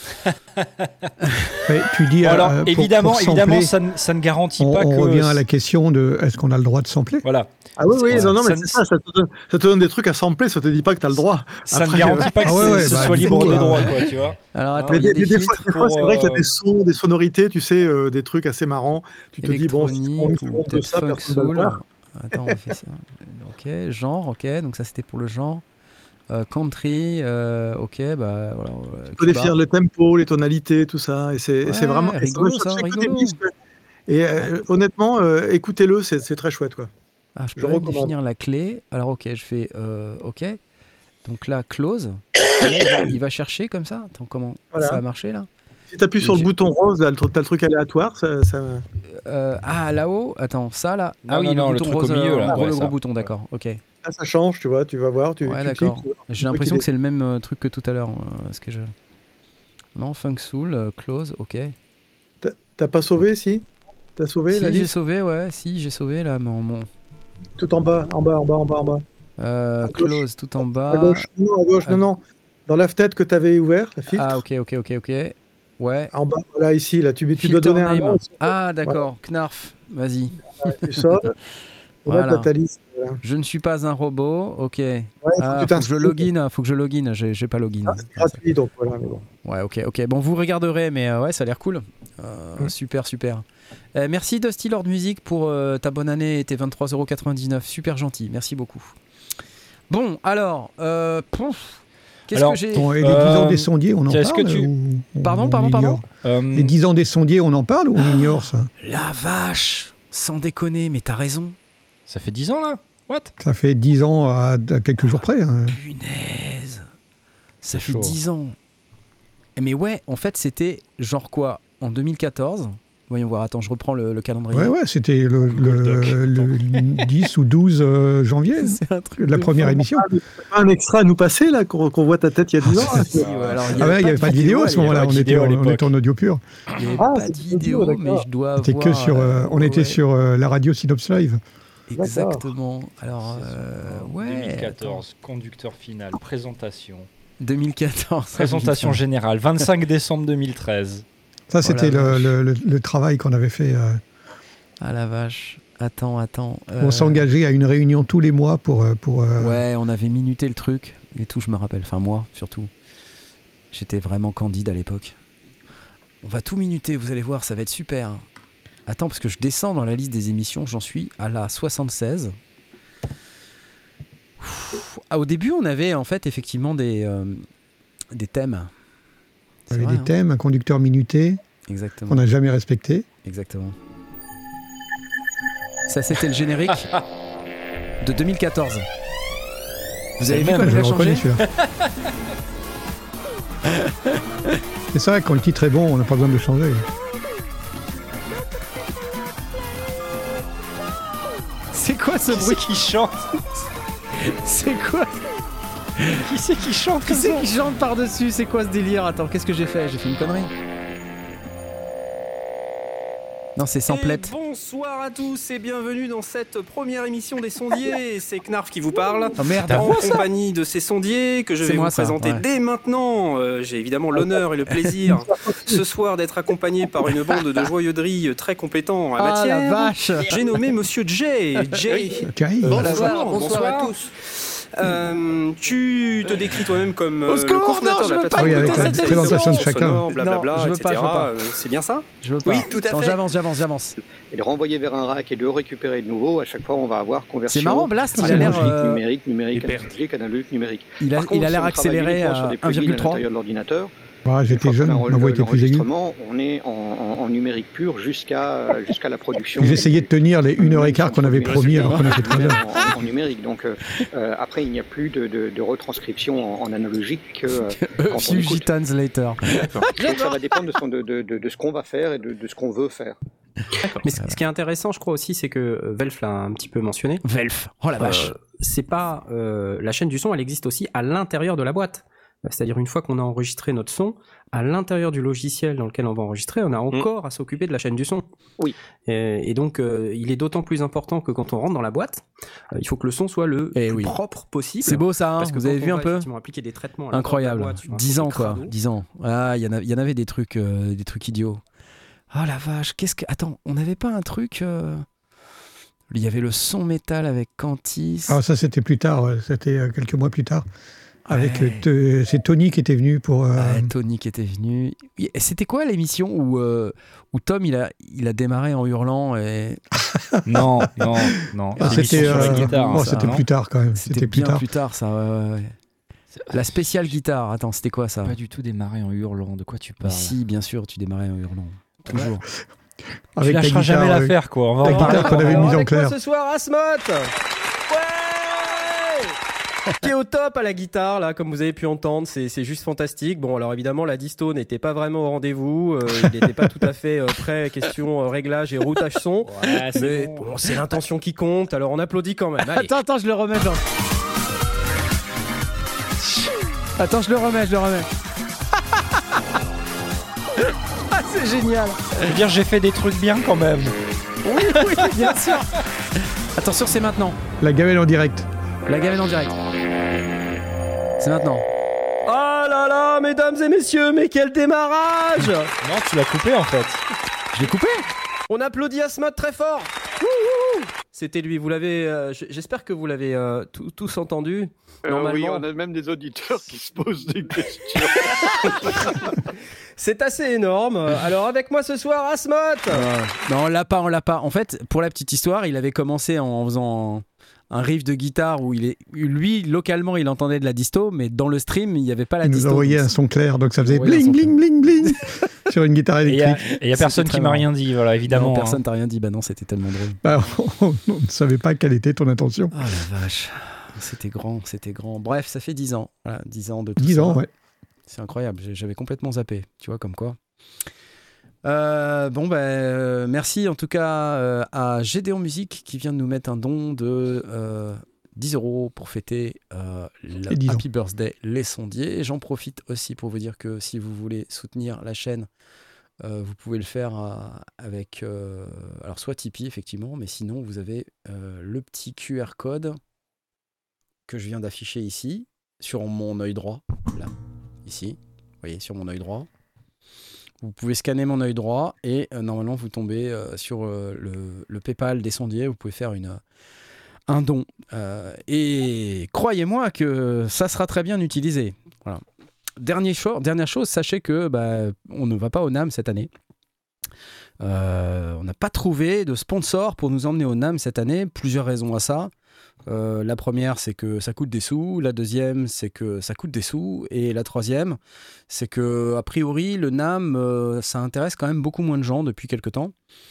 [SPEAKER 3] Mais tu dis,
[SPEAKER 4] Bon, alors,
[SPEAKER 3] euh, pour-
[SPEAKER 4] évidemment,
[SPEAKER 3] pour
[SPEAKER 4] évidemment
[SPEAKER 3] sampler,
[SPEAKER 4] ça, ne, ça ne garantit
[SPEAKER 3] on,
[SPEAKER 4] pas
[SPEAKER 3] on
[SPEAKER 4] que.
[SPEAKER 3] revient à la question de est-ce qu'on a le droit de sampler?
[SPEAKER 4] Voilà.
[SPEAKER 2] Ah oui, oui,
[SPEAKER 4] Ouais,
[SPEAKER 2] non, non, mais
[SPEAKER 4] ça
[SPEAKER 2] c'est
[SPEAKER 4] ne-
[SPEAKER 2] ça, ça te, donne, ça te donne des trucs à sampler, ça te dit pas que tu as le droit.
[SPEAKER 4] Ça
[SPEAKER 2] Après,
[SPEAKER 4] ne garantit pas que
[SPEAKER 3] Ah ouais,
[SPEAKER 4] c'est-
[SPEAKER 3] ouais,
[SPEAKER 4] ce
[SPEAKER 3] bah,
[SPEAKER 4] soit
[SPEAKER 3] du
[SPEAKER 4] libre
[SPEAKER 3] coup,
[SPEAKER 4] de
[SPEAKER 3] euh,
[SPEAKER 4] droit, quoi, tu vois.
[SPEAKER 1] Alors, attends,
[SPEAKER 4] Mais
[SPEAKER 1] il y a
[SPEAKER 2] Mais des,
[SPEAKER 1] des
[SPEAKER 2] des fois,
[SPEAKER 1] filtres
[SPEAKER 2] des fois,
[SPEAKER 4] pour,
[SPEAKER 2] c'est vrai qu'il y a
[SPEAKER 4] euh,
[SPEAKER 2] des sons, des sonorités, tu sais, euh, des trucs assez marrants. Tu te dis, bon, si tu prends une
[SPEAKER 1] électronique ou
[SPEAKER 2] seconde de
[SPEAKER 1] peut-être
[SPEAKER 2] ça,
[SPEAKER 1] funk
[SPEAKER 2] personne va le
[SPEAKER 1] soul.
[SPEAKER 2] faire.
[SPEAKER 1] Attends, on fait ça. Ok, genre, ok, donc ça c'était pour le genre. Euh, country, euh, ok, bah voilà. euh,
[SPEAKER 2] Tu peux
[SPEAKER 1] Cuba.
[SPEAKER 2] définir le tempo, les tonalités, tout ça. Et c'est et c'est
[SPEAKER 1] Ouais,
[SPEAKER 2] vraiment. et
[SPEAKER 1] rigolo,
[SPEAKER 2] ça,
[SPEAKER 1] ça,
[SPEAKER 2] je fais que des
[SPEAKER 1] rigolo.
[SPEAKER 2] disques. Et euh, honnêtement, euh, écoutez-le, c'est c'est très chouette, quoi.
[SPEAKER 1] Ah, je
[SPEAKER 2] Je
[SPEAKER 1] peux même
[SPEAKER 2] recommande.
[SPEAKER 1] définir la clé. Alors, ok, je fais euh, ok. Donc là, close. Et là, il, va, il va chercher comme ça. Attends, comment
[SPEAKER 2] Voilà.
[SPEAKER 1] ça a marché là?
[SPEAKER 2] Si tu appuies sur le
[SPEAKER 1] J'ai-
[SPEAKER 2] bouton rose, là, le tr- t'as le truc aléatoire. Ça, ça...
[SPEAKER 1] Euh, ah, là-haut. Attends, ça là.
[SPEAKER 4] Non,
[SPEAKER 1] ah oui,
[SPEAKER 4] non, non,
[SPEAKER 1] le
[SPEAKER 4] le
[SPEAKER 1] bouton
[SPEAKER 4] truc au
[SPEAKER 1] rose,
[SPEAKER 4] milieu,
[SPEAKER 1] euh,
[SPEAKER 4] là,
[SPEAKER 1] en gros,
[SPEAKER 4] ouais,
[SPEAKER 1] le
[SPEAKER 4] ça.
[SPEAKER 1] gros bouton, d'accord. Ok.
[SPEAKER 2] Là, ça change, tu vois, tu vas voir. Tu,
[SPEAKER 1] Ouais,
[SPEAKER 2] tu
[SPEAKER 1] d'accord.
[SPEAKER 2] cliques,
[SPEAKER 1] J'ai l'impression que c'est le même euh, truc que tout à l'heure. euh, ce que je... Non, Funk Soul, euh, close, ok.
[SPEAKER 2] T'as- T'as pas sauvé, si T'as sauvé
[SPEAKER 1] Si,
[SPEAKER 2] la
[SPEAKER 1] j'ai
[SPEAKER 2] liste
[SPEAKER 1] sauvé, ouais. Si, j'ai sauvé là, mon. mon
[SPEAKER 2] Tout en bas, en bas, en bas, en bas, en bas.
[SPEAKER 1] euh,
[SPEAKER 2] À gauche.
[SPEAKER 1] close tout en
[SPEAKER 2] À
[SPEAKER 1] bas.
[SPEAKER 2] gauche, non, à gauche,
[SPEAKER 1] à-
[SPEAKER 2] non, non. Dans la fenêtre que t'avais ouvert, la filtre.
[SPEAKER 1] Ah, ok, ok, ok, ok. Ouais.
[SPEAKER 2] En bas, là, ici, là, tu, tu
[SPEAKER 1] Filter
[SPEAKER 2] dois donner un
[SPEAKER 1] name.
[SPEAKER 2] nom.
[SPEAKER 1] Ah, d'accord. Knarf, vas-y.
[SPEAKER 2] Tu sonnes. Et
[SPEAKER 1] Voilà.
[SPEAKER 2] là, t'as ta liste. Voilà.
[SPEAKER 1] Je ne suis pas un robot, ok.
[SPEAKER 2] Ouais,
[SPEAKER 1] Ah,
[SPEAKER 2] faut que tu
[SPEAKER 1] faut que je
[SPEAKER 2] t'inscrives.
[SPEAKER 1] login, faut que je login, j'ai, j'ai pas login.
[SPEAKER 2] Ah, c'est gratuit, donc voilà. Mais bon.
[SPEAKER 1] Ouais, ok, ok. Bon, vous regarderez, mais euh, ouais, ça a l'air cool. Euh,
[SPEAKER 2] Mm.
[SPEAKER 1] Super, super. Euh, merci Dusty Lord Music pour euh, ta bonne année et tes vingt-trois euros quatre-vingt-dix-neuf. Super gentil, merci beaucoup. Bon, alors, euh, pouf, qu'est-ce
[SPEAKER 4] Alors,
[SPEAKER 1] que j'ai
[SPEAKER 3] Bon, et les
[SPEAKER 4] Euh,
[SPEAKER 3] dix ans des sondiers, on en
[SPEAKER 4] est-ce
[SPEAKER 3] parle
[SPEAKER 4] que tu-
[SPEAKER 3] ou on-
[SPEAKER 1] Pardon,
[SPEAKER 3] on
[SPEAKER 1] pardon,
[SPEAKER 3] ignore
[SPEAKER 1] pardon
[SPEAKER 4] Euh,
[SPEAKER 3] Les dix ans des sondiers, on en parle ou on ignore ça?
[SPEAKER 1] La vache, sans déconner, mais t'as raison.
[SPEAKER 4] Ça fait dix ans là. What?
[SPEAKER 3] Ça fait dix ans à, à quelques jours près. Hein.
[SPEAKER 1] Punaise, ça
[SPEAKER 4] C'est
[SPEAKER 1] fait
[SPEAKER 4] chaud.
[SPEAKER 1] dix ans. Mais ouais, en fait, c'était genre quoi, en deux mille quatorze. Voyons voir, attends, je reprends le, le calendrier.
[SPEAKER 3] Ouais, ouais, c'était le, le, le dix ou douze euh, janvier,
[SPEAKER 1] C'est un truc
[SPEAKER 3] la
[SPEAKER 1] de
[SPEAKER 3] première
[SPEAKER 1] fou.
[SPEAKER 3] émission.
[SPEAKER 2] Pas un extra à nous passer, là, qu'on qu'on voit ta tête il y a dix ans. là.
[SPEAKER 1] Si, ouais, alors,
[SPEAKER 3] Ah ouais, il n'y avait pas de vidéo à ce
[SPEAKER 1] l'époque.
[SPEAKER 3] moment-là,
[SPEAKER 4] pas
[SPEAKER 3] on
[SPEAKER 4] de
[SPEAKER 3] était,
[SPEAKER 4] vidéo à
[SPEAKER 3] en- on
[SPEAKER 4] l'époque.
[SPEAKER 3] était en audio pur.
[SPEAKER 1] Il n'y avait
[SPEAKER 2] Ah,
[SPEAKER 1] pas
[SPEAKER 2] c'est
[SPEAKER 1] de
[SPEAKER 2] pas
[SPEAKER 1] vidéo,
[SPEAKER 2] audio,
[SPEAKER 1] mais
[SPEAKER 2] d'accord.
[SPEAKER 1] je dois
[SPEAKER 3] C'était
[SPEAKER 1] avoir...
[SPEAKER 3] que sur, euh, on
[SPEAKER 1] ouais,
[SPEAKER 3] était sur euh, la radio Synops Live.
[SPEAKER 1] Exactement. Alors, euh, ouais.
[SPEAKER 4] deux mille quatorze, conducteur final, présentation.
[SPEAKER 1] deux mille quatorze.
[SPEAKER 4] Présentation
[SPEAKER 1] Putain.
[SPEAKER 4] générale, vingt-cinq décembre deux mille treize.
[SPEAKER 3] Ça, c'était
[SPEAKER 1] Oh la
[SPEAKER 3] le,
[SPEAKER 1] vache.
[SPEAKER 3] le, le- le travail qu'on avait fait. euh,
[SPEAKER 1] Ah la vache. Attends, attends. euh,
[SPEAKER 3] On s'engageait à une réunion tous les mois pour. euh, pour euh,
[SPEAKER 1] Ouais, on avait minuté le truc et tout, je me rappelle. Enfin, moi, surtout. J'étais vraiment candide à l'époque. On va tout minuter, vous allez voir, ça va être super. Attends, parce que je descends dans la liste des émissions, j'en suis à la soixante-seize. Ouf. Ah, au début, on avait en fait effectivement des, euh, des thèmes.
[SPEAKER 3] on
[SPEAKER 1] C'est
[SPEAKER 3] avait
[SPEAKER 1] vrai,
[SPEAKER 3] des
[SPEAKER 1] hein.
[SPEAKER 3] thèmes, un conducteur minuté
[SPEAKER 1] Exactement.
[SPEAKER 3] qu'on n'a jamais respecté.
[SPEAKER 1] Exactement. Ça, c'était le générique de deux mille quatorze. Vous avez vu
[SPEAKER 4] même,
[SPEAKER 1] comme
[SPEAKER 3] Je
[SPEAKER 1] il
[SPEAKER 3] le
[SPEAKER 1] a
[SPEAKER 3] reconnais
[SPEAKER 1] changé?
[SPEAKER 3] celui-là. Et c'est vrai que quand le titre est bon, on n'a pas besoin de le changer.
[SPEAKER 1] C'est quoi ce
[SPEAKER 4] Qui
[SPEAKER 1] bruit?
[SPEAKER 4] c'est qui chante?
[SPEAKER 1] C'est quoi?
[SPEAKER 4] Qui c'est qui chante
[SPEAKER 1] Qui
[SPEAKER 4] comme
[SPEAKER 1] c'est
[SPEAKER 4] ça?
[SPEAKER 1] qui chante par-dessus? C'est quoi ce délire? Attends, qu'est-ce que j'ai fait? J'ai fait une connerie? Non, c'est Samplette.
[SPEAKER 6] Et bonsoir à tous et bienvenue dans cette première émission des sondiers. C'est Knarf qui vous parle.
[SPEAKER 1] Oh merde!
[SPEAKER 6] En compagnie de ces sondiers que je
[SPEAKER 1] C'est
[SPEAKER 6] vais
[SPEAKER 1] moi,
[SPEAKER 6] vous
[SPEAKER 1] ça,
[SPEAKER 6] présenter
[SPEAKER 1] ouais.
[SPEAKER 6] dès maintenant. Euh, J'ai évidemment l'honneur et le plaisir ce soir d'être accompagné par une bande de joyeux drilles très compétents en la
[SPEAKER 1] Ah la
[SPEAKER 6] matière.
[SPEAKER 1] vache!
[SPEAKER 6] J'ai nommé Monsieur Jay. Jay.
[SPEAKER 3] Qui arrive.
[SPEAKER 6] Bonsoir,
[SPEAKER 1] bonsoir.
[SPEAKER 6] bonsoir à tous. Euh, tu te décris toi-même comme euh,
[SPEAKER 1] Au
[SPEAKER 6] le
[SPEAKER 1] secours,
[SPEAKER 6] coordinateur
[SPEAKER 1] non,
[SPEAKER 6] de la
[SPEAKER 1] je veux pas
[SPEAKER 6] plateforme
[SPEAKER 3] écouter
[SPEAKER 6] de
[SPEAKER 3] cette
[SPEAKER 6] content,
[SPEAKER 3] présentation de
[SPEAKER 6] son
[SPEAKER 3] chacun.
[SPEAKER 6] sonore, blablabla,
[SPEAKER 1] Non, je veux pas,
[SPEAKER 6] et cetera.
[SPEAKER 1] je veux pas.
[SPEAKER 6] Euh, C'est bien ça?
[SPEAKER 1] Je veux pas.
[SPEAKER 6] Oui, tout à
[SPEAKER 1] Attends,
[SPEAKER 6] fait.
[SPEAKER 1] j'avance, j'avance, j'avance.
[SPEAKER 7] et le renvoyer vers un rack et le récupérer de nouveau, à chaque fois on va avoir conversion.
[SPEAKER 1] C'est marrant, Blast, il a
[SPEAKER 7] analogique,
[SPEAKER 1] l'air. euh,
[SPEAKER 7] numérique, numérique,
[SPEAKER 6] et perte.
[SPEAKER 7] analogique, analogique, numérique.
[SPEAKER 1] Il a,
[SPEAKER 7] Par contre,
[SPEAKER 1] il a
[SPEAKER 7] si
[SPEAKER 1] l'air
[SPEAKER 7] on travaille
[SPEAKER 1] accéléré
[SPEAKER 7] uniquement
[SPEAKER 1] à
[SPEAKER 7] sur des
[SPEAKER 1] un
[SPEAKER 7] plugins
[SPEAKER 1] virgule
[SPEAKER 7] à
[SPEAKER 1] trois.
[SPEAKER 7] l'intérieur de l'ordinateur,
[SPEAKER 3] Voilà,
[SPEAKER 7] une
[SPEAKER 3] j'étais
[SPEAKER 7] fois
[SPEAKER 3] jeune,
[SPEAKER 7] qu'on a
[SPEAKER 3] ma voix était plus aiguë.
[SPEAKER 7] l'enregistrement, on est en, en- en numérique pur jusqu'à jusqu'à la production.
[SPEAKER 3] J'essayais de tenir les une heure et quart qu'on avait promis alors qu'on était très jeunes.
[SPEAKER 7] En, en numérique. Donc euh, euh, après, il n'y a plus de, de, de retranscription en, en analogique que euh,
[SPEAKER 1] A
[SPEAKER 7] on
[SPEAKER 1] few
[SPEAKER 7] écoute.
[SPEAKER 1] gitans later.
[SPEAKER 7] Donc ça va dépendre de, son- de, de, de, de ce qu'on va faire et de, de ce qu'on veut faire.
[SPEAKER 6] Mais ce, ce qui est intéressant, je crois aussi, c'est que euh, Velf l'a un petit peu mentionné.
[SPEAKER 1] Velf. Oh la vache.
[SPEAKER 6] Euh, c'est pas euh, la chaîne du son, elle existe aussi à l'intérieur de la boîte. C'est-à-dire une fois qu'on a enregistré notre son, à l'intérieur du logiciel dans lequel on va enregistrer, on a encore à s'occuper de la chaîne du son.
[SPEAKER 7] Oui.
[SPEAKER 6] Et, et donc, euh, il est d'autant plus important que quand on rentre dans la boîte, euh, il faut que le son soit le
[SPEAKER 1] Eh
[SPEAKER 6] plus
[SPEAKER 1] oui.
[SPEAKER 6] propre possible.
[SPEAKER 1] C'est beau ça, hein,
[SPEAKER 6] Parce que
[SPEAKER 1] vous
[SPEAKER 6] quand
[SPEAKER 1] avez
[SPEAKER 6] on
[SPEAKER 1] vu un
[SPEAKER 6] va
[SPEAKER 1] peu?
[SPEAKER 6] effectivement appliquer des traitements à l'intérieur de la
[SPEAKER 1] Incroyable.
[SPEAKER 6] boîte sur un
[SPEAKER 1] dix
[SPEAKER 6] son
[SPEAKER 1] ans
[SPEAKER 6] de
[SPEAKER 1] quoi,
[SPEAKER 6] crado.
[SPEAKER 1] dix ans. Ah, il y, en a- il y en avait des trucs, euh, des trucs idiots. Oh la vache, qu'est-ce que... Attends, on n'avait pas un truc... euh, Il y avait le son métal avec Cantis.
[SPEAKER 3] Ah, ça, c'était plus tard, ouais, c'était euh, quelques mois plus tard. Avec,
[SPEAKER 1] Ouais.
[SPEAKER 3] euh, te- c'est Tony qui était venu pour. euh,
[SPEAKER 1] Ouais, Tony qui était venu. Et C'était quoi l'émission où, euh, où Tom il a, il a démarré en hurlant et
[SPEAKER 4] Non, non, non.
[SPEAKER 3] ah,
[SPEAKER 4] C'est
[SPEAKER 3] c'était
[SPEAKER 4] sur la
[SPEAKER 3] euh,
[SPEAKER 4] guitare.
[SPEAKER 3] bon,
[SPEAKER 4] hein,
[SPEAKER 1] ça,
[SPEAKER 3] c'était
[SPEAKER 1] non
[SPEAKER 3] plus tard quand même.
[SPEAKER 1] c'était
[SPEAKER 3] C'était plus
[SPEAKER 1] bien
[SPEAKER 3] tard.
[SPEAKER 1] plus tard ça. Ouais, ouais, ouais. La spéciale guitare. Attends, c'était quoi ça?
[SPEAKER 4] Pas du tout démarré en hurlant. De quoi tu
[SPEAKER 1] Mais
[SPEAKER 4] parles?
[SPEAKER 1] si, bien sûr, tu démarrais en hurlant. Toujours.
[SPEAKER 4] Tu
[SPEAKER 3] Avec ta
[SPEAKER 4] lâcheras
[SPEAKER 3] guitare,
[SPEAKER 4] jamais
[SPEAKER 3] euh,
[SPEAKER 4] l'affaire, quoi. On va
[SPEAKER 3] ta
[SPEAKER 4] en parler.
[SPEAKER 3] guitare qu'on avait
[SPEAKER 6] Alors,
[SPEAKER 3] mise en
[SPEAKER 6] avec moi
[SPEAKER 3] clair.
[SPEAKER 6] ce soir, Asmot. Ouais. Qui est au top à la guitare, là, comme vous avez pu entendre, c'est c'est juste fantastique. Bon, alors évidemment, la disto n'était pas vraiment au rendez-vous, euh, il n'était pas tout à fait euh, prêt, question euh, réglage et routage son.
[SPEAKER 4] Ouais, c'est
[SPEAKER 6] Mais
[SPEAKER 4] bon.
[SPEAKER 6] bon, c'est l'intention qui compte, alors on applaudit quand même. Allez.
[SPEAKER 1] Attends, attends, je le remets. Genre. Attends, je le remets, je le remets. Ah, c'est génial.
[SPEAKER 4] Je veux dire, j'ai fait des trucs bien quand même.
[SPEAKER 1] Oui, oui, bien sûr. Attention, c'est maintenant.
[SPEAKER 3] La gamelle en direct.
[SPEAKER 1] La gamelle en direct. C'est maintenant.
[SPEAKER 6] Ah là là,
[SPEAKER 8] mesdames et messieurs, mais quel démarrage!
[SPEAKER 4] Non, tu l'as coupé en fait.
[SPEAKER 1] Je l'ai coupé.
[SPEAKER 8] On applaudit Asmod très fort. Wouhou. C'était lui, vous l'avez. euh, j- J'espère que vous l'avez euh, tout- tous entendu.
[SPEAKER 7] Euh,
[SPEAKER 8] Normalement,
[SPEAKER 7] oui, on a même des auditeurs qui se posent des questions.
[SPEAKER 8] c'est assez énorme. Alors avec moi ce soir, Asmod.
[SPEAKER 1] Euh, non, on l'a pas, on l'a pas. En fait, pour la petite histoire, il avait commencé en faisant un riff de guitare où il est, lui, localement, il entendait de la disto, mais dans le stream, il n'y avait pas la
[SPEAKER 3] Il nous
[SPEAKER 1] disto.
[SPEAKER 3] envoyait
[SPEAKER 1] donc
[SPEAKER 3] un son clair, donc ça faisait
[SPEAKER 1] Il nous envoyait un
[SPEAKER 3] bling,
[SPEAKER 1] son
[SPEAKER 3] bling, bling, bling sur une guitare
[SPEAKER 4] Et il y a,
[SPEAKER 3] électrique.
[SPEAKER 4] et y a personne
[SPEAKER 1] C'était
[SPEAKER 4] qui
[SPEAKER 1] très
[SPEAKER 4] m'a rien dit, voilà, évidemment.
[SPEAKER 1] Non,
[SPEAKER 4] hein.
[SPEAKER 1] personne t'a rien dit. Bah non, c'était tellement drôle.
[SPEAKER 3] Bah, on on ne savait pas quelle était ton intention.
[SPEAKER 1] Ah la vache. C'était grand, c'était grand. Bref, ça fait dix ans. Voilà, dix ans de tout
[SPEAKER 3] dix
[SPEAKER 1] ça.
[SPEAKER 3] ans, ouais.
[SPEAKER 1] C'est incroyable. J'ai- J'avais complètement zappé. Tu vois, comme quoi. Euh, bon, ben, euh, merci en tout cas euh, à Gédéon Musique qui vient de nous mettre un don de euh, dix euros pour fêter euh, le
[SPEAKER 3] Et dix ans.
[SPEAKER 1] Happy Birthday Les Sondiers. J'en profite aussi pour vous dire que si vous voulez soutenir la chaîne, euh, vous pouvez le faire euh, avec euh, alors soit Tipeee effectivement, mais sinon vous avez euh, le petit Q R code que je viens d'afficher ici sur mon œil droit, là, ici, vous voyez sur mon œil droit. Vous pouvez scanner mon œil droit et euh, normalement vous tombez euh, sur euh, le, le PayPal des sondiers. Vous pouvez faire une, un don. Euh, et croyez-moi que ça sera très bien utilisé. Voilà. Dernier cho- dernière chose, sachez que bah, on ne va pas au NAMM cette année. Euh, on n'a pas trouvé de sponsor pour nous emmener au NAMM cette année. Plusieurs raisons à ça. Euh, la première, c'est que ça coûte des sous. La deuxième, c'est que ça coûte des sous. Et la troisième, c'est que a priori, le NAMM, euh, ça intéresse quand même beaucoup moins de gens depuis quelques temps.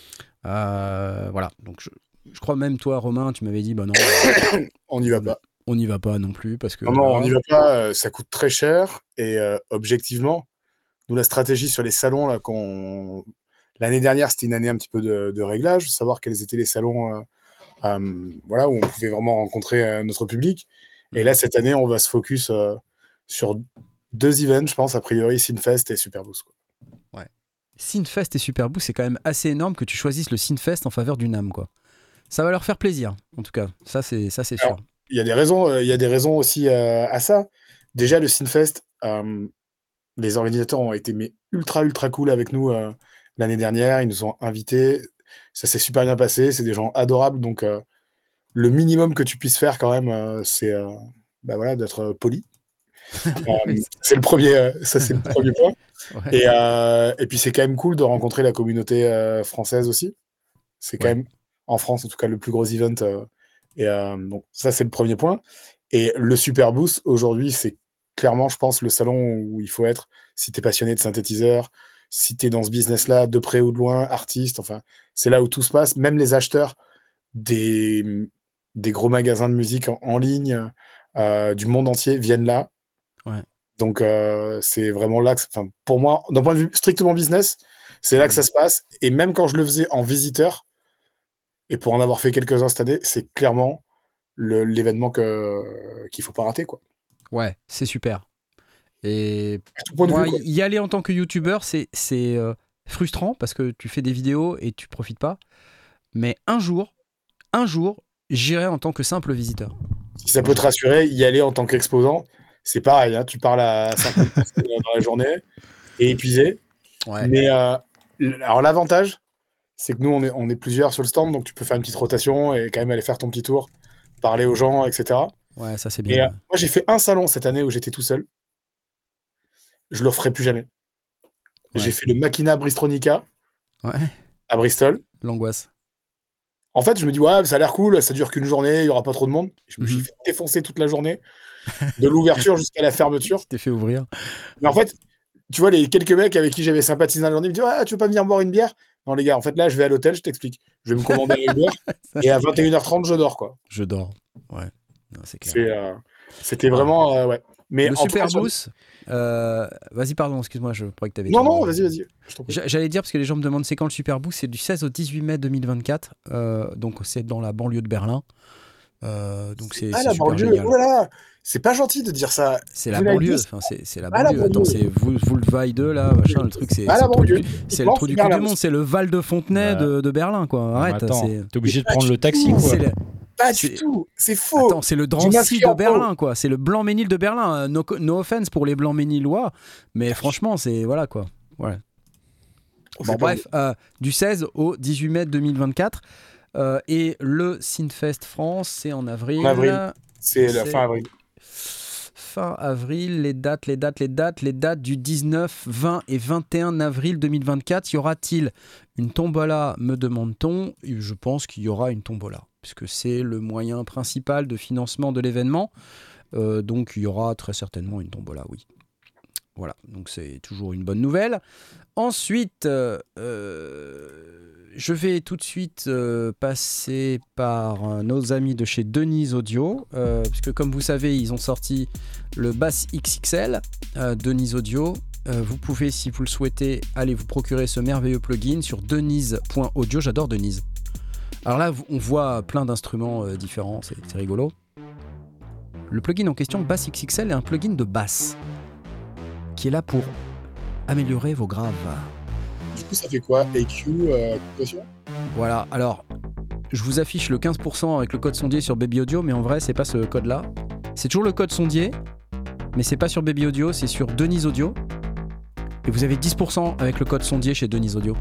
[SPEAKER 1] Euh, voilà. Donc, je, je crois même toi, Romain, tu m'avais dit, bah non,
[SPEAKER 5] On n'y va pas.
[SPEAKER 1] on n'y va pas non plus parce que.
[SPEAKER 5] Non, non, on
[SPEAKER 1] voilà.
[SPEAKER 5] n'y va pas. euh, Ça coûte très cher. Et euh, objectivement, nous, la stratégie sur les salons, là, qu'on... l'année dernière, c'était une année un petit peu de, de réglage, savoir quels étaient les salons euh, euh, voilà, où on pouvait vraiment rencontrer euh, notre public. Et là, cette année, on va se focus euh, sur deux events, je pense, a priori, Synfest et Superboost. Quoi.
[SPEAKER 1] Synfest et Superboost, c'est quand même assez énorme que tu choisisses le Synfest en faveur du NAMM, quoi. Ça va leur faire plaisir, en tout cas. Ça, c'est, ça, c'est sûr.
[SPEAKER 5] Alors, Il y a des raisons, euh, il y a des raisons aussi euh, à ça. Déjà, le Synfest, euh, les organisateurs ont été mais, ultra, ultra cool avec nous euh, l'année dernière. Ils nous ont invités. Ça s'est super bien passé. C'est des gens adorables. Donc, euh, le minimum que tu puisses faire, quand même, euh, c'est euh, bah, voilà, d'être euh, poli. Euh, c'est le premier, euh, ça, c'est le premier point.
[SPEAKER 1] Ouais.
[SPEAKER 5] Et, euh, et puis, c'est quand même cool de rencontrer la communauté euh, française aussi. C'est quand
[SPEAKER 1] Ouais.
[SPEAKER 5] même, en France, en tout cas, le plus gros event. euh, et euh, donc, ça, c'est le premier point. Et le Superboost, aujourd'hui, c'est clairement, je pense, le salon où il faut être si tu es passionné de synthétiseurs, si tu es dans ce business-là, de près ou de loin, artiste. Enfin, c'est là où tout se passe. Même les acheteurs des, des gros magasins de musique en, en ligne euh, du monde entier viennent là.
[SPEAKER 1] Ouais.
[SPEAKER 5] Donc, euh, c'est vraiment là que, enfin, pour moi, d'un point de vue strictement business, c'est là que ça se passe. Et même quand je le faisais en visiteur, et pour en avoir fait quelques-uns cette année, c'est clairement le, l'événement que, qu'il faut pas rater, quoi.
[SPEAKER 1] Ouais, c'est super. Et
[SPEAKER 5] À tout point de
[SPEAKER 1] moi,
[SPEAKER 5] vue, quoi.
[SPEAKER 1] y aller en tant que youtubeur, c'est, c'est euh, frustrant parce que tu fais des vidéos et tu profites pas. Mais un jour, un jour, j'irai en tant que simple visiteur.
[SPEAKER 5] Si ça peut te rassurer, y aller en tant qu'exposant, c'est pareil. Hein, tu parles à cinquante personnes dans la journée et épuisé.
[SPEAKER 1] Ouais.
[SPEAKER 5] Mais euh, l- alors l'avantage, c'est que nous, on est, on est plusieurs sur le stand, donc tu peux faire une petite rotation et quand même aller faire ton petit tour, parler aux gens, et cetera.
[SPEAKER 1] Ouais, ça c'est
[SPEAKER 5] Et
[SPEAKER 1] bien.
[SPEAKER 5] euh, moi, j'ai fait un salon cette année où j'étais tout seul. Je le referai plus jamais.
[SPEAKER 1] Ouais.
[SPEAKER 5] J'ai fait le Machina Bristronica
[SPEAKER 1] Ouais,
[SPEAKER 5] à Bristol.
[SPEAKER 1] l'angoisse.
[SPEAKER 5] En fait, je me dis, ouais, ça a l'air cool, ça dure qu'une journée, il n'y aura pas trop de monde. Je me suis
[SPEAKER 1] Mhm.
[SPEAKER 5] fait défoncer toute la journée, de l'ouverture jusqu'à la fermeture.
[SPEAKER 1] Tu t'es fait ouvrir.
[SPEAKER 5] Mais en fait, tu vois, les quelques mecs avec qui j'avais sympathisé dans la journée, ils me disent, ouais, tu veux pas venir boire une bière? Non, les gars, en fait, là, je vais à l'hôtel, je t'explique. Je vais me commander un Uber, et à vingt et une heures trente, je dors, quoi.
[SPEAKER 1] Je dors. Ouais, non, c'est clair.
[SPEAKER 5] C'est, euh, c'était vraiment, euh, ouais. Mais
[SPEAKER 1] Le
[SPEAKER 5] en tout cas, sur-
[SPEAKER 1] Superboost, euh, vas-y, pardon, excuse-moi, je croyais que tu avais.
[SPEAKER 5] Non, non, vas-y, vas-y. Je t'en prie.
[SPEAKER 1] J'a- J'allais dire, parce que les gens me demandent c'est quand le Superboost, c'est du seize au dix-huit mai deux mille vingt-quatre, euh, donc c'est dans la banlieue de Berlin. Euh, donc c'est
[SPEAKER 5] Ah,
[SPEAKER 1] c'est
[SPEAKER 5] la
[SPEAKER 1] super
[SPEAKER 5] banlieue,
[SPEAKER 1] génial.
[SPEAKER 5] oh là là, c'est pas gentil de dire ça.
[SPEAKER 1] C'est la
[SPEAKER 5] Vous l'avez
[SPEAKER 1] banlieue,
[SPEAKER 5] dit,
[SPEAKER 1] enfin, c'est c'est la
[SPEAKER 5] Ah, la
[SPEAKER 1] banlieue. Attends,
[SPEAKER 5] banlieue.
[SPEAKER 1] c'est Vul- Vulvaide deux là, machin, le truc, c'est
[SPEAKER 5] Ah,
[SPEAKER 1] c'est
[SPEAKER 5] la
[SPEAKER 1] le trou du
[SPEAKER 5] banlieue.
[SPEAKER 1] cul- c'est le
[SPEAKER 5] Non,
[SPEAKER 1] trou du
[SPEAKER 5] c'est
[SPEAKER 1] cul du
[SPEAKER 5] Berlin.
[SPEAKER 1] monde, c'est le Val de Fontenay
[SPEAKER 4] Bah.
[SPEAKER 1] de, de Berlin, quoi.
[SPEAKER 4] Non, mais
[SPEAKER 1] Arrête,
[SPEAKER 4] attends,
[SPEAKER 1] c'est.
[SPEAKER 4] t'es obligé de prendre le taxi, quoi.
[SPEAKER 1] C'est la-
[SPEAKER 5] Pas
[SPEAKER 1] C'est-
[SPEAKER 5] du tout. C'est faux.
[SPEAKER 1] Attends, c'est le Drancy
[SPEAKER 5] m'inscris en
[SPEAKER 1] de Berlin, quoi. C'est le Blanc-Ménil de Berlin. Euh, No, no offense pour les Blancs-Ménilois, mais franchement, c'est voilà quoi. Ouais.
[SPEAKER 5] On
[SPEAKER 1] Bon,
[SPEAKER 5] fait pas
[SPEAKER 1] bref, euh, du seize au dix-huit mai deux mille vingt-quatre. Euh, et le Synfest France, c'est en avril.
[SPEAKER 5] En avril. C'est la
[SPEAKER 1] c'est-
[SPEAKER 5] fin avril.
[SPEAKER 1] Fin avril, les dates, les dates, les dates, les dates du dix-neuf, vingt et vingt et un avril deux mille vingt-quatre. Y aura-t-il une tombola, me demande-t-on? Je pense qu'il y aura une tombola, puisque c'est le moyen principal de financement de l'événement. Euh, donc il y aura très certainement une tombola, oui. Voilà, donc c'est toujours une bonne nouvelle. Ensuite, euh, euh, je vais tout de suite euh, passer par euh, nos amis de chez Denise Audio, euh, puisque comme vous savez, ils ont sorti le Bass X X L, euh, Denise Audio. Euh, vous pouvez, si vous le souhaitez, aller vous procurer ce merveilleux plugin sur denise point audio. J'adore Denise. Alors là, on voit plein d'instruments euh, différents, c'est c'est rigolo. Le plugin en question, Bass X X L, est un plugin de basse qui est là pour améliorer vos graves.
[SPEAKER 5] Du coup, ça fait quoi? A Q, euh, compression?
[SPEAKER 1] Voilà, alors je vous affiche le quinze pour cent avec le code sondier sur Baby Audio, mais en vrai, c'est pas ce code-là. C'est toujours le code sondier, mais c'est pas sur Baby Audio, c'est sur Denise Audio. Et vous avez dix pour cent avec le code sondier chez Denise Audio.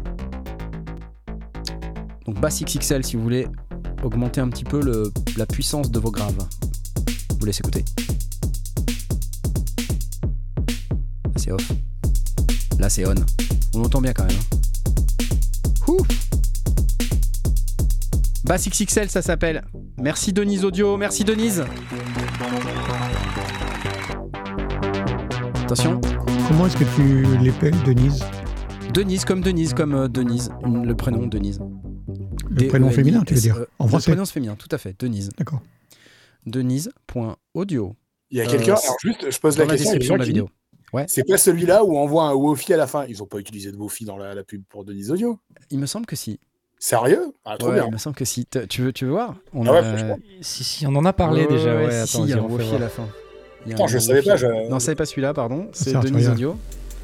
[SPEAKER 1] Donc Bass X X L si vous voulez augmenter un petit peu le, la puissance de vos graves. Je vous laisse écouter. Là, c'est off. Là, c'est on. On entend bien quand même. Hein. Ouh. Bass X X L, ça s'appelle. Merci Denise Audio, merci Denise. Attention.
[SPEAKER 3] Comment est-ce que tu l'appelles, Denise?
[SPEAKER 1] Denise comme Denise, comme euh, Denise, le prénom Denise.
[SPEAKER 3] Le prénom féminin, tu veux dire? En
[SPEAKER 1] Le
[SPEAKER 3] français?
[SPEAKER 1] prénom féminin, tout à fait, Denise.
[SPEAKER 3] D'accord.
[SPEAKER 1] Denise.audio.
[SPEAKER 5] Il y a quelqu'un,
[SPEAKER 1] Euh,
[SPEAKER 5] alors juste, je pose
[SPEAKER 1] Dans
[SPEAKER 5] la
[SPEAKER 1] la
[SPEAKER 5] question. il y a
[SPEAKER 1] description de la
[SPEAKER 5] des gens qui
[SPEAKER 1] vidéo.
[SPEAKER 5] disent,
[SPEAKER 1] Ouais.
[SPEAKER 5] C'est pas celui-là où on envoie un Wofi à la fin. Ils n'ont pas utilisé de Wofi dans la, la pub pour Denise Audio.
[SPEAKER 1] Il me semble que si.
[SPEAKER 5] Sérieux? Ah, trop
[SPEAKER 1] Ouais,
[SPEAKER 5] bien.
[SPEAKER 1] il me semble que si. T- Tu veux, tu veux voir? On
[SPEAKER 5] Ah ouais,
[SPEAKER 1] a-
[SPEAKER 5] franchement.
[SPEAKER 4] Si, si, on en a parlé
[SPEAKER 1] Ouais,
[SPEAKER 4] déjà.
[SPEAKER 1] ouais,
[SPEAKER 4] Ouais,
[SPEAKER 1] si,
[SPEAKER 4] attends,
[SPEAKER 1] si, il y a
[SPEAKER 4] vas-y,
[SPEAKER 1] un
[SPEAKER 4] on fait
[SPEAKER 1] Wofi à
[SPEAKER 4] voir.
[SPEAKER 1] la fin. Il y a
[SPEAKER 5] Attends,
[SPEAKER 1] un
[SPEAKER 5] je
[SPEAKER 1] Wofi.
[SPEAKER 5] savais pas, je-
[SPEAKER 1] Non, c'est pas celui-là, pardon. C'est
[SPEAKER 3] Ça,
[SPEAKER 1] Denise
[SPEAKER 3] regarde.
[SPEAKER 1] Audio.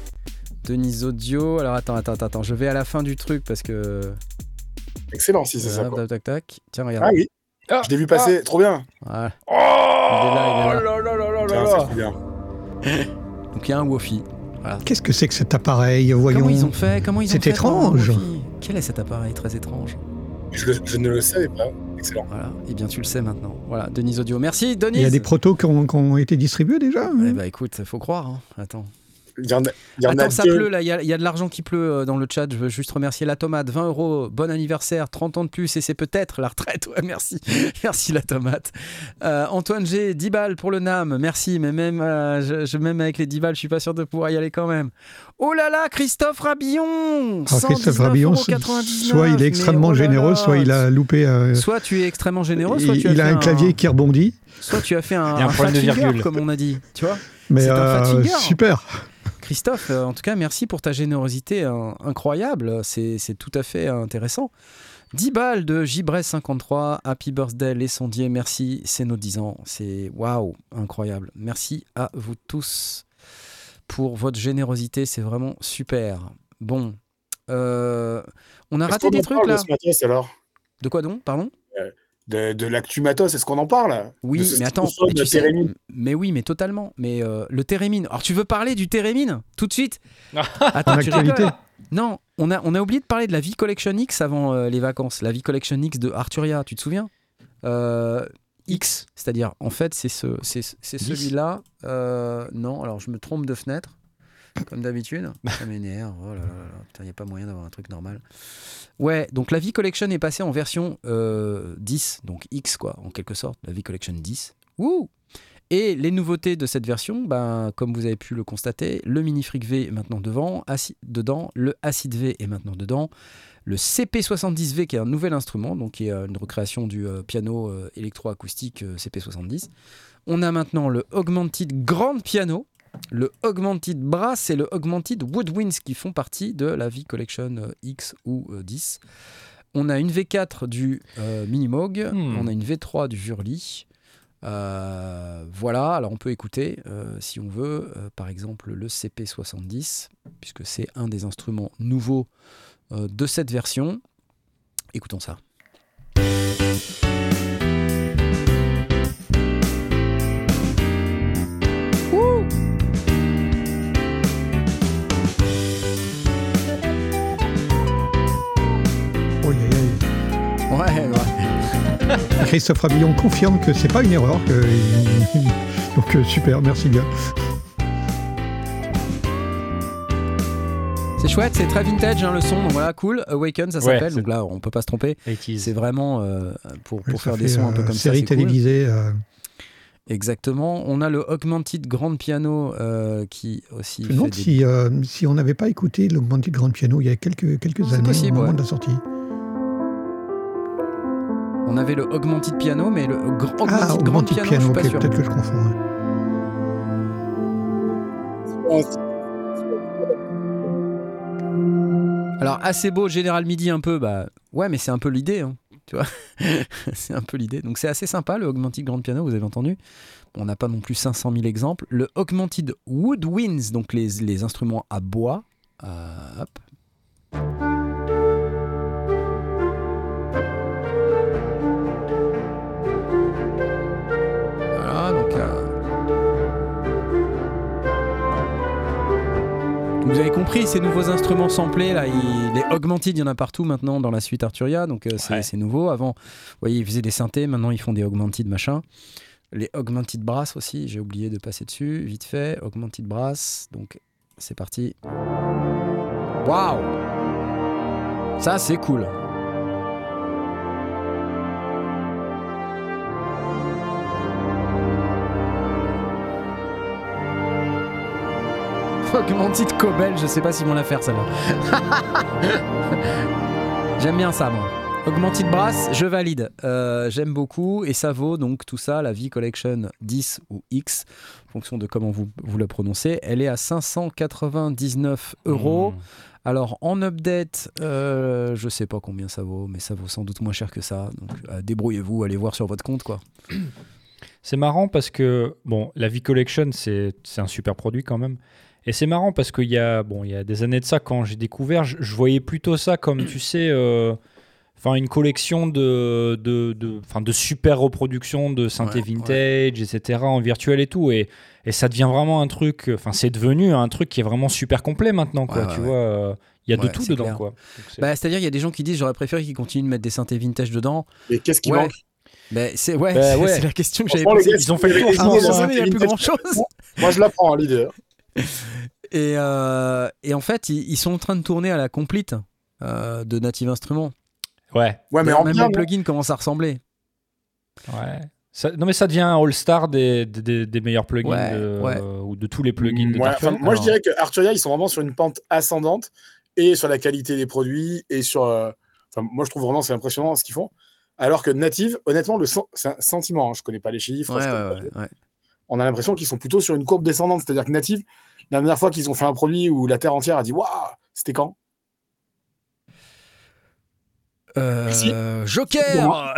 [SPEAKER 1] Denise Audio. Alors attends, attends, attends. Je vais à la fin du truc parce que.
[SPEAKER 5] Excellent si c'est ça.
[SPEAKER 1] Tac,
[SPEAKER 5] quoi.
[SPEAKER 1] tac, tac, tac. Tiens, regarde.
[SPEAKER 5] Ah oui.
[SPEAKER 4] Ah,
[SPEAKER 5] Je l'ai vu passer, trop bien.
[SPEAKER 1] Voilà.
[SPEAKER 4] Oh
[SPEAKER 1] Il est là, il est là.
[SPEAKER 4] là là là là
[SPEAKER 5] Tiens,
[SPEAKER 4] là
[SPEAKER 5] c'est
[SPEAKER 4] là.
[SPEAKER 5] trop bien.
[SPEAKER 1] Donc il y a un Wofi. Voilà.
[SPEAKER 3] Qu'est-ce que c'est que cet appareil? Voyons.
[SPEAKER 1] Comment ils ont fait? Comment ils ont
[SPEAKER 3] C'est
[SPEAKER 1] fait pour avoir un
[SPEAKER 3] étrange.
[SPEAKER 1] Wofi? Quel est cet appareil très étrange?
[SPEAKER 5] Je, le- je ne le savais pas. Excellent.
[SPEAKER 1] Voilà. Et bien tu le sais maintenant. Voilà, Denise Audio. Merci, Denise.
[SPEAKER 3] Il y a des protos qui ont, qui ont été distribués déjà?
[SPEAKER 1] Eh bah écoute, faut croire. Hein. Attends.
[SPEAKER 5] Il y en a, il y en a
[SPEAKER 1] Attends, ça
[SPEAKER 5] deux.
[SPEAKER 1] pleut là, il y, a- il y a de l'argent qui pleut euh, dans le chat. Je veux juste remercier la tomate, vingt euros, bon anniversaire, trente ans de plus et c'est peut-être la retraite. Ouais, merci, merci la tomate. Euh, Antoine G, dix balles pour le N A M, merci, mais même, euh, je, je- même avec les dix balles, je suis pas sûr de pouvoir y aller quand même. Oh là là, Christophe Rabillon,
[SPEAKER 3] Alors, Christophe Rabillon,
[SPEAKER 1] cent dix-neuf euros quatre-vingt-dix-neuf,
[SPEAKER 3] soit il est
[SPEAKER 1] mais
[SPEAKER 3] extrêmement
[SPEAKER 1] oh là
[SPEAKER 3] généreux,
[SPEAKER 1] là,
[SPEAKER 3] soit il a loupé. euh,
[SPEAKER 1] Soit tu es extrêmement généreux, soit
[SPEAKER 3] il,
[SPEAKER 1] tu as
[SPEAKER 3] il
[SPEAKER 1] fait
[SPEAKER 3] a un clavier qui rebondit.
[SPEAKER 1] Soit tu as fait un,
[SPEAKER 4] Il y a un
[SPEAKER 1] un
[SPEAKER 4] problème
[SPEAKER 1] fat
[SPEAKER 4] de
[SPEAKER 1] finger,
[SPEAKER 4] virgule.
[SPEAKER 1] comme on a dit, tu vois.
[SPEAKER 3] Mais
[SPEAKER 1] C'est un
[SPEAKER 3] euh,
[SPEAKER 1] fat finger.
[SPEAKER 3] super.
[SPEAKER 1] Christophe, euh, en tout cas, merci pour ta générosité hein, incroyable. C'est c'est tout à fait intéressant. dix balles de Gibres cinquante-trois. Happy birthday, les sondiers. Merci, c'est nos dix ans. C'est waouh, incroyable. Merci à vous tous pour votre générosité. C'est vraiment super. Bon, euh, on a
[SPEAKER 5] Est-ce
[SPEAKER 1] raté
[SPEAKER 5] qu'on
[SPEAKER 1] des
[SPEAKER 5] en
[SPEAKER 1] trucs
[SPEAKER 5] parle
[SPEAKER 1] là.
[SPEAKER 5] de ce matos, alors
[SPEAKER 1] De quoi donc, pardon?
[SPEAKER 5] De, de l'actu matos, est-ce qu'on en parle?
[SPEAKER 1] Oui,
[SPEAKER 5] De ce
[SPEAKER 1] mais attends,
[SPEAKER 5] sponsor
[SPEAKER 1] mais
[SPEAKER 5] de
[SPEAKER 1] tu sais-
[SPEAKER 5] Térémine.
[SPEAKER 1] mais oui, mais totalement. Mais euh, le Térémine. Alors, tu veux parler du Térémine tout de suite?
[SPEAKER 3] En
[SPEAKER 1] Attends, tu
[SPEAKER 3] actualité.
[SPEAKER 1] rigoles. Non, on a, on a oublié de parler de la V Collection X avant euh, les vacances. La V Collection X de Arturia, tu te souviens? Euh, X, c'est-à-dire, en fait, c'est ce, c'est, c'est
[SPEAKER 3] dix.
[SPEAKER 1] celui-là. Euh, non, alors je me trompe de fenêtre, comme d'habitude. Ça m'énerve. Oh là là là, putain, il n'y a pas moyen d'avoir un truc normal. Ouais, donc la V Collection est passée en version euh, dix, donc X, quoi, en quelque sorte. La V Collection dix. Wouh! Et les nouveautés de cette version, ben, comme vous avez pu le constater, le Mini Freak V est maintenant devant, aci- dedans, le Acid V est maintenant dedans, le C P soixante-dix V qui est un nouvel instrument, donc qui est euh, une recréation du euh, piano euh, électroacoustique euh, C P soixante-dix. On a maintenant le Augmented Grand Piano, le Augmented Brass et le Augmented Woodwinds qui font partie de la V Collection euh, X ou euh, dix. On a une V quatre du euh, Minimoog,
[SPEAKER 4] Hmm.
[SPEAKER 1] on a une V trois du Vurli. Euh, voilà, alors on peut écouter euh, si on veut, euh, par exemple le C P soixante-dix, puisque c'est un des instruments nouveaux euh, de cette version. Écoutons ça.
[SPEAKER 3] Christophe Rabillon confirme que c'est pas une erreur. Que... Donc euh, super, merci bien.
[SPEAKER 1] C'est chouette, c'est très vintage hein, le son, donc voilà, cool. Awaken, ça s'appelle,
[SPEAKER 4] Ouais, c'est-
[SPEAKER 1] donc là on peut pas se tromper.
[SPEAKER 4] eighties.
[SPEAKER 1] C'est vraiment euh, pour, pour
[SPEAKER 3] Ouais, ça
[SPEAKER 1] faire des
[SPEAKER 3] fait,
[SPEAKER 1] sons un peu
[SPEAKER 3] euh,
[SPEAKER 1] comme ça.
[SPEAKER 3] série
[SPEAKER 1] c'est cool.
[SPEAKER 3] télévisée. euh,
[SPEAKER 1] Exactement. On a le Augmented Grand Piano euh, qui aussi.
[SPEAKER 3] Je me demande
[SPEAKER 1] fait des-
[SPEAKER 3] si, euh, si on n'avait pas écouté l'Augmented Grand Piano il y a quelques, quelques
[SPEAKER 1] C'est
[SPEAKER 3] années
[SPEAKER 1] possible,
[SPEAKER 3] au moment
[SPEAKER 1] ouais.
[SPEAKER 3] de la sortie.
[SPEAKER 1] On avait le Augmented Piano, mais le gr- Augmented,
[SPEAKER 3] Ah,
[SPEAKER 1] Grand
[SPEAKER 3] Augmented
[SPEAKER 1] Piano,
[SPEAKER 3] Piano,
[SPEAKER 1] je suis pas
[SPEAKER 3] ok,
[SPEAKER 1] sûr.
[SPEAKER 3] peut-être que je confonds. hein.
[SPEAKER 1] Alors assez beau, General Midi un peu, bah ouais, mais c'est un peu l'idée, hein, tu vois. C'est un peu l'idée. Donc c'est assez sympa le Augmented Grand Piano, vous avez entendu. On n'a pas non plus cinq cent mille exemples. Le Augmented Woodwinds, donc les, les instruments à bois. Euh, hop. Voilà, donc. euh, Vous avez compris, ces nouveaux instruments samplés, là, ils- les Augmented, il y en a partout maintenant dans la suite Arturia, donc euh, c'est
[SPEAKER 4] Ouais.
[SPEAKER 1] c'est nouveau. Avant, vous voyez, ils faisaient des synthés, maintenant ils font des Augmented machin. Les Augmented Brass aussi, j'ai oublié de passer dessus, vite fait. Augmented Brass, donc c'est parti. Waouh! Ça, c'est cool. Augmented Cobel, je sais pas s'ils vont la faire celle-là. J'aime bien ça, moi. Augmented Brass, je valide. Euh, J'aime beaucoup et ça vaut donc tout ça, la V Collection dix ou X, en fonction de comment vous, vous le prononcez. Elle est à cinq cent quatre-vingt-dix-neuf euros.
[SPEAKER 4] Mmh.
[SPEAKER 1] Alors en update, euh, je sais pas combien ça vaut, mais ça vaut sans doute moins cher que ça. Donc euh, débrouillez-vous, allez voir sur votre compte, quoi.
[SPEAKER 4] C'est marrant parce que, bon, la V Collection, c'est c'est un super produit quand même. Et c'est marrant parce qu'il y a, bon, il y a des années de ça, quand j'ai découvert, je, je voyais plutôt ça comme, tu sais, euh, enfin, une collection de, de, de, enfin, de super reproductions de synthé
[SPEAKER 1] Ouais,
[SPEAKER 4] vintage, et cetera, en virtuel et tout. Et, et ça devient vraiment un truc, enfin, c'est devenu un truc qui est vraiment super complet maintenant, quoi.
[SPEAKER 1] Ouais, ouais,
[SPEAKER 4] tu
[SPEAKER 1] ouais.
[SPEAKER 4] vois, euh, il y a de
[SPEAKER 1] Ouais,
[SPEAKER 4] tout
[SPEAKER 1] c'est
[SPEAKER 4] dedans,
[SPEAKER 1] clair.
[SPEAKER 4] quoi. Donc, c'est-
[SPEAKER 1] Bah, c'est-à-dire, il y a des gens qui disent j'aurais préféré qu'ils continuent de mettre des synthés vintage dedans.
[SPEAKER 5] Et qu'est-ce qui
[SPEAKER 1] Ouais.
[SPEAKER 5] manque?
[SPEAKER 1] Bah, c'est ouais,
[SPEAKER 4] Bah,
[SPEAKER 1] c'est
[SPEAKER 4] ouais.
[SPEAKER 1] c'est la question que j'avais
[SPEAKER 5] Franchement, les
[SPEAKER 1] posée.
[SPEAKER 5] gars,
[SPEAKER 4] ils ont fait le tour,
[SPEAKER 5] si
[SPEAKER 4] je
[SPEAKER 5] vous
[SPEAKER 1] Ah,
[SPEAKER 5] voulez
[SPEAKER 1] en
[SPEAKER 4] pense,
[SPEAKER 5] des
[SPEAKER 1] vrai, il n'y a
[SPEAKER 5] synthés
[SPEAKER 1] plus
[SPEAKER 5] vintage,
[SPEAKER 1] grand-chose.
[SPEAKER 5] Moi, je la prends, hein, l'idée.
[SPEAKER 1] Et, euh, et en fait, ils, ils sont en train de tourner à la complete euh, de Native Instruments.
[SPEAKER 4] Ouais,
[SPEAKER 5] Ouais, mais
[SPEAKER 1] D'ailleurs,
[SPEAKER 5] en
[SPEAKER 1] même
[SPEAKER 5] bien,
[SPEAKER 1] le
[SPEAKER 5] non
[SPEAKER 1] plugin commence à ressembler.
[SPEAKER 4] ouais. Ça- non, mais ça devient un all-star des, des, des meilleurs plugins
[SPEAKER 1] Ouais,
[SPEAKER 4] de-
[SPEAKER 1] ouais.
[SPEAKER 4] euh, ou de tous les plugins de
[SPEAKER 5] Ouais,
[SPEAKER 4] Dark Throne.
[SPEAKER 5] enfin, moi, je
[SPEAKER 1] Alors-
[SPEAKER 5] dirais que Arturia, ils sont vraiment sur une pente ascendante et sur la qualité des produits et sur. euh, Enfin, moi, je trouve vraiment c'est impressionnant ce qu'ils font. Alors que Native, honnêtement, le sen- c'est un sentiment. Hein, je connais pas les chiffres.
[SPEAKER 1] Ouais,
[SPEAKER 5] je connais
[SPEAKER 1] ouais,
[SPEAKER 5] pas-
[SPEAKER 1] ouais, ouais.
[SPEAKER 5] On a l'impression qu'ils sont plutôt sur une courbe descendante. C'est-à-dire que Native, la dernière fois qu'ils ont fait un produit où la terre entière a dit waouh, c'était quand? Merci.
[SPEAKER 1] Euh, Joker.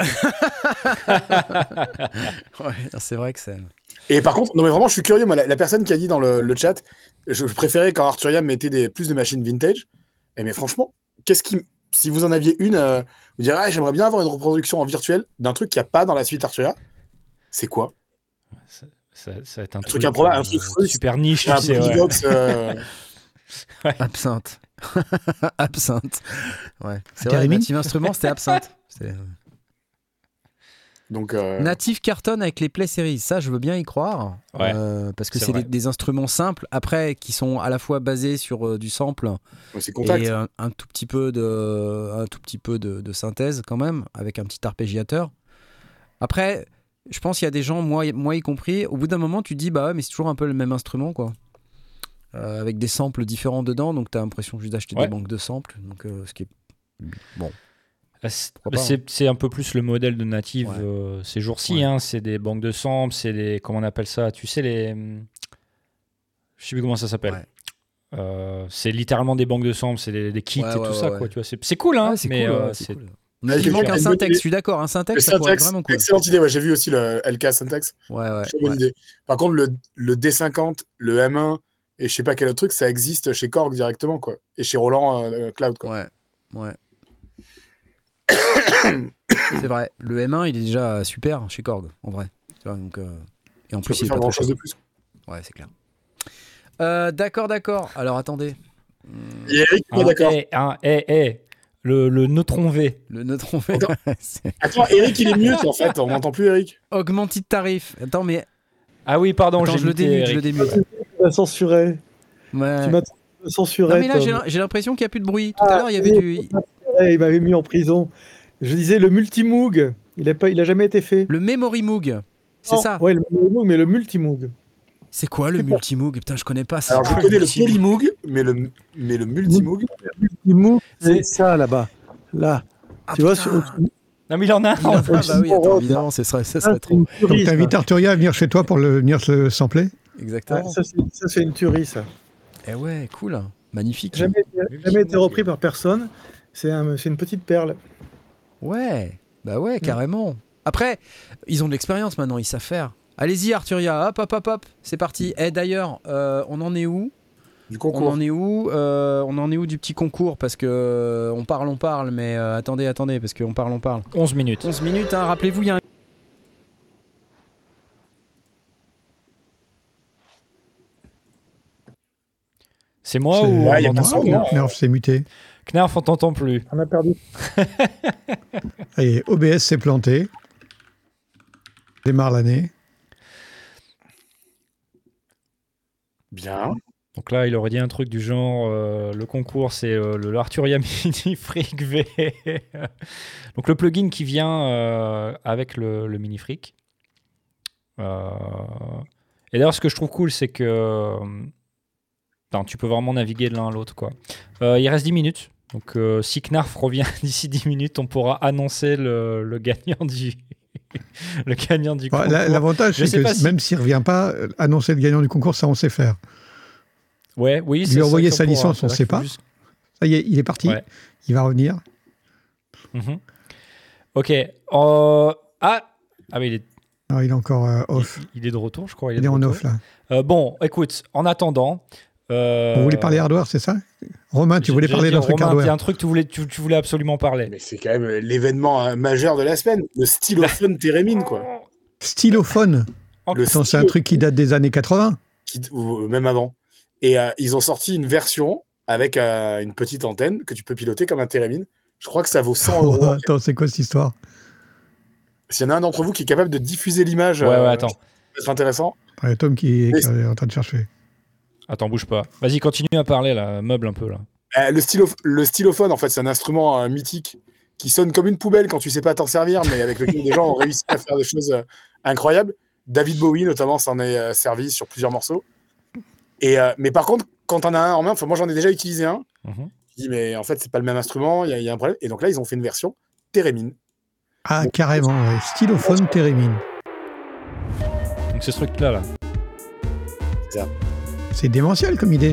[SPEAKER 1] Ouais, c'est vrai que c'est.
[SPEAKER 5] Et par contre, non mais vraiment, je suis curieux. Moi, la, la personne qui a dit dans le, le chat, je, je préférais quand Arturia mettait des, plus de machines vintage. Et mais franchement, qu'est-ce qui, si vous en aviez une, euh, vous direz, ah, j'aimerais bien avoir une reproduction en virtuel d'un truc qu'il n'y a pas dans la suite Arturia. C'est quoi?
[SPEAKER 4] Ça, ça, ça va être un,
[SPEAKER 5] truc improbable, un truc
[SPEAKER 4] euh,
[SPEAKER 5] russe.
[SPEAKER 4] super niche, tu
[SPEAKER 5] Un
[SPEAKER 4] sais. Ouais.
[SPEAKER 5] Box, euh,
[SPEAKER 1] Absinthe. Absinthe. Ouais. C'est vrai,
[SPEAKER 3] Térémine
[SPEAKER 1] Native Instruments, c'était Absinthe. C'était-
[SPEAKER 5] Donc, euh,
[SPEAKER 1] Native cartonne avec les Play Series, ça je veux bien y croire,
[SPEAKER 4] Ouais,
[SPEAKER 1] euh, parce que
[SPEAKER 4] c'est
[SPEAKER 1] c'est
[SPEAKER 4] vrai.
[SPEAKER 1] des, des instruments simples, après qui sont à la fois basés sur euh, du sample
[SPEAKER 5] c'est contact.
[SPEAKER 1] et euh, un tout petit peu de, un tout petit peu de, de synthèse quand même, avec un petit arpégiateur. Après, je pense qu'il y a des gens, moi, moi y compris, au bout d'un moment tu te dis bah ouais mais c'est toujours un peu le même instrument quoi, euh, avec des samples différents dedans, donc t'as l'impression juste d'acheter
[SPEAKER 4] Ouais.
[SPEAKER 1] des banques de samples, donc euh, ce qui est bon.
[SPEAKER 4] Ah, c'est-
[SPEAKER 1] Pourquoi pas,
[SPEAKER 4] C'est c'est un peu plus le modèle de Native
[SPEAKER 1] Ouais.
[SPEAKER 4] euh, ces jours-ci.
[SPEAKER 1] Ouais.
[SPEAKER 4] Hein, c'est des banques de samples, c'est des. Comment on appelle ça? Tu sais, les. hum, Je sais plus comment ça s'appelle.
[SPEAKER 1] Ouais.
[SPEAKER 4] Euh, c'est littéralement des banques de samples, c'est des, des kits
[SPEAKER 1] Ouais,
[SPEAKER 4] et
[SPEAKER 1] ouais,
[SPEAKER 4] tout
[SPEAKER 1] ouais,
[SPEAKER 4] ça.
[SPEAKER 1] ouais.
[SPEAKER 4] Quoi, tu vois, c'est c'est cool, hein,
[SPEAKER 1] Ouais, c'est
[SPEAKER 4] mais
[SPEAKER 1] cool,
[SPEAKER 4] euh,
[SPEAKER 1] ouais, c'est
[SPEAKER 4] c'est-
[SPEAKER 1] cool. Mais
[SPEAKER 5] Ouais,
[SPEAKER 1] il manque un
[SPEAKER 5] une bonne
[SPEAKER 1] syntax,
[SPEAKER 5] idée.
[SPEAKER 1] je suis d'accord, un
[SPEAKER 5] Le
[SPEAKER 1] syntax ça pourrait être
[SPEAKER 5] Syntax,
[SPEAKER 1] vraiment cool.
[SPEAKER 5] excellente idée. Ouais, j'ai vu aussi le L K Syntax.
[SPEAKER 1] Ouais, ouais.
[SPEAKER 5] Très bonne
[SPEAKER 1] ouais.
[SPEAKER 5] idée. Par contre, le, le D cinquante, le M un et je sais pas quel autre truc, ça existe chez Korg directement, quoi. Et chez Roland euh, Cloud, quoi.
[SPEAKER 1] Ouais, ouais. C'est vrai. Le M un, il est déjà super chez Korg, en vrai. Tu vois, donc, euh, et en
[SPEAKER 5] Tu
[SPEAKER 1] plus,
[SPEAKER 5] peux
[SPEAKER 1] il est
[SPEAKER 5] faire
[SPEAKER 1] pas
[SPEAKER 5] grand
[SPEAKER 1] très
[SPEAKER 5] chose
[SPEAKER 1] cher.
[SPEAKER 5] de plus.
[SPEAKER 1] Ouais, c'est clair. Euh, d'accord, d'accord. Alors, attendez.
[SPEAKER 5] Il y a Eric qui est
[SPEAKER 4] Ah,
[SPEAKER 5] d'accord.
[SPEAKER 4] eh, ah, eh, eh. Le, le neutron V.
[SPEAKER 1] Le neutron V.
[SPEAKER 5] Attends.
[SPEAKER 1] C'est-
[SPEAKER 5] Attends, Eric, il est mute en fait. On n'entend plus Eric.
[SPEAKER 1] Augmented tarif. Attends, mais.
[SPEAKER 4] Ah oui, pardon,
[SPEAKER 1] Attends,
[SPEAKER 4] j'ai
[SPEAKER 1] je le
[SPEAKER 4] muté,
[SPEAKER 1] démute, je le
[SPEAKER 4] Eric.
[SPEAKER 1] démute.
[SPEAKER 2] Tu m'as censuré.
[SPEAKER 1] Ouais.
[SPEAKER 2] Tu m'as censuré.
[SPEAKER 1] Non, mais là,
[SPEAKER 2] Tom.
[SPEAKER 1] j'ai l'im- j'ai l'impression qu'il n'y a plus de bruit. Tout à
[SPEAKER 2] Ah,
[SPEAKER 1] l'heure, il y avait
[SPEAKER 2] oui.
[SPEAKER 1] du.
[SPEAKER 2] Ouais, il m'avait mis en prison. Je disais le multimoog. Il a pas, il a jamais été fait.
[SPEAKER 1] Le Memory Moog. C'est
[SPEAKER 2] Non,
[SPEAKER 1] ça.
[SPEAKER 2] Ouais, le Moog, mais le multimoog.
[SPEAKER 1] C'est quoi le multimoog? Putain, je connais pas ça.
[SPEAKER 5] Alors, je connais le Polymoog, mais le, mais le Multimoog.
[SPEAKER 2] Multimoog,
[SPEAKER 1] C'est-
[SPEAKER 2] c'est ça là-bas. Là.
[SPEAKER 1] Ah,
[SPEAKER 2] tu vois,
[SPEAKER 1] putain.
[SPEAKER 2] sur-
[SPEAKER 4] Non, mais il en a un.
[SPEAKER 1] Ah,
[SPEAKER 4] en
[SPEAKER 1] bah
[SPEAKER 4] plus.
[SPEAKER 1] oui, attends, évidemment, ce serait, ça
[SPEAKER 2] ça,
[SPEAKER 1] serait
[SPEAKER 2] c'est
[SPEAKER 1] trop.
[SPEAKER 2] une
[SPEAKER 3] Donc
[SPEAKER 2] tuerie. ça.
[SPEAKER 3] t'invites Arturia à venir chez toi pour le, venir se sampler.
[SPEAKER 1] Exactement.
[SPEAKER 2] Ouais, ça, c'est- ça, c'est une tuerie, ça.
[SPEAKER 1] Eh ouais, cool. Magnifique.
[SPEAKER 2] Jamais, jamais été repris par personne. C'est un, c'est une petite perle.
[SPEAKER 1] Ouais, bah ouais, carrément. Après, ils ont de l'expérience maintenant, ils savent faire. Allez-y, Arturia, hop, hop, hop, hop, c'est parti. Et d'ailleurs, euh, on en est où
[SPEAKER 5] Du
[SPEAKER 1] On
[SPEAKER 5] concours.
[SPEAKER 1] en est où Euh, On en est où du petit concours? Parce que euh, on parle, on parle, mais euh, attendez, attendez, parce qu'on parle, on parle.
[SPEAKER 4] onze minutes.
[SPEAKER 1] onze minutes, hein, rappelez-vous, il y a un...
[SPEAKER 4] C'est moi
[SPEAKER 3] C'est-
[SPEAKER 4] ou
[SPEAKER 5] Ouais,
[SPEAKER 4] on
[SPEAKER 5] y a
[SPEAKER 4] entend
[SPEAKER 5] personne,
[SPEAKER 4] pas
[SPEAKER 5] non
[SPEAKER 3] Nerf s'est muté.
[SPEAKER 4] Knarf, on t'entend plus.
[SPEAKER 2] On a perdu.
[SPEAKER 3] Et O B S s'est planté. Démarre l'année.
[SPEAKER 5] Bien.
[SPEAKER 4] Donc là, il aurait dit un truc du genre euh, le concours, c'est euh, le Arturia Mini Freak V. Donc le plugin qui vient euh, avec le, le Mini Freak. Euh, Et d'ailleurs, ce que je trouve cool, c'est que euh, enfin, tu peux vraiment naviguer de l'un à l'autre, quoi. Euh, il reste dix minutes. Donc euh, si Knarf revient d'ici dix minutes, on pourra annoncer le, le gagnant du le gagnant du
[SPEAKER 3] Bon,
[SPEAKER 4] concours.
[SPEAKER 3] la- L'avantage,
[SPEAKER 4] Je
[SPEAKER 3] c'est
[SPEAKER 4] sais
[SPEAKER 3] que
[SPEAKER 4] pas si-
[SPEAKER 3] même s'il ne revient pas, euh, annoncer le gagnant du concours, ça, on sait faire.
[SPEAKER 4] Ouais, oui,
[SPEAKER 3] Lui
[SPEAKER 4] c'est ça
[SPEAKER 3] envoyer
[SPEAKER 4] qu'on
[SPEAKER 3] sa
[SPEAKER 4] pourra.
[SPEAKER 3] licence, on
[SPEAKER 4] C'est
[SPEAKER 3] sait
[SPEAKER 4] vrai qu'il
[SPEAKER 3] pas.
[SPEAKER 4] faut juste-
[SPEAKER 3] Ça y est, il est parti.
[SPEAKER 4] Ouais.
[SPEAKER 3] Il va revenir.
[SPEAKER 4] Mhm. Ok. Euh, Ah, ah mais il est,
[SPEAKER 3] Non, il est encore euh, off.
[SPEAKER 4] il, il est de retour, je crois.
[SPEAKER 3] Il,
[SPEAKER 4] de
[SPEAKER 3] est en
[SPEAKER 4] retour.
[SPEAKER 3] off, là.
[SPEAKER 4] Euh, bon, écoute, en attendant. euh,
[SPEAKER 3] Vous voulez parler hardware, c'est ça Romain, tu
[SPEAKER 4] j'ai-
[SPEAKER 3] voulais
[SPEAKER 4] j'ai
[SPEAKER 3] parler
[SPEAKER 4] dit,
[SPEAKER 3] d'un truc
[SPEAKER 4] Romain, il y a
[SPEAKER 3] hardware.
[SPEAKER 4] un truc que tu voulais, tu, tu voulais absolument parler.
[SPEAKER 5] Mais c'est quand même l'événement euh, majeur de la semaine. Le stylophone Térémine, quoi.
[SPEAKER 3] Stylophone.
[SPEAKER 5] Le
[SPEAKER 3] Attends, c'est un
[SPEAKER 5] stylo-
[SPEAKER 3] truc qui date des années quatre-vingts.
[SPEAKER 5] qui- ou même avant. Et euh, ils ont sorti une version avec euh, une petite antenne que tu peux piloter comme un Térémine. Je crois que ça vaut cent euros.
[SPEAKER 3] Attends, c'est quoi cette histoire?
[SPEAKER 5] S'il y en a un d'entre vous qui est capable de diffuser l'image,
[SPEAKER 4] Ouais, ouais,
[SPEAKER 5] euh,
[SPEAKER 4] attends.
[SPEAKER 5] ça peut être intéressant.
[SPEAKER 3] Ouais, Tom qui,
[SPEAKER 5] Mais-
[SPEAKER 3] qui est en train de chercher.
[SPEAKER 4] Attends, bouge pas. Vas-y, continue à parler, là. Meuble un peu, là.
[SPEAKER 5] Euh, le, stylo- le stylophone, en fait, c'est un instrument euh, mythique qui sonne comme une poubelle quand tu sais pas t'en servir, mais avec lequel des gens ont réussi à faire des choses euh, incroyables. David Bowie, notamment, s'en est euh, servi sur plusieurs morceaux. Et, euh, mais par contre, quand t'en as un en main, enfin, moi j'en ai déjà utilisé un,
[SPEAKER 4] Mhm.
[SPEAKER 5] je dis, mais en fait, c'est pas le même instrument, il y, a- il y a un problème. Et donc là, ils ont fait une version Térémine.
[SPEAKER 3] Ah, carrément, ouais. Stylophone Térémine.
[SPEAKER 4] Donc c'est ce truc-là, là.
[SPEAKER 3] C'est démentiel comme idée.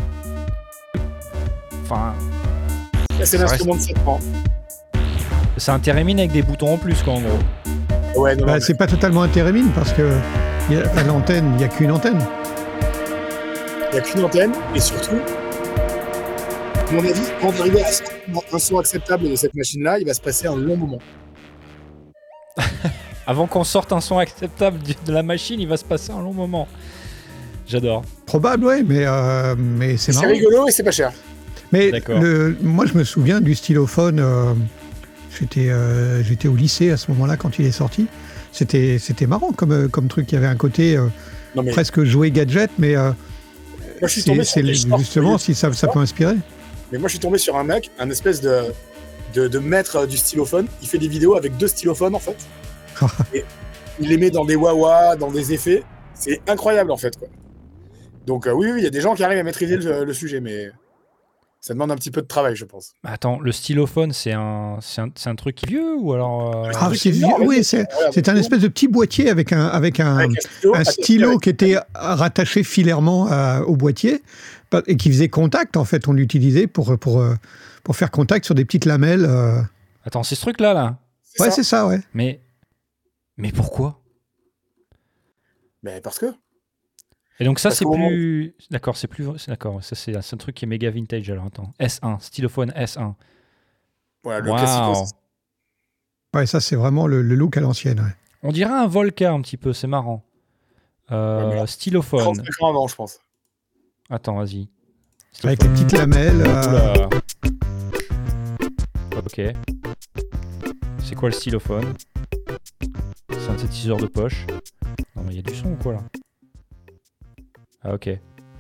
[SPEAKER 4] Enfin,
[SPEAKER 5] Là, c'est
[SPEAKER 4] Ça
[SPEAKER 5] l'instrument de sept ans.
[SPEAKER 4] c'est un Térémine avec des boutons en plus, quoi, en gros.
[SPEAKER 5] Ouais, non, non,
[SPEAKER 3] Bah,
[SPEAKER 5] mais
[SPEAKER 3] c'est pas totalement un Térémine parce que il y a- à l'antenne, il n'y a qu'une antenne.
[SPEAKER 5] il n'y a qu'une antenne, et surtout, à mon avis, quand on arrive à sortir un son acceptable de cette machine-là, il va se passer un long moment.
[SPEAKER 4] Avant qu'on sorte un son acceptable du- de la machine, il va se passer un long moment. J'adore.
[SPEAKER 3] Probable, ouais, mais, euh, mais c'est
[SPEAKER 5] C'est
[SPEAKER 3] marrant.
[SPEAKER 5] rigolo et c'est pas cher.
[SPEAKER 3] Mais
[SPEAKER 4] D'accord.
[SPEAKER 3] le, moi, je me souviens du stylophone. euh, j'étais, euh, j'étais au lycée à ce moment-là quand il est sorti. C'était, c'était marrant comme, euh, comme truc. Il y avait un côté euh,
[SPEAKER 5] Non, mais
[SPEAKER 3] presque jouet gadget, mais euh,
[SPEAKER 5] moi, je suis
[SPEAKER 3] c'est,
[SPEAKER 5] tombé
[SPEAKER 3] c'est
[SPEAKER 5] sur des shorts
[SPEAKER 3] justement
[SPEAKER 5] sur
[SPEAKER 3] si ça, ça peut inspirer.
[SPEAKER 5] Mais moi, je suis tombé sur un mec, un espèce de, de, de maître euh, du stylophone. Il fait des vidéos avec deux stylophones, en fait. Et il les met dans des wah-wah, dans des effets. C'est incroyable, en fait, quoi. Donc, euh, oui, oui, il y a des gens qui arrivent à maîtriser le, le sujet, mais ça demande un petit peu de travail, je pense.
[SPEAKER 4] Attends, le stylophone, c'est un, c'est un, c'est un truc qui est vieux ou alors euh,
[SPEAKER 3] Ah,
[SPEAKER 5] oui,
[SPEAKER 3] c'est
[SPEAKER 5] c'est
[SPEAKER 3] vieux,
[SPEAKER 5] énorme,
[SPEAKER 3] oui,
[SPEAKER 5] oui.
[SPEAKER 3] c'est,
[SPEAKER 5] Regarde,
[SPEAKER 3] c'est un espèce de petit boîtier avec un, avec un,
[SPEAKER 5] Avec un stylo,
[SPEAKER 3] un
[SPEAKER 5] attaché
[SPEAKER 3] stylo
[SPEAKER 5] avec-
[SPEAKER 3] qui était rattaché filairement à- au boîtier pa- et qui faisait contact. En fait, on l'utilisait pour, pour, euh, pour faire contact sur des petites lamelles. euh.
[SPEAKER 4] Attends, c'est ce truc-là, là.
[SPEAKER 5] C'est
[SPEAKER 3] Ouais,
[SPEAKER 5] ça.
[SPEAKER 3] c'est ça, ouais.
[SPEAKER 4] Mais, mais pourquoi?
[SPEAKER 5] Mais parce que.
[SPEAKER 4] Et donc ça,
[SPEAKER 5] Parce
[SPEAKER 4] c'est
[SPEAKER 5] qu'au moment-
[SPEAKER 4] plus... D'accord, c'est plus... c'est- D'accord, ça, c'est c'est un truc qui est méga vintage, alors attends. S un, stylophone S un.
[SPEAKER 5] Voilà, le
[SPEAKER 4] Waouh.
[SPEAKER 5] classique.
[SPEAKER 3] Ouais, ça, c'est vraiment le, le look à l'ancienne. Ouais.
[SPEAKER 4] On dirait un Volca un petit peu, c'est marrant. Euh,
[SPEAKER 5] Ouais, mais
[SPEAKER 4] stylophone.
[SPEAKER 5] trente-cinq ans avant, je pense.
[SPEAKER 4] Attends, vas-y.
[SPEAKER 3] Avec les petites lamelles. euh,
[SPEAKER 4] Oula. Ok. C'est quoi le stylophone? Synthétiseur de poche. Non mais il y a du son ou quoi là? Ah ok.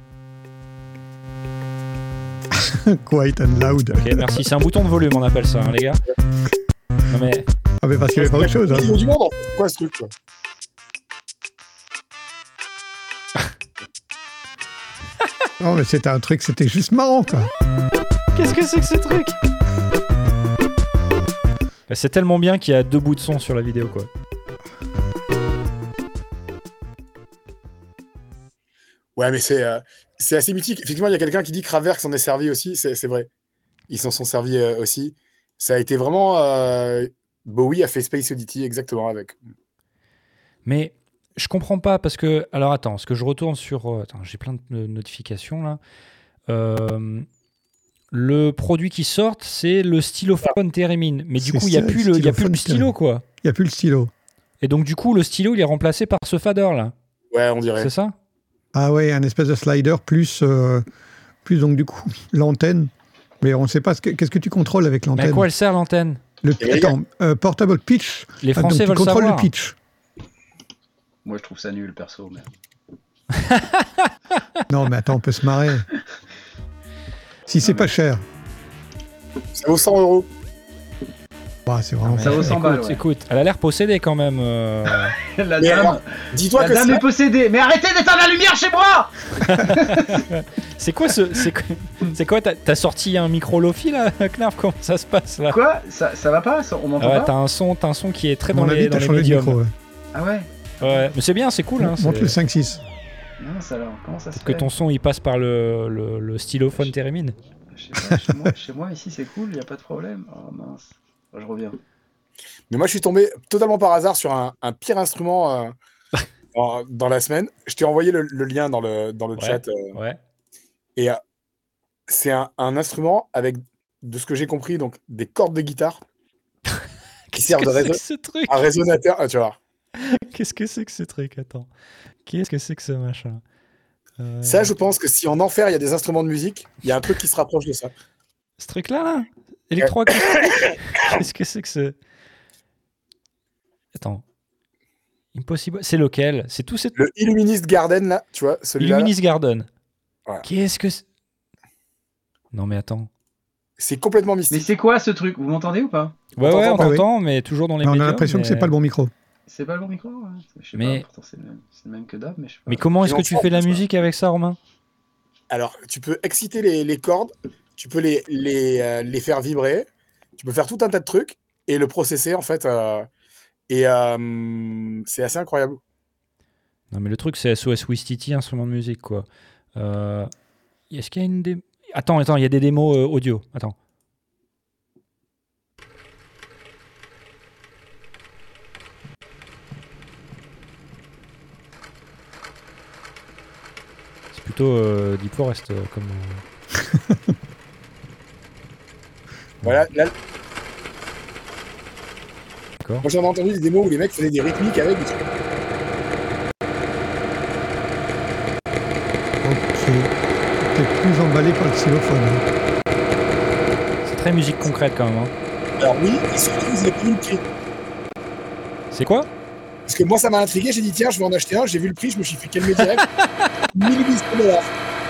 [SPEAKER 3] Quiet and loud.
[SPEAKER 4] Ok, merci. C'est un bouton de volume, on appelle ça, hein, les gars. Non mais.
[SPEAKER 3] Ah mais parce qu'il n'y avait pas autre chose. Hein.
[SPEAKER 5] Du monde, en fait. C'est quoi ce truc quoi?
[SPEAKER 3] Non mais c'était un truc, c'était juste marrant quoi.
[SPEAKER 4] Qu'est-ce que c'est que ce truc? C'est tellement bien qu'il y a deux bouts de son sur la vidéo quoi.
[SPEAKER 5] Ouais, mais c'est euh, c'est assez mythique. Effectivement, il y a quelqu'un qui dit que Kraftwerk s'en est servi aussi. C'est c'est vrai. Ils s'en sont servis euh, aussi. Ça a été vraiment. Euh... Bowie a fait Space Oddity exactement avec.
[SPEAKER 4] Mais je comprends pas parce que. Alors attends, parce que je retourne sur. euh, Attends, j'ai plein de notifications là. Euh, Le produit qui sort, c'est le stylophone Theremin. Mais du
[SPEAKER 3] C'est
[SPEAKER 4] coup, il n'y a,
[SPEAKER 3] ça,
[SPEAKER 4] plus
[SPEAKER 3] le
[SPEAKER 4] le- il y a plus le
[SPEAKER 3] stylophone
[SPEAKER 4] stylo quoi.
[SPEAKER 3] Il n'y a plus le stylo.
[SPEAKER 4] Et donc, du coup, le stylo, il est remplacé par ce fader là.
[SPEAKER 5] Ouais, on dirait.
[SPEAKER 4] C'est ça?
[SPEAKER 3] Ah ouais, un espèce de slider plus, euh, plus donc du coup l'antenne. Mais on ne sait pas ce que, qu'est-ce que tu contrôles avec
[SPEAKER 4] Mais à
[SPEAKER 3] l'antenne.
[SPEAKER 4] quoi elle sert l'antenne?
[SPEAKER 3] Le,
[SPEAKER 5] Et les
[SPEAKER 3] attends, euh, portable pitch.
[SPEAKER 4] Les
[SPEAKER 3] Ah, donc
[SPEAKER 4] Français
[SPEAKER 3] tu
[SPEAKER 4] veulent
[SPEAKER 3] contrôles
[SPEAKER 4] savoir.
[SPEAKER 3] le pitch.
[SPEAKER 9] Moi, je trouve ça nul, perso. Mais...
[SPEAKER 3] Non, mais attends, on peut se marrer. Si c'est
[SPEAKER 9] mais-
[SPEAKER 3] pas cher,
[SPEAKER 5] Ça vaut cent euros.
[SPEAKER 3] bah, c'est vraiment.
[SPEAKER 4] Mais
[SPEAKER 9] Ça vaut cent
[SPEAKER 4] écoute,
[SPEAKER 9] balles, ouais.
[SPEAKER 4] Écoute, elle a l'air possédée quand même. euh.
[SPEAKER 9] La
[SPEAKER 5] Mais
[SPEAKER 9] dame,
[SPEAKER 5] alors, dis-toi
[SPEAKER 9] la
[SPEAKER 5] que
[SPEAKER 9] dame
[SPEAKER 5] ça-
[SPEAKER 9] est possédée. Mais arrêtez d'éteindre la lumière chez moi.
[SPEAKER 4] C'est quoi ce. C'est quoi, c'est quoi t'as, t'as sorti un micro Lofi là, Knarf? Comment ça se passe là?
[SPEAKER 9] Quoi ça, ça va pas ça- On
[SPEAKER 4] Ah
[SPEAKER 9] m'entend
[SPEAKER 4] ouais,
[SPEAKER 9] pas
[SPEAKER 4] t'as un son, t'as un son qui est très
[SPEAKER 3] À
[SPEAKER 4] dans
[SPEAKER 3] mon
[SPEAKER 4] les,
[SPEAKER 3] avis,
[SPEAKER 4] dans
[SPEAKER 3] t'as
[SPEAKER 4] les
[SPEAKER 3] changé de
[SPEAKER 4] médiums.
[SPEAKER 3] micro. Ouais.
[SPEAKER 9] Ah ouais.
[SPEAKER 4] Ouais, mais c'est bien, c'est cool. Hein,
[SPEAKER 3] Monte
[SPEAKER 4] c'est-
[SPEAKER 3] le cinq six.
[SPEAKER 9] Non, ça alors. Comment ça se
[SPEAKER 4] que
[SPEAKER 9] fait
[SPEAKER 4] ton son il passe par le, le, le stylophone Theremin.
[SPEAKER 9] Je sais pas, chez, moi, chez moi, ici, c'est cool, y a pas de problème. Oh mince. Oh, je reviens.
[SPEAKER 5] Mais moi, je suis tombé totalement par hasard sur un, un pire instrument euh, en- dans la semaine. Je t'ai envoyé le, le lien dans le, dans le
[SPEAKER 4] Ouais.
[SPEAKER 5] chat. euh,
[SPEAKER 4] Ouais.
[SPEAKER 5] et euh, c'est un, un instrument avec, de ce que j'ai compris, donc des cordes de guitare qui
[SPEAKER 4] Qu'est-ce
[SPEAKER 5] servent
[SPEAKER 4] que
[SPEAKER 5] de
[SPEAKER 4] c'est
[SPEAKER 5] réseau,
[SPEAKER 4] que ce truc?
[SPEAKER 5] un résonateur. Ah, tu vois.
[SPEAKER 4] Qu'est-ce que c'est que ce truc? Attends. Qu'est-ce que c'est que ce machin? Euh,
[SPEAKER 5] Ça, je pense que si en enfer, il y a des instruments de musique, il y a un truc qui se rapproche de ça.
[SPEAKER 4] Ce truc-là, là électroacoustique. Qu'est-ce que c'est que ce. Attends. Impossible. C'est lequel? C'est tout cette.
[SPEAKER 5] Le Illuminist Garden, là, tu vois, celui-là,
[SPEAKER 4] Illuminist Garden.
[SPEAKER 5] Voilà.
[SPEAKER 4] Qu'est-ce que c'est? Non, mais attends.
[SPEAKER 5] c'est complètement
[SPEAKER 9] Mais
[SPEAKER 5] mystique.
[SPEAKER 9] c'est quoi ce truc? Vous m'entendez ou pas?
[SPEAKER 4] Ouais,
[SPEAKER 5] On
[SPEAKER 4] ouais, on
[SPEAKER 5] t'entend
[SPEAKER 3] pas,
[SPEAKER 4] t'entend, mais toujours dans les
[SPEAKER 3] On a
[SPEAKER 4] médiums.
[SPEAKER 3] l'impression que c'est
[SPEAKER 4] mais-
[SPEAKER 3] pas le bon micro.
[SPEAKER 9] C'est pas le bon micro? Ouais. Je sais
[SPEAKER 4] Mais-
[SPEAKER 9] pas, pourtant c'est le même, c'est le même que d'hab, mais je sais pas.
[SPEAKER 4] Mais comment est-ce que tu
[SPEAKER 5] Sinon,
[SPEAKER 4] fais de la
[SPEAKER 5] ça-
[SPEAKER 4] musique avec ça, Romain?
[SPEAKER 5] Alors, tu peux exciter les, les cordes, tu peux les, les, euh, les faire vibrer, tu peux faire tout un tas de trucs et le processer, en fait. euh, et euh, c'est assez incroyable.
[SPEAKER 4] Non, mais le truc, c'est S O S Wistiti, instrument de musique, quoi. Euh... Est-ce qu'il y a une démo? Attends, attends, il y a des démos euh, audio. Attends. C'est plutôt euh, Deep Forest euh, comme. euh,
[SPEAKER 5] Voilà, là,
[SPEAKER 4] D'accord.
[SPEAKER 5] moi j'en ai entendu des démos où les mecs faisaient des rythmiques avec des trucs.
[SPEAKER 3] Ok. T'es plus emballé par le xylophone. hein.
[SPEAKER 4] C'est très musique concrète quand même. hein.
[SPEAKER 5] Alors oui, et surtout, vous avez pas vu le prix.
[SPEAKER 4] C'est quoi?
[SPEAKER 5] Parce que moi, ça m'a intrigué, j'ai dit, tiens, je vais en acheter un, j'ai vu le prix, je me suis fait calmer direct. mille huit cents dollars.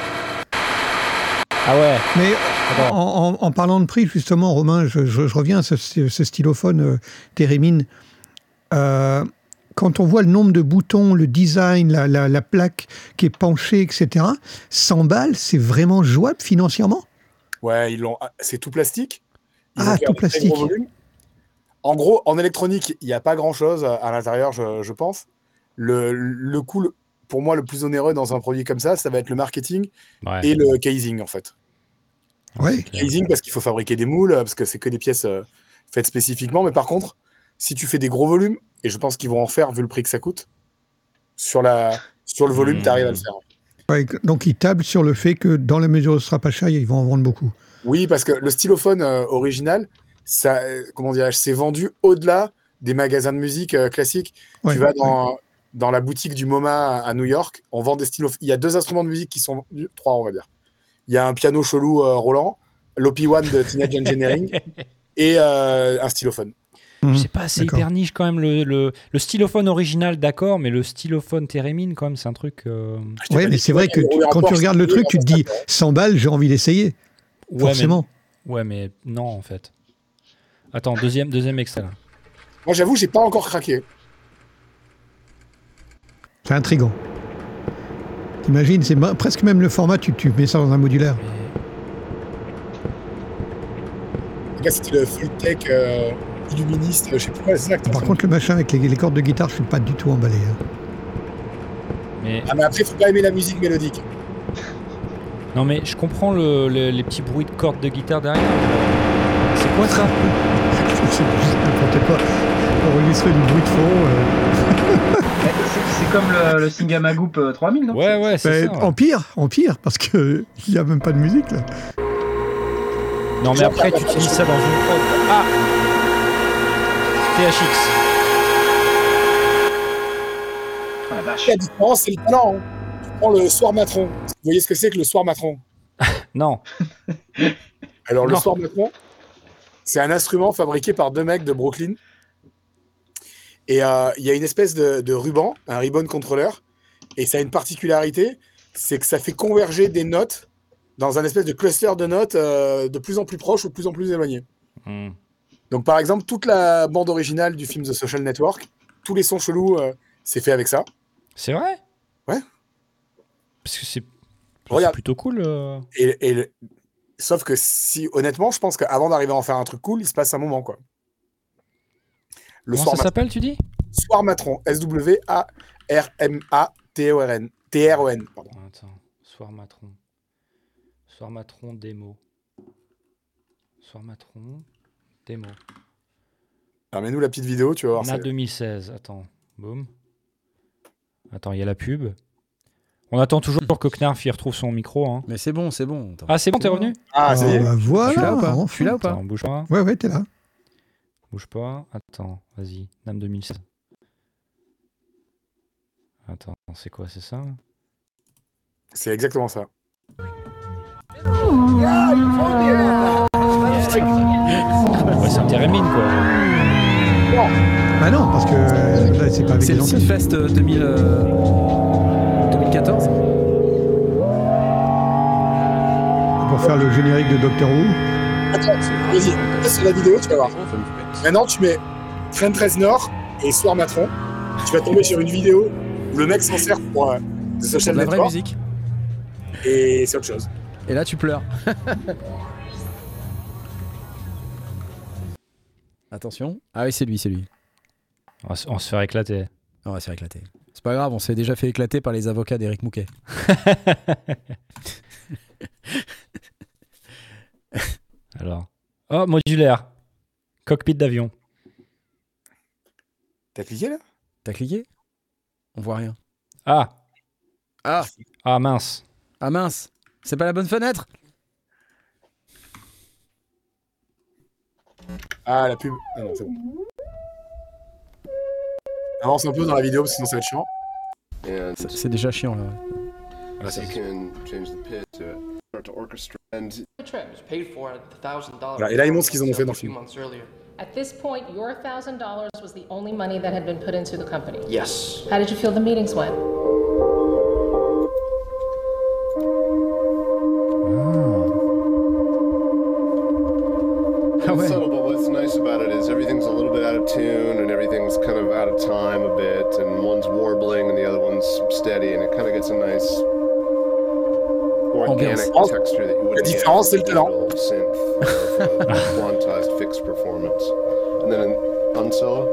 [SPEAKER 4] Ah ouais.
[SPEAKER 3] Mais
[SPEAKER 4] Attends.
[SPEAKER 3] en, en- en parlant de prix, justement, Romain, je, je- je reviens à ce, ce stylophone euh, Theremin. Euh, quand on voit le nombre de boutons, le design, la, la- la plaque qui est penchée, et cetera, cent balles, c'est vraiment jouable financièrement?
[SPEAKER 5] Ouais, ils l'ont. ah, C'est tout plastique. Ils
[SPEAKER 3] Ah,
[SPEAKER 5] ont fait
[SPEAKER 3] tout
[SPEAKER 5] un très
[SPEAKER 3] plastique.
[SPEAKER 5] gros volume. En gros, en électronique, il n'y a pas grand-chose à à l'intérieur, je, je pense. Le, le coût, le- pour moi, le plus onéreux dans un produit comme ça, ça va être le marketing
[SPEAKER 4] Ouais.
[SPEAKER 5] et le casing, en fait.
[SPEAKER 3] Ouais.
[SPEAKER 4] c'est clair.
[SPEAKER 5] Casing, parce qu'il faut fabriquer des moules, parce que c'est que des pièces euh, faites spécifiquement. Mais par contre, si tu fais des gros volumes, et je pense qu'ils vont en faire vu le prix que ça coûte, sur, la, sur le volume,
[SPEAKER 4] Mmh.
[SPEAKER 5] tu arrives à le faire.
[SPEAKER 3] Ouais, donc ils tablent sur le fait que dans la mesure où ce sera pas cher, ils vont en vendre beaucoup.
[SPEAKER 5] Oui, parce que le stylophone euh, original, ça, euh, comment dirais-je, c'est vendu au-delà des magasins de musique euh, classiques.
[SPEAKER 3] Ouais,
[SPEAKER 5] tu vas
[SPEAKER 3] ouais.
[SPEAKER 5] dans, dans la boutique du MoMA à, à New York, on vend des stylophones. Il y a deux instruments de musique qui sont vendus, trois, on va dire. Il y a un piano chelou euh, Roland, l'O P un de Teenage Engineering, et euh, un stylophone.
[SPEAKER 4] Je sais pas, c'est hyper niche quand même. Le, le, le stylophone original, d'accord, mais le stylophone Térémine, quand même, c'est un truc. Euh...
[SPEAKER 3] Oui, mais c'est vrai que tu, quand tu regardes le truc, tu te dis cent balles, j'ai envie d'essayer.
[SPEAKER 4] Ouais,
[SPEAKER 3] Forcément.
[SPEAKER 4] Mais, ouais, mais non, en fait. Attends, deuxième, deuxième extrait là.
[SPEAKER 5] Moi, j'avoue, j'ai pas encore craqué.
[SPEAKER 3] C'est intriguant. T'imagines, c'est presque même le format, tu, tu mets ça dans un modulaire.
[SPEAKER 5] Les gars, c'était le full tech euh, illuministe, je sais plus quoi, c'est exact.
[SPEAKER 3] Par contre, le machin avec les, les cordes de guitare, je suis pas du tout emballé. Hein.
[SPEAKER 4] Mais...
[SPEAKER 5] Ah, mais après, faut pas aimer la musique mélodique.
[SPEAKER 4] Non, mais je comprends le, le, les petits bruits de cordes de guitare derrière. C'est quoi ça?
[SPEAKER 3] C'est juste n'importe quoi. Enregistrer du bruit de fond. Euh...
[SPEAKER 9] C'est comme le, le Singamagoop euh, trois mille, non?
[SPEAKER 4] Ouais, ouais, c'est ça. Ouais.
[SPEAKER 3] En pire, en pire, parce qu'il n'y a même pas de musique là.
[SPEAKER 4] Non, mais après, tu utilises ça dans une prod. Ah T H X.
[SPEAKER 5] Ah, la vache. La différence, c'est le talent. Hein. Tu prends le Soir Matron. Vous voyez ce que c'est que le Soir Matron?
[SPEAKER 4] Non.
[SPEAKER 5] Alors, le
[SPEAKER 4] non.
[SPEAKER 5] Soir Matron, c'est un instrument fabriqué par deux mecs de Brooklyn. Et il euh, y a une espèce de, de ruban, un ribbon controller, et ça a une particularité, c'est que ça fait converger des notes dans un espèce de cluster de notes euh, de plus en plus proches ou de plus en plus éloignées. Mm. Donc par exemple, toute la bande originale du film The Social Network, tous les sons chelous, euh, c'est fait avec ça.
[SPEAKER 4] C'est vrai?
[SPEAKER 5] Ouais.
[SPEAKER 4] Parce que c'est, c'est plutôt cool. Euh...
[SPEAKER 5] Et, et le... Sauf que si, honnêtement, je pense qu'avant d'arriver à en faire un truc cool, il se passe un moment, quoi.
[SPEAKER 4] Le Comment ça s'appelle, tu dis?
[SPEAKER 5] Soir Matron. S W A R M A T O R N. T R O N, pardon.
[SPEAKER 4] Attends. Soir Matron. Soir Matron démo. Soir Matron démo.
[SPEAKER 5] Alors, mets-nous la petite vidéo, tu vas voir.
[SPEAKER 4] On a deux mille seize. Attends. Boum. Attends, il y a la pub. On attend toujours que Knarf y retrouve son micro. Hein.
[SPEAKER 1] Mais c'est bon, c'est bon.
[SPEAKER 4] Attends. Ah, c'est bon, t'es revenu?
[SPEAKER 5] Ah, c'est
[SPEAKER 3] oh, bah voilà.
[SPEAKER 1] Je suis là ou pas?
[SPEAKER 3] Enfin.
[SPEAKER 1] Je suis là ou pas?
[SPEAKER 4] Attends, bouge pas.
[SPEAKER 3] Ouais, ouais, t'es là.
[SPEAKER 4] Bouge pas. Attends, vas-y. Nam deux mille seize. Attends, c'est quoi, c'est ça?
[SPEAKER 5] C'est exactement ça.
[SPEAKER 4] Ouais, c'est un Térémine, quoi.
[SPEAKER 5] Non.
[SPEAKER 3] Bah non, parce que là, c'est pas avec
[SPEAKER 8] C'est le Synfest deux mille, euh, deux mille quatorze.
[SPEAKER 3] Pour faire le générique de Doctor Who.
[SPEAKER 5] Attends, vas-y, sur la vidéo, tu vas voir. Maintenant, tu mets Train treize Nord et Soir Matron. Tu vas tomber sur une vidéo où le mec s'en sert pour euh, The Social
[SPEAKER 8] la
[SPEAKER 5] Network.
[SPEAKER 8] vraie musique.
[SPEAKER 5] Et c'est autre chose.
[SPEAKER 8] Et là, tu pleures.
[SPEAKER 1] Attention. Ah oui, c'est lui, c'est lui.
[SPEAKER 4] On va, on va se faire éclater.
[SPEAKER 1] On va se faire éclater. C'est pas grave, on s'est déjà fait éclater par les avocats d'Éric Mouquet.
[SPEAKER 4] Alors. Oh, modulaire. Cockpit d'avion.
[SPEAKER 5] T'as cliqué là?
[SPEAKER 1] T'as cliqué? On voit rien.
[SPEAKER 4] Ah.
[SPEAKER 1] Ah.
[SPEAKER 4] Ah mince.
[SPEAKER 1] Ah mince. C'est pas la bonne fenêtre?
[SPEAKER 5] Ah, la pub. Ah non, c'est bon. Avance un peu dans la vidéo, parce que sinon ça va être chiant.
[SPEAKER 1] C'est, c'est déjà chiant là.
[SPEAKER 5] Ah, c'est voilà, et là, ils montrent ce qu'ils en ont fait dans le film.
[SPEAKER 10] At this point, your one thousand dollars was the only money that had been put into the company.
[SPEAKER 8] Yes.
[SPEAKER 10] How did you feel the meetings went?
[SPEAKER 11] Oh, it's subtle, but what's nice about it is everything's a little bit out of tune and everything's kind of out of time a bit, and one's warbling and the other one's steady, and it kind of gets a nice organic texture that you wouldn't get with a digital synth of a quantized fixed performance. And then in Unsolo.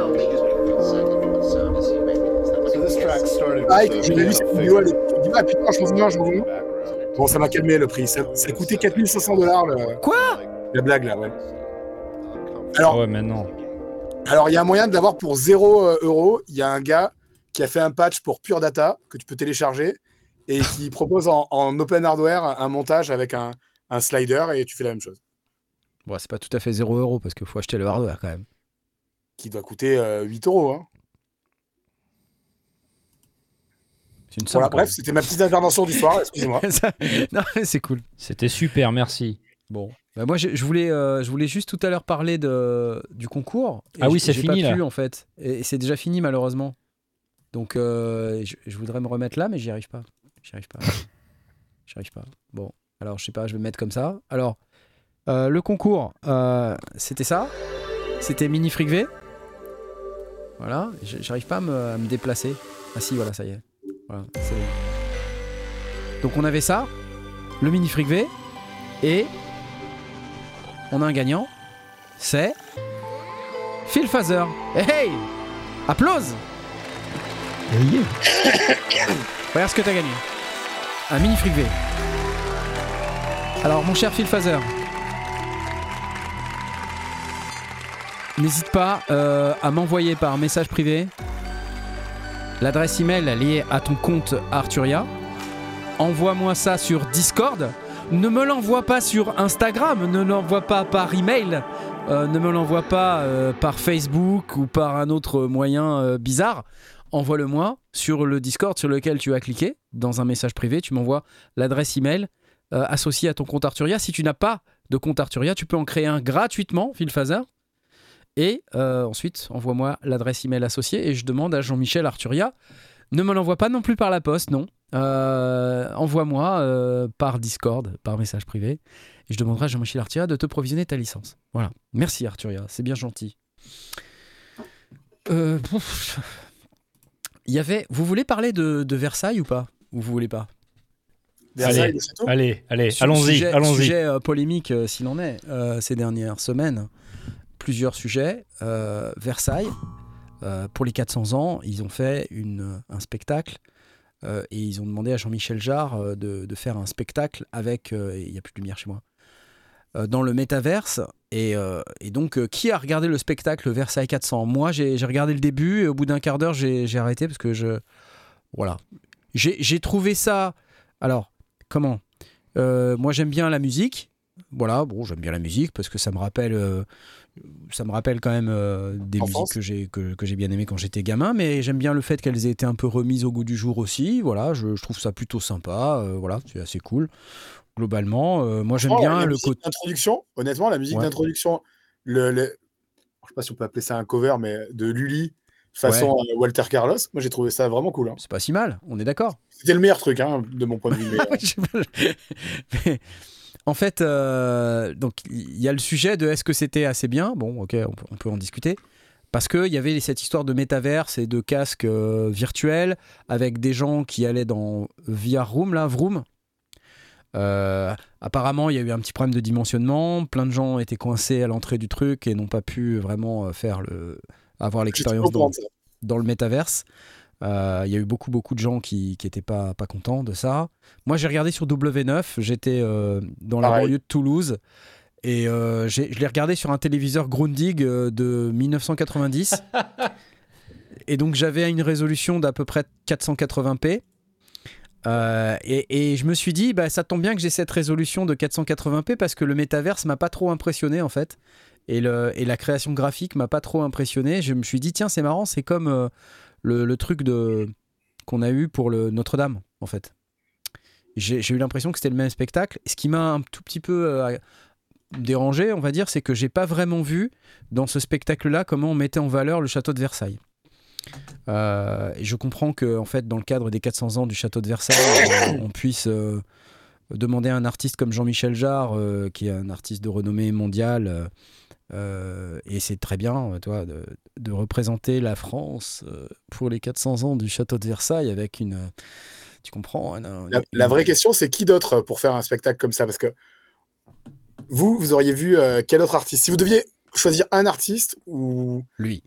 [SPEAKER 11] So this track started
[SPEAKER 5] Ah,
[SPEAKER 11] with
[SPEAKER 5] j'ai vu cette vidéo, elle est... Ah putain, je pense bien, je m'en Bon, ça m'a calmé le prix. Ça, ça a coûté quatre mille cinq cents dollars. Le...
[SPEAKER 8] Quoi?
[SPEAKER 5] La blague là, ouais. Alors,
[SPEAKER 4] ouais, mais non.
[SPEAKER 5] Alors, il y a un moyen de l'avoir pour zéro euro. Il y a un gars qui a fait un patch pour Pure Data que tu peux télécharger et qui propose en, en open hardware un montage avec un, un slider et tu fais la même chose.
[SPEAKER 1] Bon, c'est pas tout à fait zéro euro parce qu'il faut acheter le hardware quand même.
[SPEAKER 5] Qui doit coûter euh, huit euros. Hein.
[SPEAKER 1] C'est une somme,
[SPEAKER 5] voilà, bref, c'était ma petite intervention du soir. Excusez-moi.
[SPEAKER 1] Non, c'est cool.
[SPEAKER 4] C'était super, merci.
[SPEAKER 1] Bon. Bah moi, je, je voulais, euh, je voulais juste tout à l'heure parler de, du concours.
[SPEAKER 4] Ah oui,
[SPEAKER 1] j-
[SPEAKER 4] c'est
[SPEAKER 1] j'ai
[SPEAKER 4] fini,
[SPEAKER 1] pas
[SPEAKER 4] là.
[SPEAKER 1] pu, en fait. Et, et c'est déjà fini, malheureusement. Donc, euh, je, je voudrais me remettre là, mais j'y arrive pas. J'y arrive pas. J'y arrive pas. Bon, alors, je sais pas, je vais me mettre comme ça. Alors, euh, le concours, euh, c'était ça. C'était Mini Fric V. Voilà, j- j'arrive pas à me, à me déplacer. Ah si, voilà, ça y est. Voilà, c'est bon. Donc, on avait ça, le Mini Fric V, et on a un gagnant, c'est Phil Fazer. Hey, hey, applause. Regarde ce que t'as gagné. Un Mini Fric V. Alors mon cher Phil Fazer, n'hésite pas euh, à m'envoyer par message privé l'adresse email liée à ton compte Arturia. Envoie-moi ça sur Discord. Ne me l'envoie pas sur Instagram, ne l'envoie pas par email, euh, ne me l'envoie pas euh, par Facebook ou par un autre moyen euh, bizarre. Envoie-le-moi sur le Discord sur lequel tu as cliqué, dans un message privé. Tu m'envoies l'adresse email euh, associée à ton compte Arturia. Si tu n'as pas de compte Arturia, tu peux en créer un gratuitement, Phil Fazer. Et euh, ensuite, envoie-moi l'adresse email associée et je demande à Jean-Michel Arturia. Ne me l'envoie pas non plus par la poste, non. Euh, envoie-moi euh, par Discord, par message privé. Et je demanderai à Jean-Michel Arturia de te provisionner ta licence. Voilà. Merci Arturia, c'est bien gentil. Euh, pouf. Il y avait... Vous voulez parler de, de Versailles ou pas? Ou vous voulez pas?
[SPEAKER 4] Allez, allez, allez,
[SPEAKER 1] Su-
[SPEAKER 4] allons-y,
[SPEAKER 1] sujet,
[SPEAKER 4] allons-y.
[SPEAKER 1] Sujet euh, polémique euh, s'il en est euh, ces dernières semaines. Plusieurs sujets. Euh, Versailles, euh, pour les quatre cents ans, ils ont fait une, un spectacle euh, et ils ont demandé à Jean-Michel Jarre euh, de, de faire un spectacle avec... euh, Il n'y a plus de lumière chez moi. Euh, dans le métaverse. Et, euh, et donc, euh, qui a regardé le spectacle Versailles quatre cents? Moi, j'ai j'ai regardé le début et au bout d'un quart d'heure, j'ai j'ai arrêté parce que je... Voilà. J'ai j'ai trouvé ça... Alors, comment Euh, Moi, j'aime bien la musique. Voilà, bon, j'aime bien la musique parce que ça me rappelle... euh, ça me rappelle quand même euh, des
[SPEAKER 5] Enfance.
[SPEAKER 1] musiques que j'ai que, que j'ai bien aimées quand j'étais gamin, mais j'aime bien le fait qu'elles aient été un peu remises au goût du jour aussi. Voilà, je, je trouve ça plutôt sympa. euh, voilà, c'est assez cool. Globalement, euh, moi j'aime
[SPEAKER 5] Franchement,
[SPEAKER 1] bien
[SPEAKER 5] la
[SPEAKER 1] le
[SPEAKER 5] musique
[SPEAKER 1] côté.
[SPEAKER 5] d'introduction, honnêtement, la musique
[SPEAKER 1] Ouais.
[SPEAKER 5] d'introduction, le, le- je sais pas si on peut appeler ça un cover, mais de Lully façon euh, Walter Carlos, moi j'ai trouvé ça vraiment cool. hein.
[SPEAKER 1] C'est pas si mal, on est d'accord.
[SPEAKER 5] C'était le meilleur truc, hein, de mon point de vue. mais, euh,
[SPEAKER 1] Je sais pas. Mais, en fait, euh, donc il y a le sujet de est-ce que c'était assez bien. Bon, ok, on peut, on peut en discuter. Parce qu'il y avait cette histoire de métaverse et de casques euh, virtuels avec des gens qui allaient dans V R Room, là, Vroom. Euh, apparemment, il y a eu un petit problème de dimensionnement. Plein de gens étaient coincés à l'entrée du truc et n'ont pas pu vraiment euh, faire le, avoir l'expérience
[SPEAKER 5] au courant
[SPEAKER 1] dans,
[SPEAKER 5] de ça.
[SPEAKER 1] dans le métaverse. Euh, Il y a eu beaucoup, beaucoup de gens qui n'étaient pas, pas contents de ça. Moi, j'ai regardé sur W neuf. J'étais euh, dans la
[SPEAKER 5] Pareil.
[SPEAKER 1] banlieue de Toulouse. Et euh, j'ai- je l'ai regardé sur un téléviseur Grundig euh, de mille neuf cent quatre-vingt-dix. Et donc, j'avais une résolution d'à peu près quatre cent quatre-vingts p. Euh, et, et je me suis dit, bah, ça tombe bien que j'ai cette résolution de quatre cent quatre-vingts p parce que le métaverse m'a pas trop impressionné en fait. Et, le, et la création graphique m'a pas trop impressionné. Je me suis dit, tiens, c'est marrant, c'est comme euh, le, le truc de, qu'on a eu pour le Notre-Dame en fait. J'ai j'ai eu l'impression que c'était le même spectacle. Ce qui m'a un tout petit peu euh, dérangé, on va dire, c'est que j'ai pas vraiment vu dans ce spectacle-là comment on mettait en valeur le château de Versailles. Euh, et je comprends que en fait, dans le cadre des quatre cents ans du château de Versailles, on, on puisse euh, demander à un artiste comme Jean-Michel Jarre, euh, qui est un artiste de renommée mondiale, euh, euh, et c'est très bien, toi, de, de représenter la France euh, pour les quatre cents ans du château de Versailles avec une, euh, tu comprends, un- un-
[SPEAKER 5] La,
[SPEAKER 1] une-
[SPEAKER 5] la vraie question, c'est qui d'autre pour faire un spectacle comme ça? Parce que vous, vous auriez vu euh, quel autre artiste? Si vous deviez choisir un artiste ou...
[SPEAKER 1] Lui.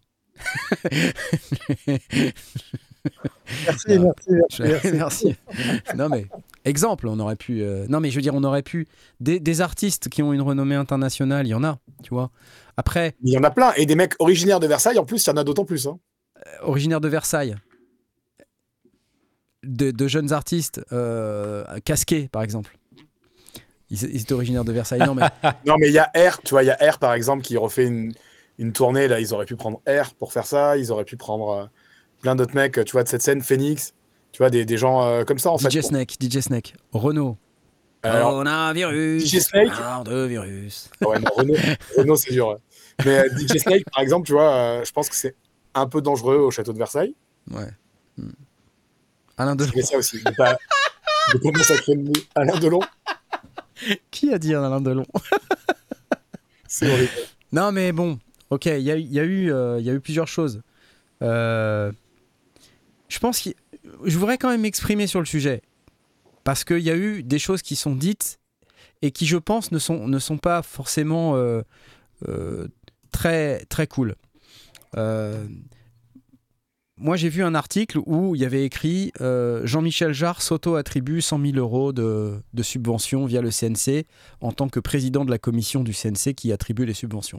[SPEAKER 2] Merci,
[SPEAKER 1] Non,
[SPEAKER 2] merci, merci,
[SPEAKER 1] je-
[SPEAKER 2] merci.
[SPEAKER 1] merci. Non mais exemple, on aurait pu. euh, Non mais je veux dire, on aurait pu des, des artistes qui ont une renommée internationale, il y en a, tu vois. Après,
[SPEAKER 5] Il y en a plein. Et des mecs originaires de Versailles, en plus, il y en a d'autant plus. hein.
[SPEAKER 1] euh, originaire de Versailles, de, de jeunes artistes euh, casqués, par exemple. Ils, ils étaient originaires de Versailles. Non mais
[SPEAKER 5] Non, mais il y a R, tu vois, il y a R, par exemple, qui refait une, une tournée. Là, ils auraient pu prendre R pour faire ça. Ils auraient pu prendre euh, plein d'autres mecs, tu vois, de cette scène, Phoenix. Tu vois, des, des gens euh, comme ça, en
[SPEAKER 1] D J
[SPEAKER 5] fait.
[SPEAKER 1] Snake, D J Snake, Renault. Coronavirus.
[SPEAKER 5] D J Snake.
[SPEAKER 1] De virus.
[SPEAKER 5] Ouais, non, Renault, Renault c'est dur. Ouais. Mais euh, D J Snake, par exemple, tu vois, euh, je pense que c'est un peu dangereux au château de Versailles.
[SPEAKER 1] Ouais. Hmm. Alain Delon.
[SPEAKER 5] C'est ça aussi. De pas, de pas massacrer le Alain Delon.
[SPEAKER 1] Qui a dit Alain Delon?
[SPEAKER 5] C'est horrible.
[SPEAKER 1] Non, mais bon, ok, il y a, y, a eu, euh, y a eu plusieurs choses. Euh, je pense que je voudrais quand même m'exprimer sur le sujet. Parce qu'il y a eu des choses qui sont dites et qui, je pense, ne sont, ne sont pas forcément euh, euh, très, très cool. Euh, moi, j'ai vu un article où il y avait écrit euh, Jean-Michel Jarre s'auto-attribue cent mille euros de, de subventions via le C N C en tant que président de la commission du C N C qui attribue les subventions.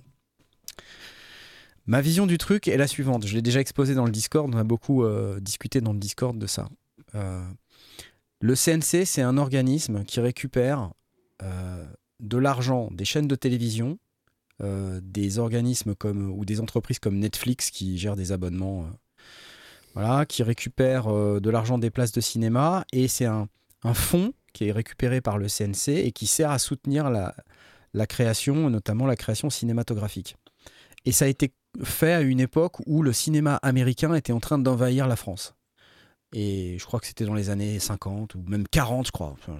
[SPEAKER 1] Ma vision du truc est la suivante. Je l'ai déjà exposé dans le Discord, on a beaucoup euh, discuté dans le Discord de ça. Euh, le C N C, c'est un organisme qui récupère euh, de l'argent des chaînes de télévision, euh, des organismes comme, ou des entreprises comme Netflix qui gèrent des abonnements, euh, voilà, qui récupèrent euh, de l'argent des places de cinéma, et c'est un, un fonds qui est récupéré par le C N C et qui sert à soutenir la, la création, notamment la création cinématographique. Et ça a été fait à une époque où le cinéma américain était en train d'envahir la France. Et je crois que c'était dans les années cinquante ou même quarante, je crois. Enfin, je...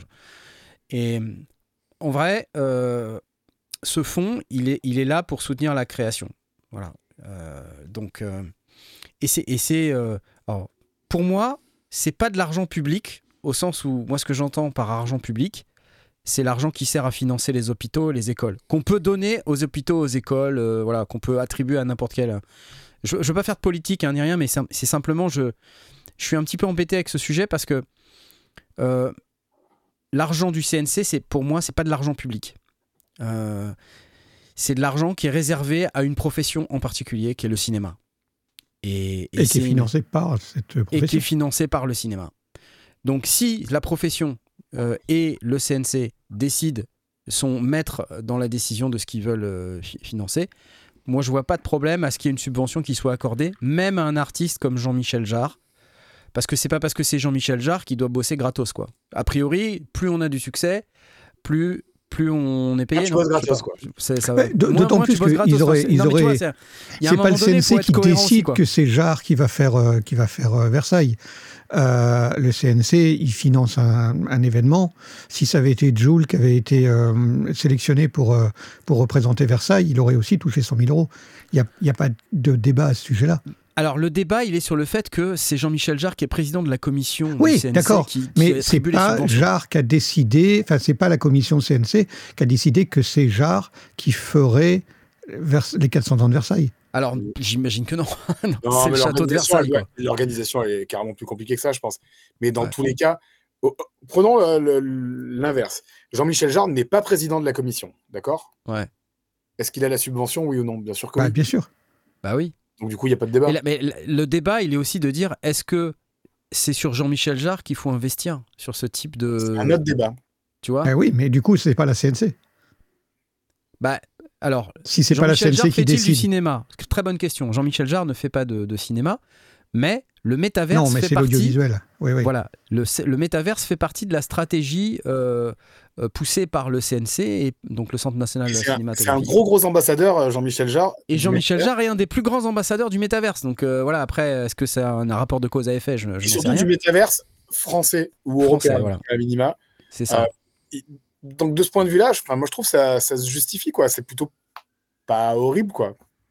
[SPEAKER 1] Et en vrai, euh, ce fonds, il est, il est là pour soutenir la création. Voilà. Euh, donc, euh, et c'est, et c'est euh, alors, pour moi, c'est pas de l'argent public, au sens où, moi, ce que j'entends par argent public, c'est l'argent qui sert à financer les hôpitaux et les écoles, qu'on peut donner aux hôpitaux, aux écoles, euh, voilà, qu'on peut attribuer à n'importe quel... Je ne veux pas faire de politique, hein, ni rien, mais c'est, c'est simplement, je, je suis un petit peu embêté avec ce sujet parce que euh, l'argent du C N C, c'est, pour moi, c'est pas de l'argent public. Euh, c'est de l'argent qui est réservé à une profession en particulier, qui est le cinéma. Et, et,
[SPEAKER 3] et qui est financé par cette profession.
[SPEAKER 1] Et qui est financé par le cinéma. Donc si la profession euh, et le C N C décident, sont maîtres dans la décision de ce qu'ils veulent euh, fi- financer, moi je vois pas de problème à ce qu'il y ait une subvention qui soit accordée, même à un artiste comme Jean-Michel Jarre, parce que c'est pas parce que c'est Jean-Michel Jarre qu'il doit bosser gratos, quoi. A priori, plus on a du succès, plus... plus on est payé.
[SPEAKER 5] Ah, tu
[SPEAKER 1] non,
[SPEAKER 5] bosses gratos, quoi.
[SPEAKER 1] C'est, ça,
[SPEAKER 3] Ouais,
[SPEAKER 1] moins,
[SPEAKER 3] d'autant
[SPEAKER 1] moins
[SPEAKER 3] plus
[SPEAKER 1] tu bosses gratos,
[SPEAKER 3] qu'ils auraient,
[SPEAKER 1] enfin,
[SPEAKER 3] ils
[SPEAKER 1] non, mais tu
[SPEAKER 3] auraient,
[SPEAKER 1] vois, c'est, il y a
[SPEAKER 3] c'est
[SPEAKER 1] un
[SPEAKER 3] pas le
[SPEAKER 1] moment donné,
[SPEAKER 3] C N C
[SPEAKER 1] faut
[SPEAKER 3] qui
[SPEAKER 1] être cohérent
[SPEAKER 3] décide
[SPEAKER 1] aussi, quoi.
[SPEAKER 3] que c'est Jarre qui va faire, euh, qui va faire euh, Versailles. Euh, le C N C, il finance un, un événement. Si ça avait été Jules qui avait été euh, sélectionné pour, euh, pour représenter Versailles, il aurait aussi touché cent mille euros. Il n'y a, a pas de débat à ce sujet-là.
[SPEAKER 1] Alors le débat, il est sur le fait que c'est Jean-Michel Jarre qui est président de la commission
[SPEAKER 3] oui,
[SPEAKER 1] du C N C
[SPEAKER 3] d'accord,
[SPEAKER 1] qui, qui
[SPEAKER 3] mais c'est
[SPEAKER 1] attribue les
[SPEAKER 3] pas
[SPEAKER 1] subventions.
[SPEAKER 3] Jarre qui a décidé, enfin c'est pas la commission C N C qui a décidé que c'est Jarre qui ferait vers, les quatre cents ans de Versailles.
[SPEAKER 1] Alors j'imagine que non, non,
[SPEAKER 5] Non,
[SPEAKER 1] c'est le
[SPEAKER 5] mais
[SPEAKER 1] château de
[SPEAKER 5] l'organisation,
[SPEAKER 1] Versailles,
[SPEAKER 5] elle-
[SPEAKER 1] quoi.
[SPEAKER 5] L'organisation elle est carrément plus compliquée que ça, je pense. Mais dans
[SPEAKER 1] Ouais.
[SPEAKER 5] tous les cas, oh, oh, prenons le- le- l'inverse. Jean-Michel Jarre n'est pas président de la commission, d'accord?
[SPEAKER 1] Ouais.
[SPEAKER 5] Est-ce qu'il a la subvention, oui ou non? Bien sûr que
[SPEAKER 3] Bah,
[SPEAKER 5] oui.
[SPEAKER 3] bien sûr.
[SPEAKER 1] Bah oui.
[SPEAKER 5] Donc du coup, il n'y a pas de débat.
[SPEAKER 1] Mais, la- mais la- le débat, il est aussi de dire, est-ce que c'est sur Jean-Michel Jarre qu'il faut investir sur ce type de...
[SPEAKER 5] C'est un autre débat.
[SPEAKER 1] Tu vois?
[SPEAKER 3] Ah oui, mais du coup, c'est pas la C N C.
[SPEAKER 1] Bah, alors,
[SPEAKER 3] Si c'est pas la C
[SPEAKER 1] Jean-Michel
[SPEAKER 3] N C
[SPEAKER 1] Jarre
[SPEAKER 3] qui
[SPEAKER 1] fait-il du
[SPEAKER 3] décide.
[SPEAKER 1] cinéma? Très bonne question. Jean-Michel Jarre ne fait pas de, de cinéma, mais le métaverse
[SPEAKER 3] Non, mais
[SPEAKER 1] fait
[SPEAKER 3] c'est
[SPEAKER 1] partie...
[SPEAKER 3] l'audiovisuel. Oui, oui.
[SPEAKER 1] Voilà, le, le métaverse fait partie de la stratégie euh, euh, poussée par le C N C, et donc le Centre national de la
[SPEAKER 5] C'est un, c'est un
[SPEAKER 1] cinématographie.
[SPEAKER 5] gros gros ambassadeur, euh, Jean-Michel Jarre.
[SPEAKER 1] Et
[SPEAKER 5] du
[SPEAKER 1] Jean-Michel
[SPEAKER 5] métaverse.
[SPEAKER 1] Jarre est un des plus grands ambassadeurs du métaverse. Donc euh, voilà, après, est-ce que c'est un, un rapport de cause à effet? Je, je
[SPEAKER 5] Et
[SPEAKER 1] n'en sais
[SPEAKER 5] surtout
[SPEAKER 1] rien.
[SPEAKER 5] du métaverse français ou
[SPEAKER 1] Français,
[SPEAKER 5] européen,
[SPEAKER 1] voilà.
[SPEAKER 5] à minima.
[SPEAKER 1] C'est ça.
[SPEAKER 5] Euh, et- donc de ce point de vue-là, je, enfin, moi je trouve que ça, ça se justifie, quoi. C'est plutôt pas horrible, quoi.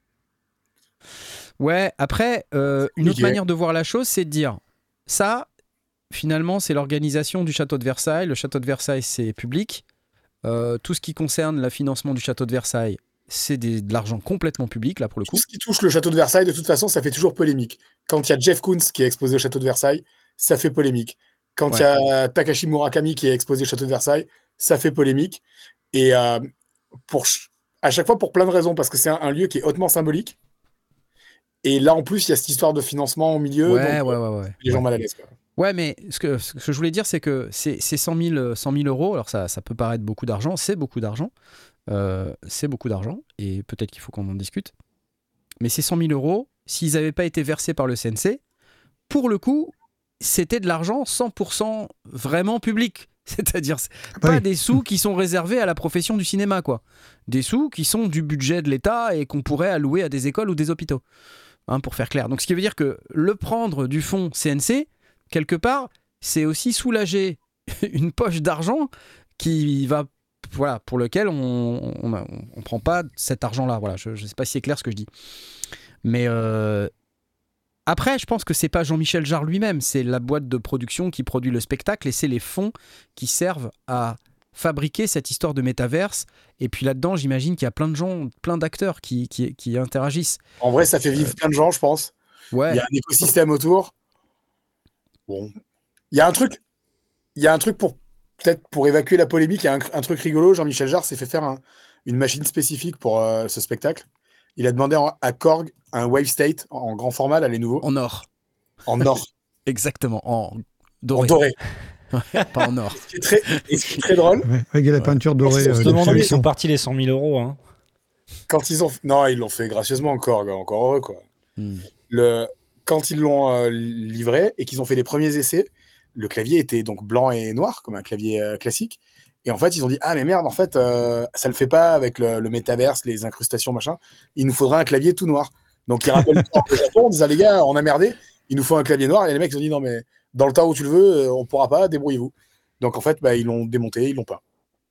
[SPEAKER 1] Ouais, après, euh, une autre
[SPEAKER 5] compliqué.
[SPEAKER 1] manière de voir la chose, c'est de dire, ça, finalement, c'est l'organisation du château de Versailles. Le château de Versailles, c'est public. Euh, tout ce qui concerne le financement du château de Versailles, c'est des- de l'argent complètement public, là, pour le coup.
[SPEAKER 5] Tout ce qui touche le château de Versailles, de toute façon, ça fait toujours polémique. Quand il y a Jeff Koons qui est exposé au château de Versailles, ça fait polémique. Quand il y a Takashi Murakami qui est exposé au château de Versailles, ça fait polémique. Et euh, pour, ch- à chaque fois, pour plein de raisons, parce que c'est un, un lieu qui est hautement symbolique. Et là, en plus, il y a cette histoire de financement au milieu.
[SPEAKER 1] Ouais,
[SPEAKER 5] donc,
[SPEAKER 1] ouais,
[SPEAKER 5] euh,
[SPEAKER 1] ouais, ouais.
[SPEAKER 5] les gens
[SPEAKER 1] Ouais.
[SPEAKER 5] mal à l'aise, quoi.
[SPEAKER 1] Ouais, mais ce que, ce que je voulais dire, c'est que c'est c'est cent mille euros. Alors, ça, ça peut paraître beaucoup d'argent. C'est beaucoup d'argent. Euh, c'est beaucoup d'argent. Et peut-être qu'il faut qu'on en discute. Mais ces cent mille euros, s'ils n'avaient pas été versés par le C N C, pour le coup, c'était de l'argent cent pour cent vraiment public. C'est-à-dire, c'est
[SPEAKER 3] bah
[SPEAKER 1] pas
[SPEAKER 3] oui.
[SPEAKER 1] des sous qui sont réservés à la profession du cinéma, quoi. Des sous qui sont du budget de l'État et qu'on pourrait allouer à des écoles ou des hôpitaux. Hein, pour faire clair. Donc, ce qui veut dire que le prendre du fonds C N C, quelque part, c'est aussi soulager une poche d'argent qui va, voilà, pour lequel on on, a- on prend pas cet argent-là. Voilà, je, je sais pas si c'est clair ce que je dis. Mais euh, après, je pense que c'est pas Jean-Michel Jarre lui-même, c'est la boîte de production qui produit le spectacle et c'est les fonds qui servent à fabriquer cette histoire de métaverse. Et puis là-dedans, j'imagine qu'il y a plein de gens, plein d'acteurs qui, qui, qui interagissent.
[SPEAKER 5] En vrai, ça fait vivre plein de gens, je pense.
[SPEAKER 1] Ouais.
[SPEAKER 5] Il y a un écosystème autour. Bon. Il y a un truc, il y a un truc pour, peut-être pour évacuer la polémique, il y a un, un truc rigolo. Jean-Michel Jarre s'est fait faire un- une machine spécifique pour euh, ce spectacle. Il a demandé en- à Korg un Wave State en, en grand format, là, les nouveaux.
[SPEAKER 1] En or.
[SPEAKER 5] En or.
[SPEAKER 1] Exactement, en
[SPEAKER 5] En
[SPEAKER 1] doré.
[SPEAKER 5] doré.
[SPEAKER 1] Pas en or.
[SPEAKER 5] Ce qui est très, et ce qui est très drôle,
[SPEAKER 3] Ouais, avec la peinture dorée.
[SPEAKER 5] Ils
[SPEAKER 3] euh,
[SPEAKER 5] se
[SPEAKER 3] de
[SPEAKER 4] Demandez, ils
[SPEAKER 3] sélection.
[SPEAKER 4] sont partis les cent mille euros. Hein.
[SPEAKER 5] quand ils ont. Non, ils l'ont fait gracieusement encore, encore heureux, quoi.
[SPEAKER 1] Hmm.
[SPEAKER 5] Le, quand ils l'ont euh, livré et qu'ils ont fait les premiers essais, le clavier était donc blanc et noir, comme un clavier euh, classique. Et en fait, ils ont dit, ah mais merde, en fait, euh, ça le fait pas avec le, le métaverse, les incrustations, machin. Il nous faudra un clavier tout noir. Donc ils rappellent le Japon en disant, les gars, on a merdé, il nous faut un clavier noir. Et les mecs ils ont dit, non mais dans le temps où tu le veux, euh, on pourra pas, débrouillez-vous. Donc en fait, bah, ils l'ont démonté, ils l'ont pas.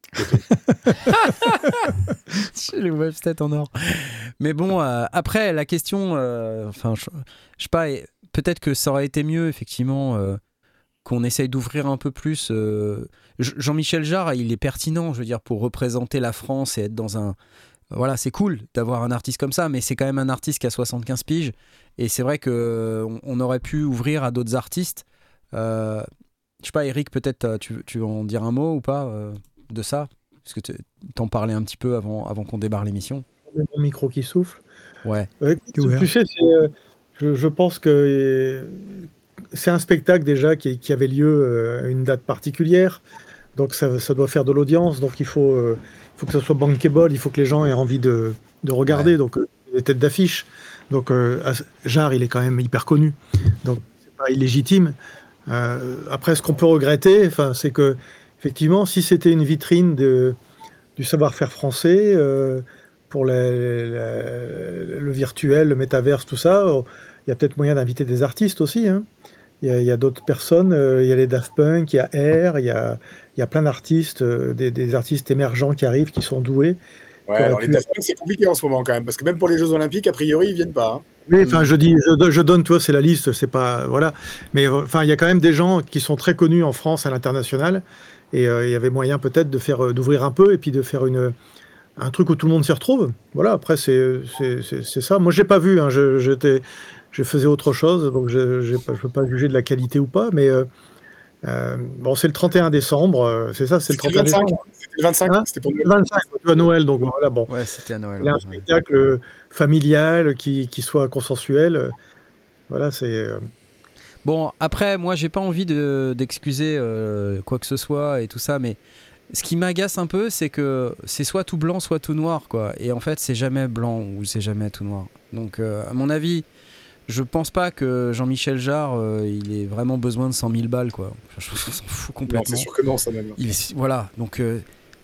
[SPEAKER 1] C'est le website en or. Mais bon, euh, après, la question, euh, enfin, je, je sais pas, et peut-être que ça aurait été mieux, effectivement, euh, qu'on essaye d'ouvrir un peu plus. euh, J- Jean-Michel Jarre, il est pertinent, je veux dire, pour représenter la France et être dans un. Voilà, c'est cool d'avoir un artiste comme ça, mais c'est quand même un artiste qui a soixante-quinze piges. Et c'est vrai qu'on on aurait pu ouvrir à d'autres artistes. Euh, je sais pas, Eric, peut-être euh, tu, tu veux en dire un mot ou pas euh, de ça? Parce que tu t'en parlais un petit peu avant, avant qu'on débarre l'émission.
[SPEAKER 2] Mon micro qui souffle.
[SPEAKER 1] Ouais.
[SPEAKER 2] Ouais,
[SPEAKER 3] Qui est ouvert.
[SPEAKER 2] tu sais, c'est, euh, je, je pense que euh, c'est un spectacle déjà qui, qui avait lieu euh, à une date particulière, donc ça, ça doit faire de l'audience, donc il faut, euh, il faut que ça soit bankable, il faut que les gens aient envie de, de regarder,
[SPEAKER 1] Ouais.
[SPEAKER 2] donc euh, des têtes d'affiche. Donc euh, As- Jarre, il est quand même hyper connu, donc c'est pas illégitime. Euh, après, ce qu'on peut regretter, enfin, c'est que effectivement, si c'était une vitrine de, du savoir-faire français euh, pour la- la- le virtuel, le métaverse, tout ça, euh, il y a peut-être moyen d'inviter des artistes aussi. Hein. Il y a, il y a d'autres personnes, euh, il y a les Daft Punk, il y a Air, il y a, il y a plein d'artistes, euh, des, des artistes émergents qui arrivent, qui sont doués.
[SPEAKER 5] Ouais,
[SPEAKER 2] Qui auraient
[SPEAKER 5] alors les
[SPEAKER 2] pu-
[SPEAKER 5] Daft Punk, c'est compliqué en ce moment quand même, parce que même pour les Jeux Olympiques, a priori, ils viennent pas. Hein.
[SPEAKER 2] Oui, enfin, je dis, je, do- je donne, toi, c'est la liste, c'est pas, voilà. Mais euh, enfin, il y a quand même des gens qui sont très connus en France, à l'international, et euh, il y avait moyen peut-être de faire, euh, d'ouvrir un peu, et puis de faire une, un truc où tout le monde s'y retrouve. Voilà. Après, c'est, c'est, c'est, c'est ça. Moi, j'ai pas vu. Hein, je, j'étais, je faisais autre chose, donc je, j'ai pas, je peux pas juger de la qualité ou pas, mais euh, euh, bon, c'est le trente et un décembre, euh, c'est ça, c'est le
[SPEAKER 5] C'était le
[SPEAKER 2] trente et un
[SPEAKER 5] vingt-cinq.
[SPEAKER 2] décembre.
[SPEAKER 5] C'était le vingt-cinq.
[SPEAKER 2] Hein
[SPEAKER 5] C'était pour
[SPEAKER 2] le vingt-cinq, tu vois, Noël, donc voilà, bon.
[SPEAKER 1] Ouais, c'était à Noël.
[SPEAKER 2] Il y a un
[SPEAKER 1] ouais.
[SPEAKER 2] spectacle euh, familial qui, qui soit consensuel. euh, Voilà, c'est. euh,
[SPEAKER 1] Bon, après, moi, j'ai pas envie de, d'excuser euh, quoi que ce soit et tout ça, mais ce qui m'agace un peu, c'est que c'est soit tout blanc, soit tout noir, quoi. Et en fait, c'est jamais blanc ou c'est jamais tout noir. Donc, euh, à mon avis, je pense pas que Jean-Michel Jarre, euh, il ait vraiment besoin de cent mille balles, quoi. Je trouve qu'on s'en fout
[SPEAKER 5] Non,
[SPEAKER 1] complètement.
[SPEAKER 5] c'est sûr que non, ça même.
[SPEAKER 1] Il est- voilà, donc euh,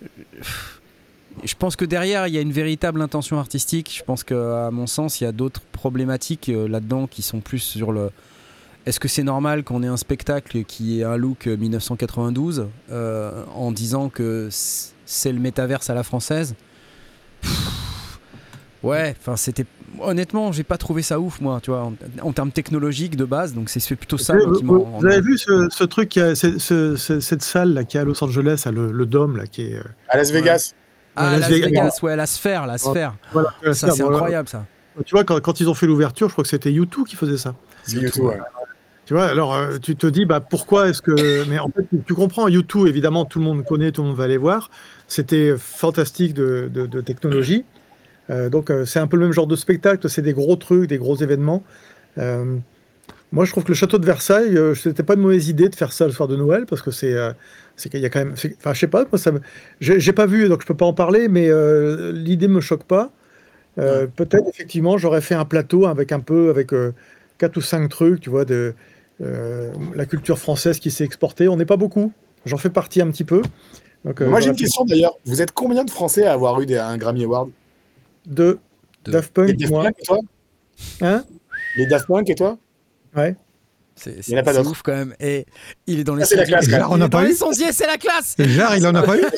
[SPEAKER 1] je pense que derrière il y a une véritable intention artistique. Je pense qu'à mon sens il y a d'autres problématiques euh, là-dedans qui sont plus sur le est-ce que c'est normal qu'on ait un spectacle qui ait un look euh, dix-neuf cent quatre-vingt-douze euh, en disant que c- c'est le métaverse à la française. Pff, ouais, enfin c'était honnêtement j'ai pas trouvé ça ouf moi, tu vois, en, en termes technologiques de base, donc c'est c'est plutôt ça moi,
[SPEAKER 2] vous,
[SPEAKER 1] qui
[SPEAKER 2] vous-
[SPEAKER 1] m'en.
[SPEAKER 2] vous avez vu ce, ce truc, qui a- ce- ce- ce- cette salle là qui est à Los Angeles, à le, le Dôme là, qui est. euh,
[SPEAKER 5] À Las Vegas.
[SPEAKER 1] Ah,
[SPEAKER 2] Las
[SPEAKER 1] Las
[SPEAKER 2] Vegas.
[SPEAKER 1] Vegas, ouais, la sphère, la sphère.
[SPEAKER 2] Voilà, la
[SPEAKER 1] Ça,
[SPEAKER 2] sphère,
[SPEAKER 1] c'est
[SPEAKER 2] voilà.
[SPEAKER 1] incroyable, ça.
[SPEAKER 2] Tu vois, quand, quand ils ont fait l'ouverture, je crois que c'était U deux qui faisait ça.
[SPEAKER 5] C'est YouTube, ouais.
[SPEAKER 2] Tu vois, alors euh, tu te dis, bah, pourquoi est-ce que. Mais en fait, tu, tu comprends, U deux, évidemment, tout le monde connaît, tout le monde va aller voir. C'était fantastique de, de- de technologie. Euh, donc, euh, c'est un peu le même genre de spectacle. C'est des gros trucs, des gros événements. Euh, moi, je trouve que le château de Versailles, euh, c'était pas une mauvaise idée de faire ça le soir de Noël, parce que c'est. euh, c'est qu'il y a quand même. c'est- Enfin, je sais pas, moi, ça me. J'ai j'ai pas vu, donc je peux pas en parler, mais euh, l'idée me choque pas. Euh, Peut-être, effectivement, j'aurais fait un plateau avec un peu, avec euh, quatre ou cinq trucs, tu vois, de euh, la culture française qui s'est exportée. On n'est pas beaucoup. J'en fais partie un petit peu. Donc, euh,
[SPEAKER 5] Moi, j'ai
[SPEAKER 2] voilà.
[SPEAKER 5] une question d'ailleurs. Vous êtes combien de Français à avoir eu des, un Grammy Award?
[SPEAKER 2] Deux.
[SPEAKER 1] Deux.
[SPEAKER 2] Daft
[SPEAKER 5] Les
[SPEAKER 2] Punk,
[SPEAKER 5] Daft
[SPEAKER 2] moi.
[SPEAKER 5] Punk et toi?
[SPEAKER 2] Hein?
[SPEAKER 5] Les Daft Punk et toi?
[SPEAKER 2] Ouais.
[SPEAKER 1] C'est
[SPEAKER 5] Il y en a pas
[SPEAKER 1] c'est
[SPEAKER 5] d'autres.
[SPEAKER 1] ouf quand même. Et il est dans les
[SPEAKER 5] Ah, c'est la
[SPEAKER 1] sondiers.
[SPEAKER 5] classe,
[SPEAKER 1] Il
[SPEAKER 5] quand
[SPEAKER 1] est
[SPEAKER 5] même.
[SPEAKER 3] On n'a
[SPEAKER 1] dans
[SPEAKER 3] pas
[SPEAKER 1] les
[SPEAKER 3] eu
[SPEAKER 1] sondiers, c'est la classe.
[SPEAKER 3] Et Jarre, il en a pas eu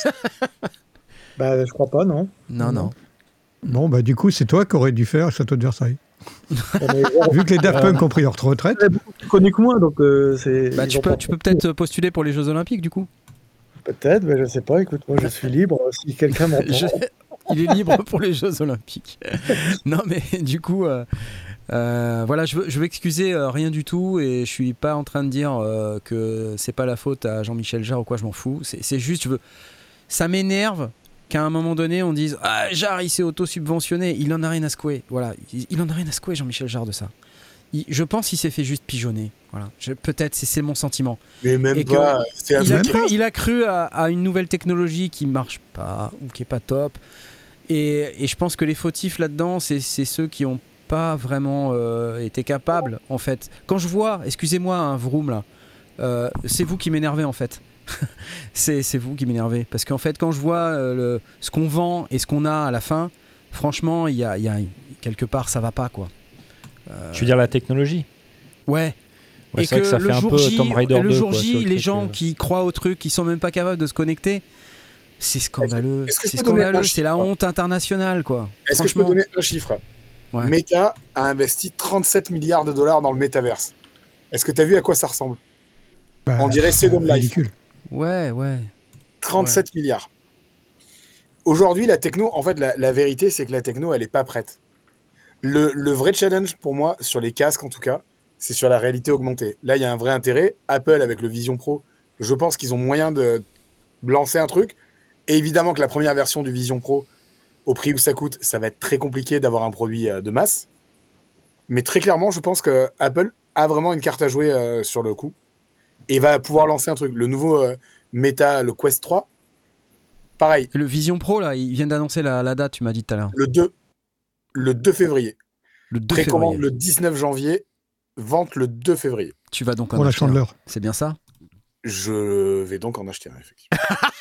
[SPEAKER 2] Bah, je crois pas, non.
[SPEAKER 1] Non, non.
[SPEAKER 3] Bon, bah du coup, c'est toi qui aurais dû faire Château de Versailles.
[SPEAKER 2] Mais,
[SPEAKER 3] Vu que les Daft Punk ont pris leur retraite.
[SPEAKER 2] Elle est beaucoup plus connue que moi, donc euh, c'est.
[SPEAKER 1] Bah,
[SPEAKER 2] ils
[SPEAKER 1] tu
[SPEAKER 2] ont
[SPEAKER 1] peux,
[SPEAKER 2] pas-
[SPEAKER 1] tu peux peut-être postuler pour les Jeux Olympiques du coup.
[SPEAKER 2] Peut-être, mais je sais pas. Écoute, moi, je suis libre. Si quelqu'un m'entend.
[SPEAKER 1] Je- Il est libre pour les Jeux Olympiques. Non, mais du coup, euh, euh, voilà, je veux, je veux excuser euh, rien du tout et je suis pas en train de dire euh, que c'est pas la faute à Jean-Michel Jarre ou quoi, je m'en fous. C'est c'est juste, je veux, ça m'énerve qu'à un moment donné on dise ah Jarre il s'est auto-subventionné, il en a rien à secouer. Voilà, il, il en a rien à secouer Jean-Michel Jarre de ça. Il- je pense qu'il s'est fait juste pigeonner. Voilà, Je- peut-être c'est c'est mon sentiment.
[SPEAKER 5] Mais même
[SPEAKER 1] Et que
[SPEAKER 5] pas. C'est un
[SPEAKER 1] il, a
[SPEAKER 5] truc.
[SPEAKER 1] cru, il a cru à, à une nouvelle technologie qui marche pas ou qui est pas top. Et, et je pense que les fautifs là-dedans, c'est c'est ceux qui ont pas vraiment euh, été capables, en fait. Quand je vois, excusez-moi, un Vroom là, euh, c'est vous qui m'énervez en fait. c'est c'est vous qui m'énervez. Parce qu'en fait, quand je vois euh, le, ce qu'on vend et ce qu'on a à la fin, franchement, il y a, il y a quelque part, ça va pas quoi. Euh,
[SPEAKER 4] Tu veux dire la technologie?
[SPEAKER 1] Ouais.
[SPEAKER 4] Ouais,
[SPEAKER 1] Et
[SPEAKER 4] c'est vrai que ça
[SPEAKER 1] le
[SPEAKER 4] fait un
[SPEAKER 1] jour
[SPEAKER 4] peu
[SPEAKER 1] J,
[SPEAKER 4] Tomb Raider
[SPEAKER 1] le
[SPEAKER 4] deux,
[SPEAKER 1] jour
[SPEAKER 4] quoi,
[SPEAKER 1] J,
[SPEAKER 4] sur le
[SPEAKER 1] les
[SPEAKER 4] truc,
[SPEAKER 1] gens
[SPEAKER 4] euh.
[SPEAKER 1] qui croient au truc, qui sont même pas capables de se connecter, c'est scandaleux.
[SPEAKER 5] Est-ce que je
[SPEAKER 1] C'est
[SPEAKER 5] peux donner
[SPEAKER 1] scandaleux.
[SPEAKER 5] un
[SPEAKER 1] C'est la
[SPEAKER 5] chiffre
[SPEAKER 1] honte internationale, quoi.
[SPEAKER 5] Est-ce que je peux
[SPEAKER 1] Franchement.
[SPEAKER 5] donner un chiffre?
[SPEAKER 1] Ouais.
[SPEAKER 5] Meta a investi trente-sept milliards de dollars dans le métaverse. Est-ce que tu as vu à quoi ça ressemble?
[SPEAKER 3] Bah,
[SPEAKER 5] On dirait Second Life.
[SPEAKER 3] ridicule.
[SPEAKER 1] Ouais, ouais.
[SPEAKER 5] trente-sept milliards. Aujourd'hui, la techno, en fait, la, la vérité, c'est que la techno, elle n'est pas prête. Le, le vrai challenge pour moi, sur les casques en tout cas, c'est sur la réalité augmentée. Là, il y a un vrai intérêt. Apple, avec le Vision Pro, je pense qu'ils ont moyen de lancer un truc. Et évidemment que la première version du Vision Pro, au prix où ça coûte, ça va être très compliqué d'avoir un produit euh, de masse. Mais très clairement, je pense que Apple a vraiment une carte à jouer euh, sur le coup et va pouvoir lancer un truc. Le nouveau euh, Meta, le Quest trois, pareil.
[SPEAKER 1] Le Vision Pro, là, ils viennent d'annoncer la, la date, tu m'as dit tout à l'heure.
[SPEAKER 5] Le deux, le deux février.
[SPEAKER 1] Le deux
[SPEAKER 5] Précommande
[SPEAKER 1] février.
[SPEAKER 5] le dix-neuf janvier, vente le deux février.
[SPEAKER 1] Tu vas donc en
[SPEAKER 3] Pour la
[SPEAKER 1] acheter un.
[SPEAKER 3] chandeleur.
[SPEAKER 1] C'est bien ça?
[SPEAKER 5] Je vais donc en acheter un, effectivement.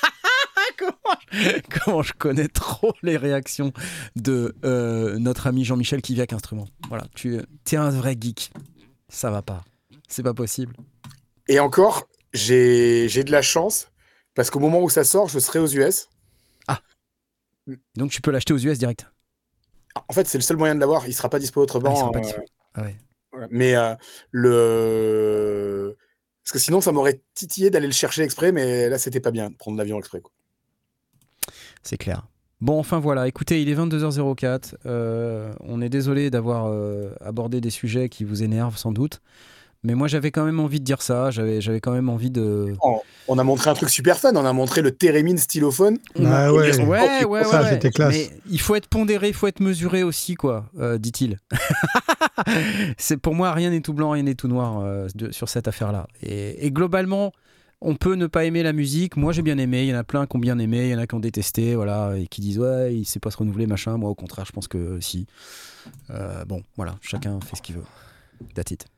[SPEAKER 1] Comment je connais trop les réactions de euh, notre ami Jean-Michel qui vit avec instrument. Voilà, tu es un vrai geek. Ça va pas. C'est pas possible.
[SPEAKER 5] Et encore, j'ai j'ai de la chance, parce qu'au moment où ça sort, je serai aux U S.
[SPEAKER 1] Donc tu peux l'acheter aux U S direct.
[SPEAKER 5] En fait, c'est le seul moyen de l'avoir. Il sera pas dispo autrement.
[SPEAKER 1] Ah, il sera pas
[SPEAKER 5] euh,
[SPEAKER 1] dispo. Ah ouais.
[SPEAKER 5] voilà. Mais euh, le... Parce que sinon, ça m'aurait titillé d'aller le chercher exprès, mais là, c'était pas bien de prendre l'avion exprès, quoi.
[SPEAKER 1] C'est clair. Bon, enfin voilà, écoutez, il est vingt-deux heures zéro quatre. Euh, on est désolé d'avoir euh, abordé des sujets qui vous énervent sans doute. Mais moi, j'avais quand même envie de dire ça. J'avais, j'avais quand même envie de.
[SPEAKER 5] Oh, on a montré un truc super fun. On a montré le Térémine stylophone.
[SPEAKER 3] Ah ouais.
[SPEAKER 1] Ouais, ouais,
[SPEAKER 3] Ça,
[SPEAKER 1] ouais.
[SPEAKER 3] c'était classe.
[SPEAKER 1] Mais il faut être pondéré, il faut être mesuré aussi, quoi, euh, dit-il. C'est pour moi, rien n'est tout blanc, rien n'est tout noir euh, de- sur cette affaire-là. Et, et globalement, on peut ne pas aimer la musique. Moi, j'ai bien aimé. Il y en a plein qui ont bien aimé. Il y en a qui ont détesté, voilà, et qui disent ouais, il sait pas se renouveler, machin. Moi, au contraire, je pense que si. Euh, bon, voilà, chacun fait ce qu'il veut. That's it.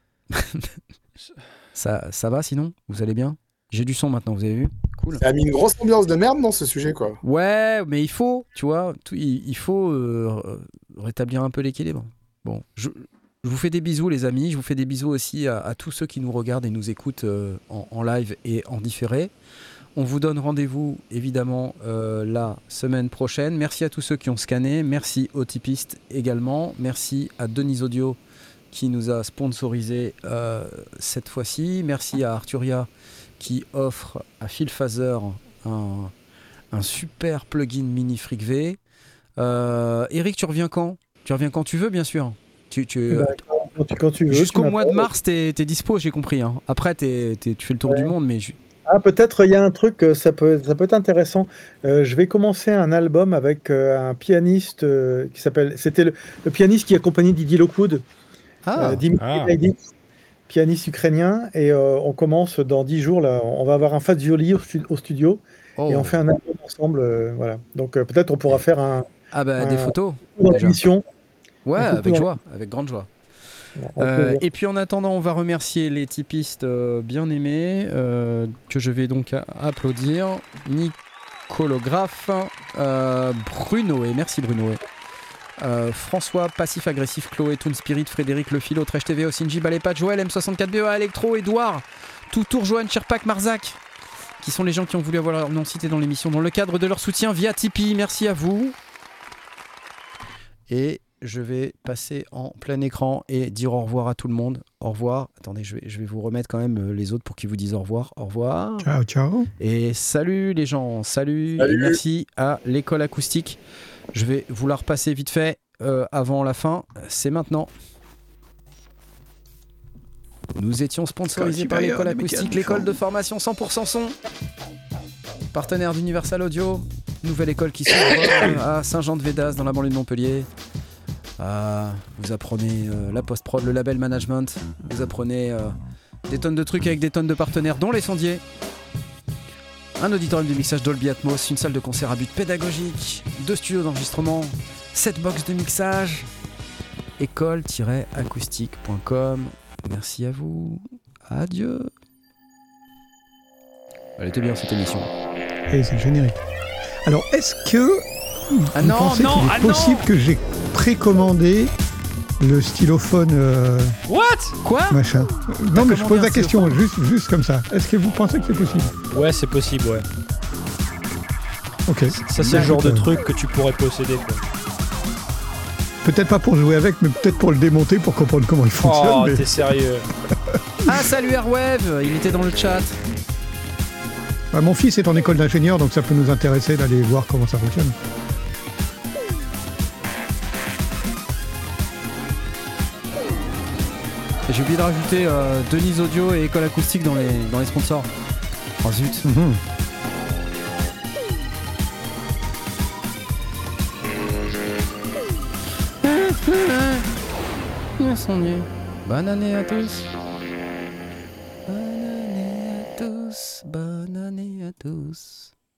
[SPEAKER 1] ça, ça va sinon? Vous allez bien? J'ai du son maintenant, vous avez vu? Cool.
[SPEAKER 5] Ça a mis une grosse ambiance de merde dans ce sujet, quoi.
[SPEAKER 1] Ouais, mais il faut, tu vois, tout- il, il faut euh, rétablir un peu l'équilibre. Bon, je, je vous fais des bisous, les amis. Je vous fais des bisous aussi à, à tous ceux qui nous regardent et nous écoutent euh, en, en live et en différé. On vous donne rendez-vous, évidemment, euh, la semaine prochaine. Merci à tous ceux qui ont scanné. Merci aux typistes également. Merci à Denis Audio qui nous a sponsorisé euh, cette fois-ci. Merci à Arturia qui offre à Phil Fazer un, un super plugin mini FreakV. Euh, Eric, tu reviens quand? Tu reviens quand tu veux, bien sûr. Tu, tu,
[SPEAKER 2] Bah, quand, tu, quand tu veux.
[SPEAKER 1] jusqu'au
[SPEAKER 2] tu
[SPEAKER 1] mois de
[SPEAKER 2] m'appelles.
[SPEAKER 1] mars, t'es es dispo, j'ai compris. Hein. Après, t'es- t'es- tu fais le tour
[SPEAKER 2] Ouais.
[SPEAKER 1] du monde, mais je-
[SPEAKER 2] Ah, peut-être il y a un truc, euh, ça peut, ça peut être intéressant. Euh, je vais commencer un album avec euh, un pianiste euh, qui s'appelle. C'était le, le pianiste qui accompagnait Didier Lockwood,
[SPEAKER 1] Ah,
[SPEAKER 2] euh, Dimitri
[SPEAKER 4] ah.
[SPEAKER 2] Gaidit, pianiste ukrainien. Et euh, on commence dans dix jours. Là, on va avoir un Fat Violi au, stu- au studio
[SPEAKER 1] oh.
[SPEAKER 2] et on fait un album ensemble. euh, voilà. Donc euh, peut-être on pourra faire un
[SPEAKER 1] Ah bah, des
[SPEAKER 2] un-
[SPEAKER 1] photos
[SPEAKER 2] dans
[SPEAKER 1] déjà.
[SPEAKER 2] l'émission.
[SPEAKER 1] Ouais,
[SPEAKER 2] un coucou
[SPEAKER 1] avec
[SPEAKER 2] dans-
[SPEAKER 1] joie, avec grande joie. Euh, et puis en attendant, on va remercier les typistes euh, bien aimés euh, que je vais donc a- applaudir. Nicolographe, euh, Brunoé, merci Brunoé. Euh, François, Passif Agressif, Chloé, Toon Spirit, Frédéric, Le Philo, Trèche T V, Osinji, Balépat, Joël, M soixante-quatre B E A, Electro, Edouard, Toutour, Johan, Chirpac, Marzac, qui sont les gens qui ont voulu avoir leur nom cité dans l'émission dans le cadre de leur soutien via Tipeee. Merci à vous. Et je vais passer en plein écran et dire au revoir à tout le monde. Au revoir. Attendez, je vais, je vais vous remettre quand même les autres pour qu'ils vous disent au revoir. Au revoir.
[SPEAKER 3] Ciao, ciao.
[SPEAKER 1] Et salut les gens. Salut.
[SPEAKER 5] Salut.
[SPEAKER 1] Et merci à l'école acoustique. Je vais vous la repasser vite fait euh, avant la fin. C'est maintenant. Nous étions sponsorisés par l'école acoustique, l'école de formation cent pour cent son. Partenaire d'Universal Audio. Nouvelle école qui s'ouvre à Saint-Jean-de-Védas dans la banlieue de Montpellier. Ah, vous apprenez euh, la post-prod, le label management. Vous apprenez euh, des tonnes de trucs avec des tonnes de partenaires, dont les sondiers. Un auditorium de mixage Dolby Atmos, une salle de concert à but pédagogique, deux studios d'enregistrement, sept box de mixage. école tiret acoustique point com. Merci à vous. Adieu. Elle était bien cette émission.
[SPEAKER 3] Et c'est le générique. Alors, est-ce que
[SPEAKER 1] Ah
[SPEAKER 3] vous
[SPEAKER 1] non,
[SPEAKER 3] pensez
[SPEAKER 1] non,
[SPEAKER 3] qu'il est
[SPEAKER 1] ah non
[SPEAKER 3] possible que j'ai précommandé le stylophone euh,
[SPEAKER 4] What?
[SPEAKER 1] Quoi?
[SPEAKER 3] machin? Non, mais je
[SPEAKER 1] commandé
[SPEAKER 3] pose
[SPEAKER 1] un
[SPEAKER 3] la question, juste, juste comme ça. Est-ce que vous pensez que c'est possible?
[SPEAKER 4] Ouais, c'est possible, ouais.
[SPEAKER 3] Ok.
[SPEAKER 4] Ça, c'est le genre de truc que tu pourrais posséder, quoi.
[SPEAKER 3] Peut-être pas pour jouer avec, mais peut-être pour le démonter, pour comprendre comment il fonctionne.
[SPEAKER 4] Oh,
[SPEAKER 3] mais-
[SPEAKER 4] t'es sérieux?
[SPEAKER 1] Ah, salut Airwave, il était dans le chat.
[SPEAKER 3] Bah, mon fils est en école d'ingénieur, donc ça peut nous intéresser d'aller voir comment ça fonctionne.
[SPEAKER 1] Et J'ai oublié de rajouter euh, Denise Audio et École Acoustique dans les, dans les sponsors. Oh zut.
[SPEAKER 3] Mhm.
[SPEAKER 1] Bonne année à tous. Bonne année à tous. Bonne année à tous.